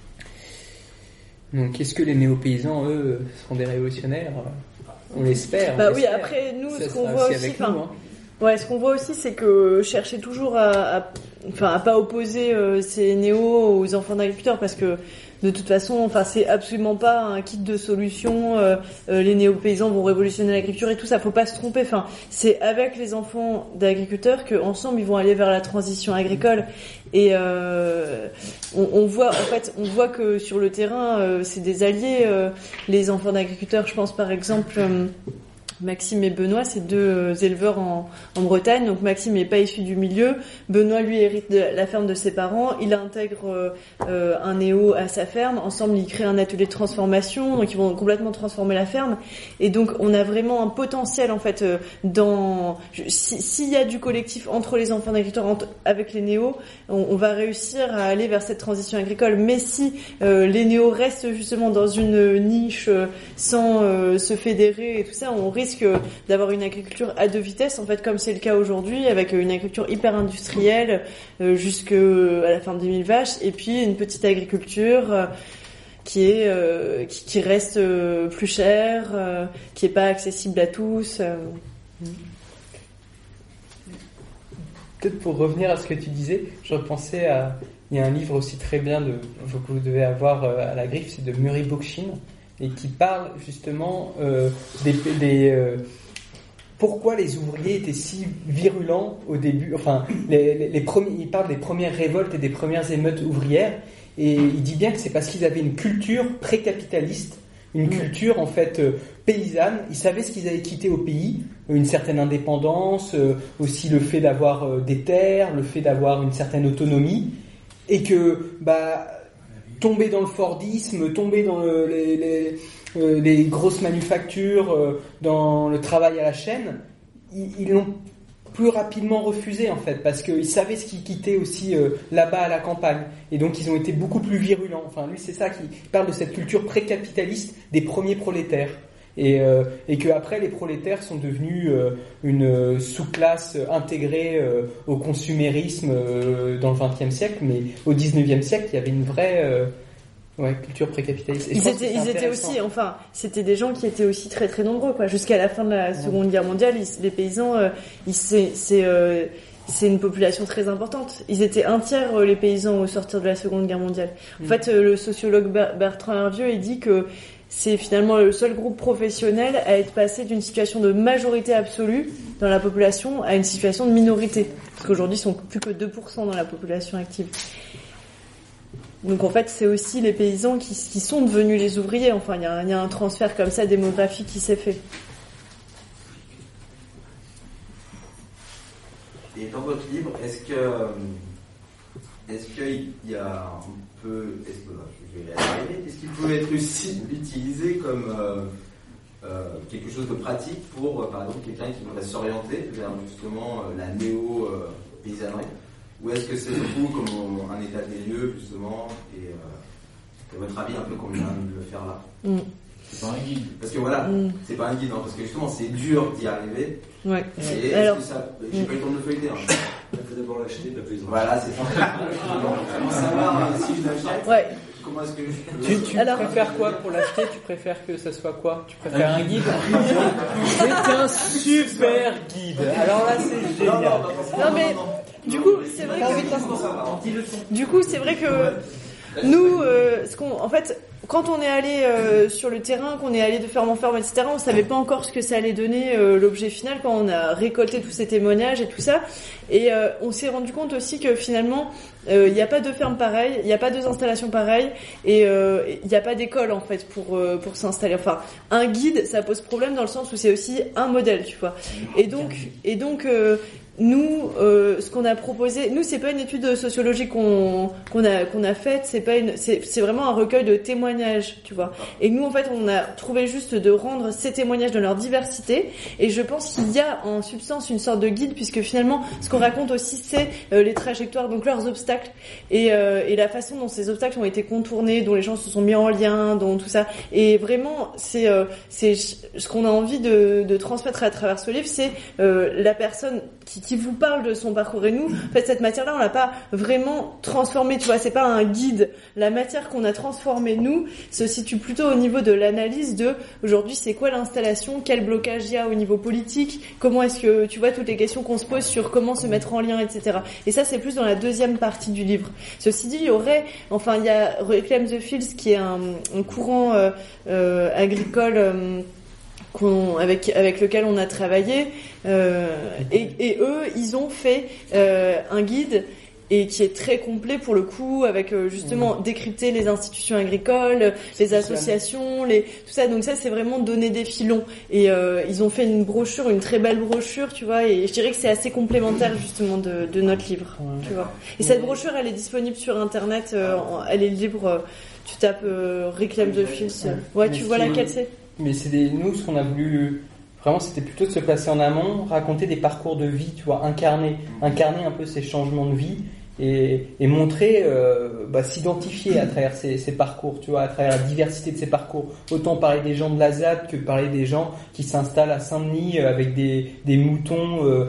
Donc, est-ce que les néo-paysans, eux, sont des révolutionnaires ? On l'espère. Bah on oui, l'espère. après, nous, ça ce qu'on voit aussi, nous, hein. ouais, ce qu'on voit aussi, c'est que chercher toujours à, à enfin, à pas opposer euh, ces néos aux enfants d'agriculteurs, parce que de toute façon, enfin, c'est absolument pas un kit de solution. Euh, euh, les néo-paysans vont révolutionner l'agriculture et tout ça. Faut pas se tromper. Enfin, c'est avec les enfants d'agriculteurs que ensemble ils vont aller vers la transition agricole. Et euh, on, on voit, en fait, on voit que sur le terrain, euh, c'est des alliés. Euh, les enfants d'agriculteurs, je pense par exemple. Euh, Maxime et Benoît, c'est deux éleveurs en, en Bretagne. Donc Maxime n'est pas issu du milieu. Benoît, lui, hérite de la ferme de ses parents. Il intègre euh, un néo à sa ferme. Ensemble, ils créent un atelier de transformation. Donc ils vont complètement transformer la ferme. Et donc on a vraiment un potentiel en fait euh, dans. Si, s'il y a du collectif entre les enfants d'agriculteurs, entre, avec les néos, on, on va réussir à aller vers cette transition agricole. Mais si euh, les néos restent justement dans une niche euh, sans euh, se fédérer et tout ça, on risque d'avoir une agriculture à deux vitesses, en fait, comme c'est le cas aujourd'hui, avec une agriculture hyper industrielle euh, jusqu'à la ferme des mille vaches, et puis une petite agriculture euh, qui est euh, qui, qui reste euh, plus chère, euh, qui est pas accessible à tous. Euh. Peut-être pour revenir à ce que tu disais, je repensais à il y a un livre aussi très bien de que vous devez avoir à la griffe, c'est de Murray Bookchin. Et qui parle justement euh, des, des euh, pourquoi les ouvriers étaient si virulents au début. Enfin, les, les, les premiers, il parle des premières révoltes et des premières émeutes ouvrières, et il dit bien que c'est parce qu'ils avaient une culture pré-capitaliste, une culture en fait euh, paysanne. Ils savaient ce qu'ils avaient quitté au pays, une certaine indépendance, euh, aussi le fait d'avoir euh, des terres, le fait d'avoir une certaine autonomie, et que bah tomber dans le Fordisme, tomber dans le, les, les, euh, les grosses manufactures, euh, dans le travail à la chaîne, ils, ils l'ont plus rapidement refusé en fait, parce qu'ils savaient ce qu'ils quittaient aussi euh, là-bas à la campagne, et donc ils ont été beaucoup plus virulents. Enfin, lui c'est ça qui parle de cette culture pré-capitaliste des premiers prolétaires. Et, euh, et que après les prolétaires sont devenus euh, une sous-classe intégrée euh, au consumérisme euh, dans le vingtième siècle, mais au dix-neuvième siècle il y avait une vraie euh, ouais, culture pré-capitaliste. Et ils étaient, ils étaient aussi, enfin, c'était des gens qui étaient aussi très très nombreux, quoi. Jusqu'à la fin de la Seconde Guerre mondiale, ils, les paysans, euh, ils, c'est, c'est, euh, c'est une population très importante. Ils étaient un tiers les paysans au sortir de la Seconde Guerre mondiale. En mmh. fait, euh, le sociologue Bertrand Hervieux, il dit que c'est finalement le seul groupe professionnel à être passé d'une situation de majorité absolue dans la population à une situation de minorité. Parce qu'aujourd'hui, ils sont plus que deux pour cent dans la population active. donc en fait, c'est aussi les paysans qui, qui sont devenus les ouvriers. Enfin, il y a, y a un transfert comme ça démographique qui s'est fait. Et dans votre livre, est-ce que est-ce qu'il y a un peu, est-ce que je vais y arriver, est-ce qu'il peut être aussi utilisé comme euh, euh, quelque chose de pratique pour, euh, par exemple, quelqu'un qui voudrait s'orienter vers justement euh, la néo-paysannerie, ou est-ce que c'est surtout comme un état des lieux justement, et euh, à votre avis un peu comme on vient de le faire là? Mm. C'est pas un guide. Parce que voilà, mm. c'est pas un guide, hein, parce que justement c'est dur d'y arriver. Ouais. Et alors, est-ce que ça, j'ai mm. pas eu le temps de le feuilleter. Hein. Il faut d'abord l'acheter, de la paysanne. Voilà, c'est ça. Comment savoir si je l'achète? Ouais. Comment est-ce que je... Tu, tu alors, préfères quoi pour l'acheter? Tu préfères que ça soit quoi? Tu préfères un guide? C'est un super guide. Alors là, c'est génial. Non, non, non mais du coup, c'est vrai que du coup, c'est vrai que nous, euh, ce qu'on, en fait. Quand on est allé euh, sur le terrain, qu'on est allé de ferme en ferme, et cetera, on savait pas encore ce que ça allait donner euh, l'objet final quand on a récolté tous ces témoignages et tout ça. Et euh, on s'est rendu compte aussi que finalement, il euh, n'y a pas de ferme pareille, il n'y a pas deux installations pareilles, et il euh, n'y a pas d'école en fait pour euh, pour s'installer. Enfin, un guide, ça pose problème dans le sens où c'est aussi un modèle, tu vois. Et donc, et donc. Euh, Nous, euh, ce qu'on a proposé, nous c'est pas une étude sociologique qu'on qu'on a qu'on a faite, c'est pas une, c'est c'est vraiment un recueil de témoignages, tu vois. Et nous en fait, on a trouvé juste de rendre ces témoignages dans leur diversité. Et je pense qu'il y a en substance une sorte de guide, puisque finalement, ce qu'on raconte aussi, c'est euh, les trajectoires, donc leurs obstacles et euh, et la façon dont ces obstacles ont été contournés, dont les gens se sont mis en lien, dont tout ça. Et vraiment, c'est euh, c'est ce qu'on a envie de de transmettre à travers ce livre, c'est euh, la personne qui qui vous parle de son parcours. Et nous, en fait, cette matière-là, on l'a pas vraiment transformée, tu vois, c'est pas un guide. La matière qu'on a transformée, nous, se situe plutôt au niveau de l'analyse de, aujourd'hui, c'est quoi l'installation, quel blocage il y a au niveau politique, comment est-ce que, tu vois, toutes les questions qu'on se pose sur comment se mettre en lien, et cetera. Et ça, c'est plus dans la deuxième partie du livre. Ceci dit, il y aurait, enfin, il y a Reclaim the Fields, qui est un, un courant euh, euh, agricole euh, qu'on, avec avec lequel on a travaillé, euh, et, et eux ils ont fait euh, un guide et qui est très complet pour le coup, avec euh, justement mmh. décrypter les institutions agricoles, les associations, les tout ça. Donc ça c'est vraiment donner des filons. Et euh, ils ont fait une brochure, une très belle brochure, tu vois. Et je dirais que c'est assez complémentaire justement de, de notre livre, ouais. tu vois. Et cette brochure elle est disponible sur internet, euh, elle est libre. Euh, tu tapes euh, Reclaim the Fields. Ouais, tu vois laquelle c'est. Mais c'est des, nous, ce qu'on a voulu, vraiment, c'était plutôt de se placer en amont, raconter des parcours de vie, tu vois, incarner, incarner un peu ces changements de vie et, et montrer, euh, bah, s'identifier à travers ces, ces parcours, tu vois, à travers la diversité de ces parcours. Autant parler des gens de la Z A D que parler des gens qui s'installent à Saint-Denis avec des, des moutons euh,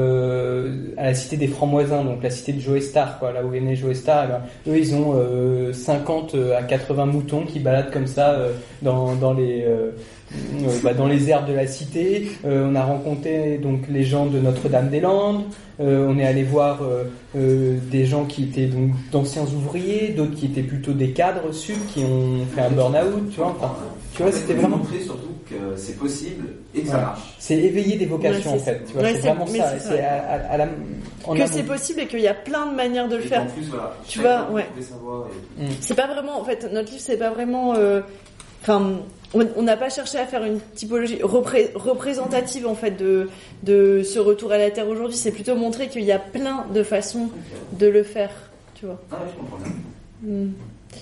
euh, à la cité des Francs-Moisins, donc la cité de Joe Star, quoi, là où est né Joe Star. Eh ben, eux, ils ont euh, cinquante à quatre-vingts moutons qui baladent comme ça euh, dans, dans les euh, euh, bah, dans les herbes de la cité. Euh, on a rencontré donc les gens de Notre-Dame-des-Landes. Euh, on est allé voir euh, euh, des gens qui étaient donc d'anciens ouvriers, d'autres qui étaient plutôt des cadres sud qui ont fait un burn-out, tu vois. Enfin, tu vois, c'était vraiment montrer surtout que c'est possible et que ouais. ça marche. C'est éveiller des vocations, ouais, en fait. Tu vois, ouais, c'est, c'est vraiment ça. C'est, c'est à, à, à la, en que c'est possible et qu'il y a plein de manières de le et faire. En plus, voilà, tu vois, ouais. Et... C'est pas vraiment, en fait, notre livre, c'est pas vraiment. Euh, Enfin, on n'a pas cherché à faire une typologie repré- représentative en fait de de ce retour à la terre aujourd'hui. C'est plutôt montrer qu'il y a plein de façons okay. de le faire, tu vois. Ah, je comprends bien. Mm.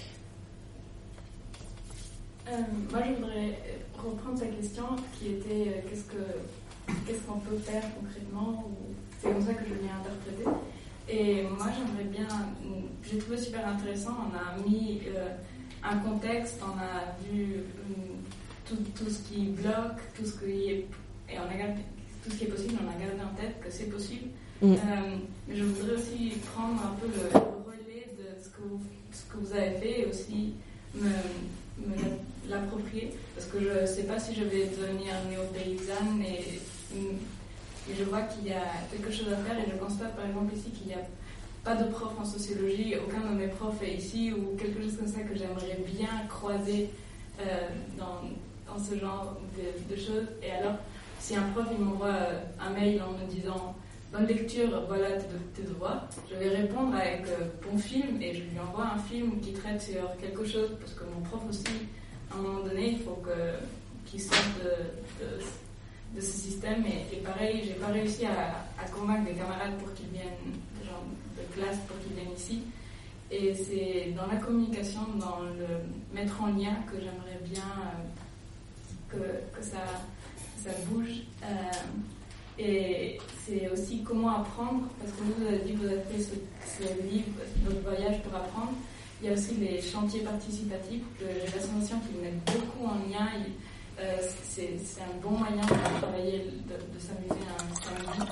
Euh, moi, je voudrais reprendre ta question qui était euh, qu'est-ce que qu'est-ce qu'on peut faire concrètement, ou c'est comme ça que je l'ai interprété. Et moi, j'aimerais bien. J'ai trouvé super intéressant. On a mis euh, un contexte, on a vu um, tout, tout ce qui bloque, tout ce qui est, et on a gardé, tout ce qui est possible, on a gardé en tête que c'est possible. Mm. Euh, mais je voudrais aussi prendre un peu le, le relais de ce que, vous, ce que vous avez fait et aussi me, me l'approprier, parce que je ne sais pas si je vais devenir néo-paysanne et, et je vois qu'il y a quelque chose à faire et je pense pas par exemple ici qu'il y a pas de prof en sociologie, aucun de mes profs est ici, ou quelque chose comme ça que j'aimerais bien croiser euh, dans, dans ce genre de, de choses. Et alors, si un prof il m'envoie un mail en me disant bonne lecture, voilà tes devoirs. Je vais répondre avec euh, bon film et je lui envoie un film qui traite sur quelque chose parce que mon prof aussi, à un moment donné, il faut que, qu'il sorte de, de, de ce système. Et, et pareil, j'ai pas réussi à, à convaincre des camarades pour qu'ils viennent, des gens de classe pour qu'ils viennent ici. Et c'est dans la communication, dans le mettre en lien que j'aimerais bien euh, que, que ça, ça bouge. Euh, et c'est aussi comment apprendre, parce que vous avez dit que vous avez fait ce, ce livre, notre voyage pour apprendre. Il y a aussi les chantiers participatifs que j'ai la sensation qu'ils mettent beaucoup en lien. Et, euh, c'est, c'est un bon moyen de travailler, de, de s'amuser un samedi.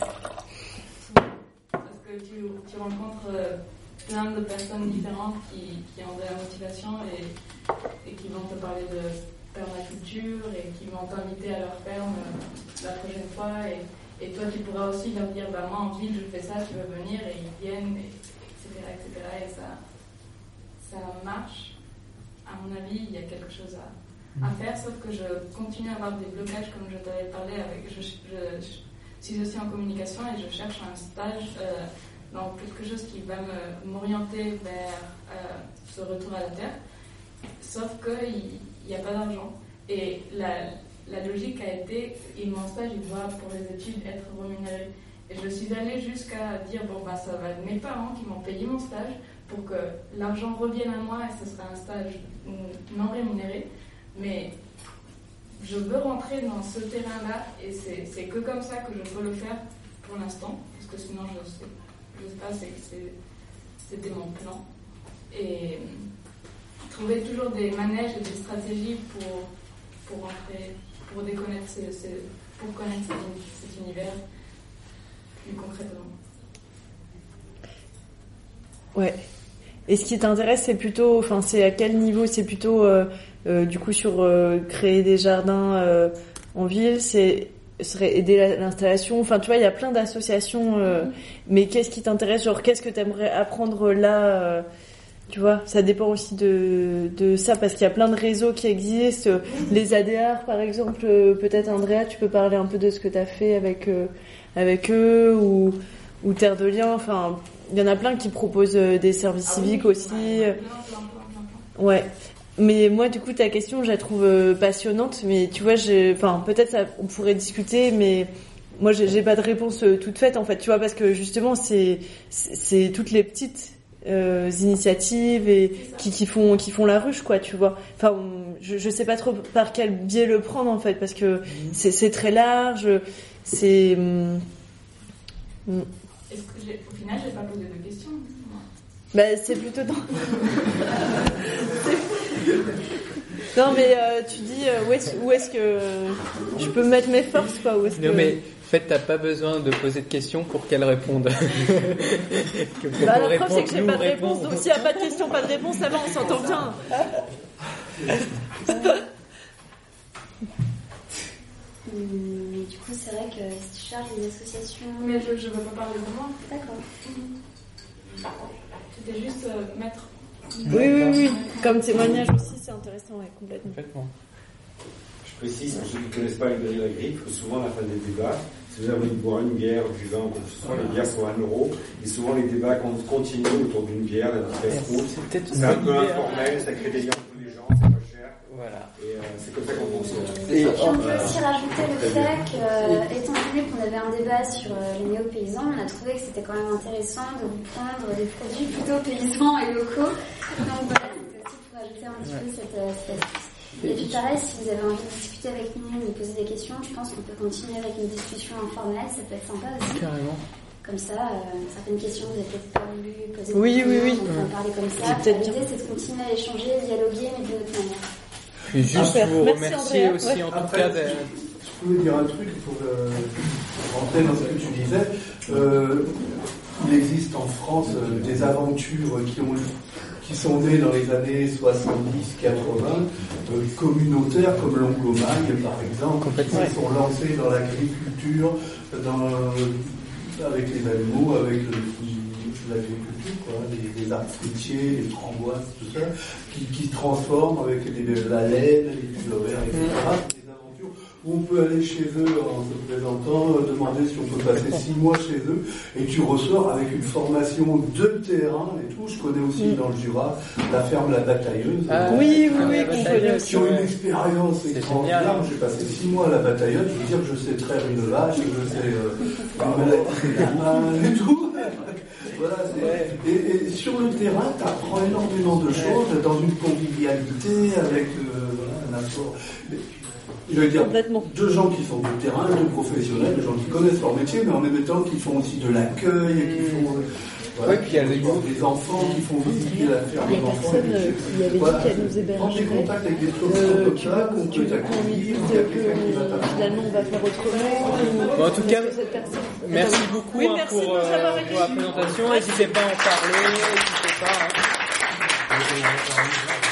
Parce que tu, tu rencontres euh, plein de personnes différentes qui, qui ont de la motivation et, et qui vont te parler de permaculture et qui vont t'inviter à leur ferme la prochaine fois. Et, et toi, tu pourras aussi leur dire, bah, moi en ville, je fais ça, tu veux venir, et ils viennent, et, etc., et cetera. Et ça, ça marche. À mon avis, il y a quelque chose à, à faire, sauf que je continue à avoir des blocages, comme je t'avais parlé. Avec, je, je, je suis aussi en communication et je cherche un stage euh, dans quelque chose qui va me, m'orienter vers euh, ce retour à la terre. Sauf qu'il n'y a pas d'argent. Et la, la logique a été, et mon stage, il doit, pour les études, être rémunéré. Et je suis allée jusqu'à dire, bon, bah, ça va être mes parents qui m'ont payé mon stage pour que l'argent revienne à moi et ce sera un stage non rémunéré. Mais je veux rentrer dans ce terrain-là et c'est, c'est que comme ça que je peux le faire pour l'instant, parce que sinon je sais, je sais pas, c'est, c'est, c'était mon plan. Et trouver toujours des manèges et des stratégies pour, pour rentrer, pour déconnaître, ces, ces, pour connaître cet, cet univers plus concrètement. Ouais. Et ce qui t'intéresse, c'est plutôt, enfin, c'est à quel niveau? C'est plutôt, euh, euh, du coup, sur euh, créer des jardins euh, en ville, c'est serait aider la, l'installation. Enfin, tu vois, il y a plein d'associations. Euh, mm-hmm. Mais qu'est-ce qui t'intéresse? Genre, qu'est-ce que t'aimerais apprendre là euh, Tu vois, ça dépend aussi de de ça parce qu'il y a plein de réseaux qui existent. Mm-hmm. Les A D R, par exemple, euh, peut-être Andrea, tu peux parler un peu de ce que t'as fait avec euh, avec eux ou ou Terre de Liens. Enfin. Il y en a plein qui proposent des services ah civiques oui, aussi. Ouais, ouais. Mais moi, du coup, ta question, je la trouve passionnante. Mais tu vois, j'ai, enfin, peut-être ça, on pourrait discuter, mais moi, j'ai, j'ai pas de réponse toute faite, en fait. Tu vois, parce que justement, c'est, c'est, c'est toutes les petites euh, initiatives et qui, qui font, qui font la ruche, quoi. Tu vois. Enfin, je, je sais pas trop par quel biais le prendre, en fait, parce que c'est, c'est très large. C'est. Hum, hum. Est-ce que j'ai, au final, j'ai pas posé de questions. Bah, c'est plutôt dans. Non, mais euh, tu dis euh, où est-ce, où est-ce que je peux mettre mes forces, quoi. Où est-ce non, que... mais en fait, t'as pas besoin de poser de questions pour qu'elle réponde. que pour bah, la preuve, c'est que j'ai pas de réponse. Donc, s'il y a pas de questions, pas de réponse, ça va, on s'entend bien. Mais du coup, c'est vrai que si tu charges une association... Mais je ne veux pas parler de moi. D'accord. C'était juste euh, mettre... Oui, oui, oui. Comme témoignage aussi, c'est intéressant, ouais, complètement. complètement. Je précise, pour ceux qui ne connaissent pas les Grilles la Griffe, que souvent à la fin des débats, si vous avez envie de boire une bière, du vin, ou quoi que ce soit, les bières sont à un euro. Et souvent, les débats continuent autour d'une bière, d'un petit fast-food. C'est, c'est un peu informel, ça crée des liens entre les gens, c'est pas cher. Voilà. Et euh, c'est comme ça qu'on fonctionne. Et on peut aussi rajouter le fait que, euh, étant donné qu'on avait un débat sur euh, les néo-paysans, on a trouvé que c'était quand même intéressant de vous prendre des produits plutôt paysans et locaux. Donc voilà, c'était aussi pour ajouter un petit peu cette, euh, cette astuce. Et puis pareil, si vous avez envie de discuter avec nous, de poser des questions, je pense qu'on peut continuer avec une discussion informelle, ça peut être sympa aussi. Carrément. Comme ça, euh, certaines questions vous avez peut-être pas voulu poser. Oui, oui, oui. On peut en parler comme ça. L'idée, c'est de continuer à échanger, dialoguer, mais d'une autre manière. Puis juste ah, vous Merci remercier Andrea. Aussi ouais. en tout Après, cas. De... Je pouvais dire un truc pour euh, rentrer dans ce que tu disais. Euh, il existe en France euh, des aventures qui ont qui sont nées dans les années soixante-dix quatre-vingts, euh, communautaires comme l'Ongomagne par exemple, qui se sont lancés dans l'agriculture, dans, euh, avec les animaux, avec le, l'agriculture, quoi, les, les arbres fruitiers, les framboises, tout ça, qui, qui se transforment avec les, la laine, les pullovers, et cetera. Des aventures on peut aller chez eux en se présentant, euh, demander si on peut passer six mois chez eux, et tu ressors avec une formation de terrain et tout. Je connais aussi mm. dans le Jura la ferme La Batailleuse. Ah, oui, oui, oui, oui. Qui ont une expérience extraordinaire. J'ai passé six mois à La Batailleuse. Je veux dire que je sais traire une vache, je sais euh, la main et tout. Voilà, et, et sur le terrain, tu apprends énormément de choses dans une convivialité avec euh, voilà, un apport. Je veux dire, deux gens qui sont du terrain, deux professionnels, des gens qui connaissent leur métier, mais en même temps qui font aussi de l'accueil, et qui font voilà, ouais, puis il y a les des enfants qui font visiter la ferme des enfants. Il y a personne qui avait voilà, dit qu'elle nous hébergerait. Prends des contacts avec des professeurs euh, comme ça, qu'on tu peut t'accueillir, que finalement on va faire autrement. Bon, en tout cas, merci beaucoup oui, hein, merci pour, euh, pour la présentation. N'hésitez pas à en parler, n'hésitez pas. Hein.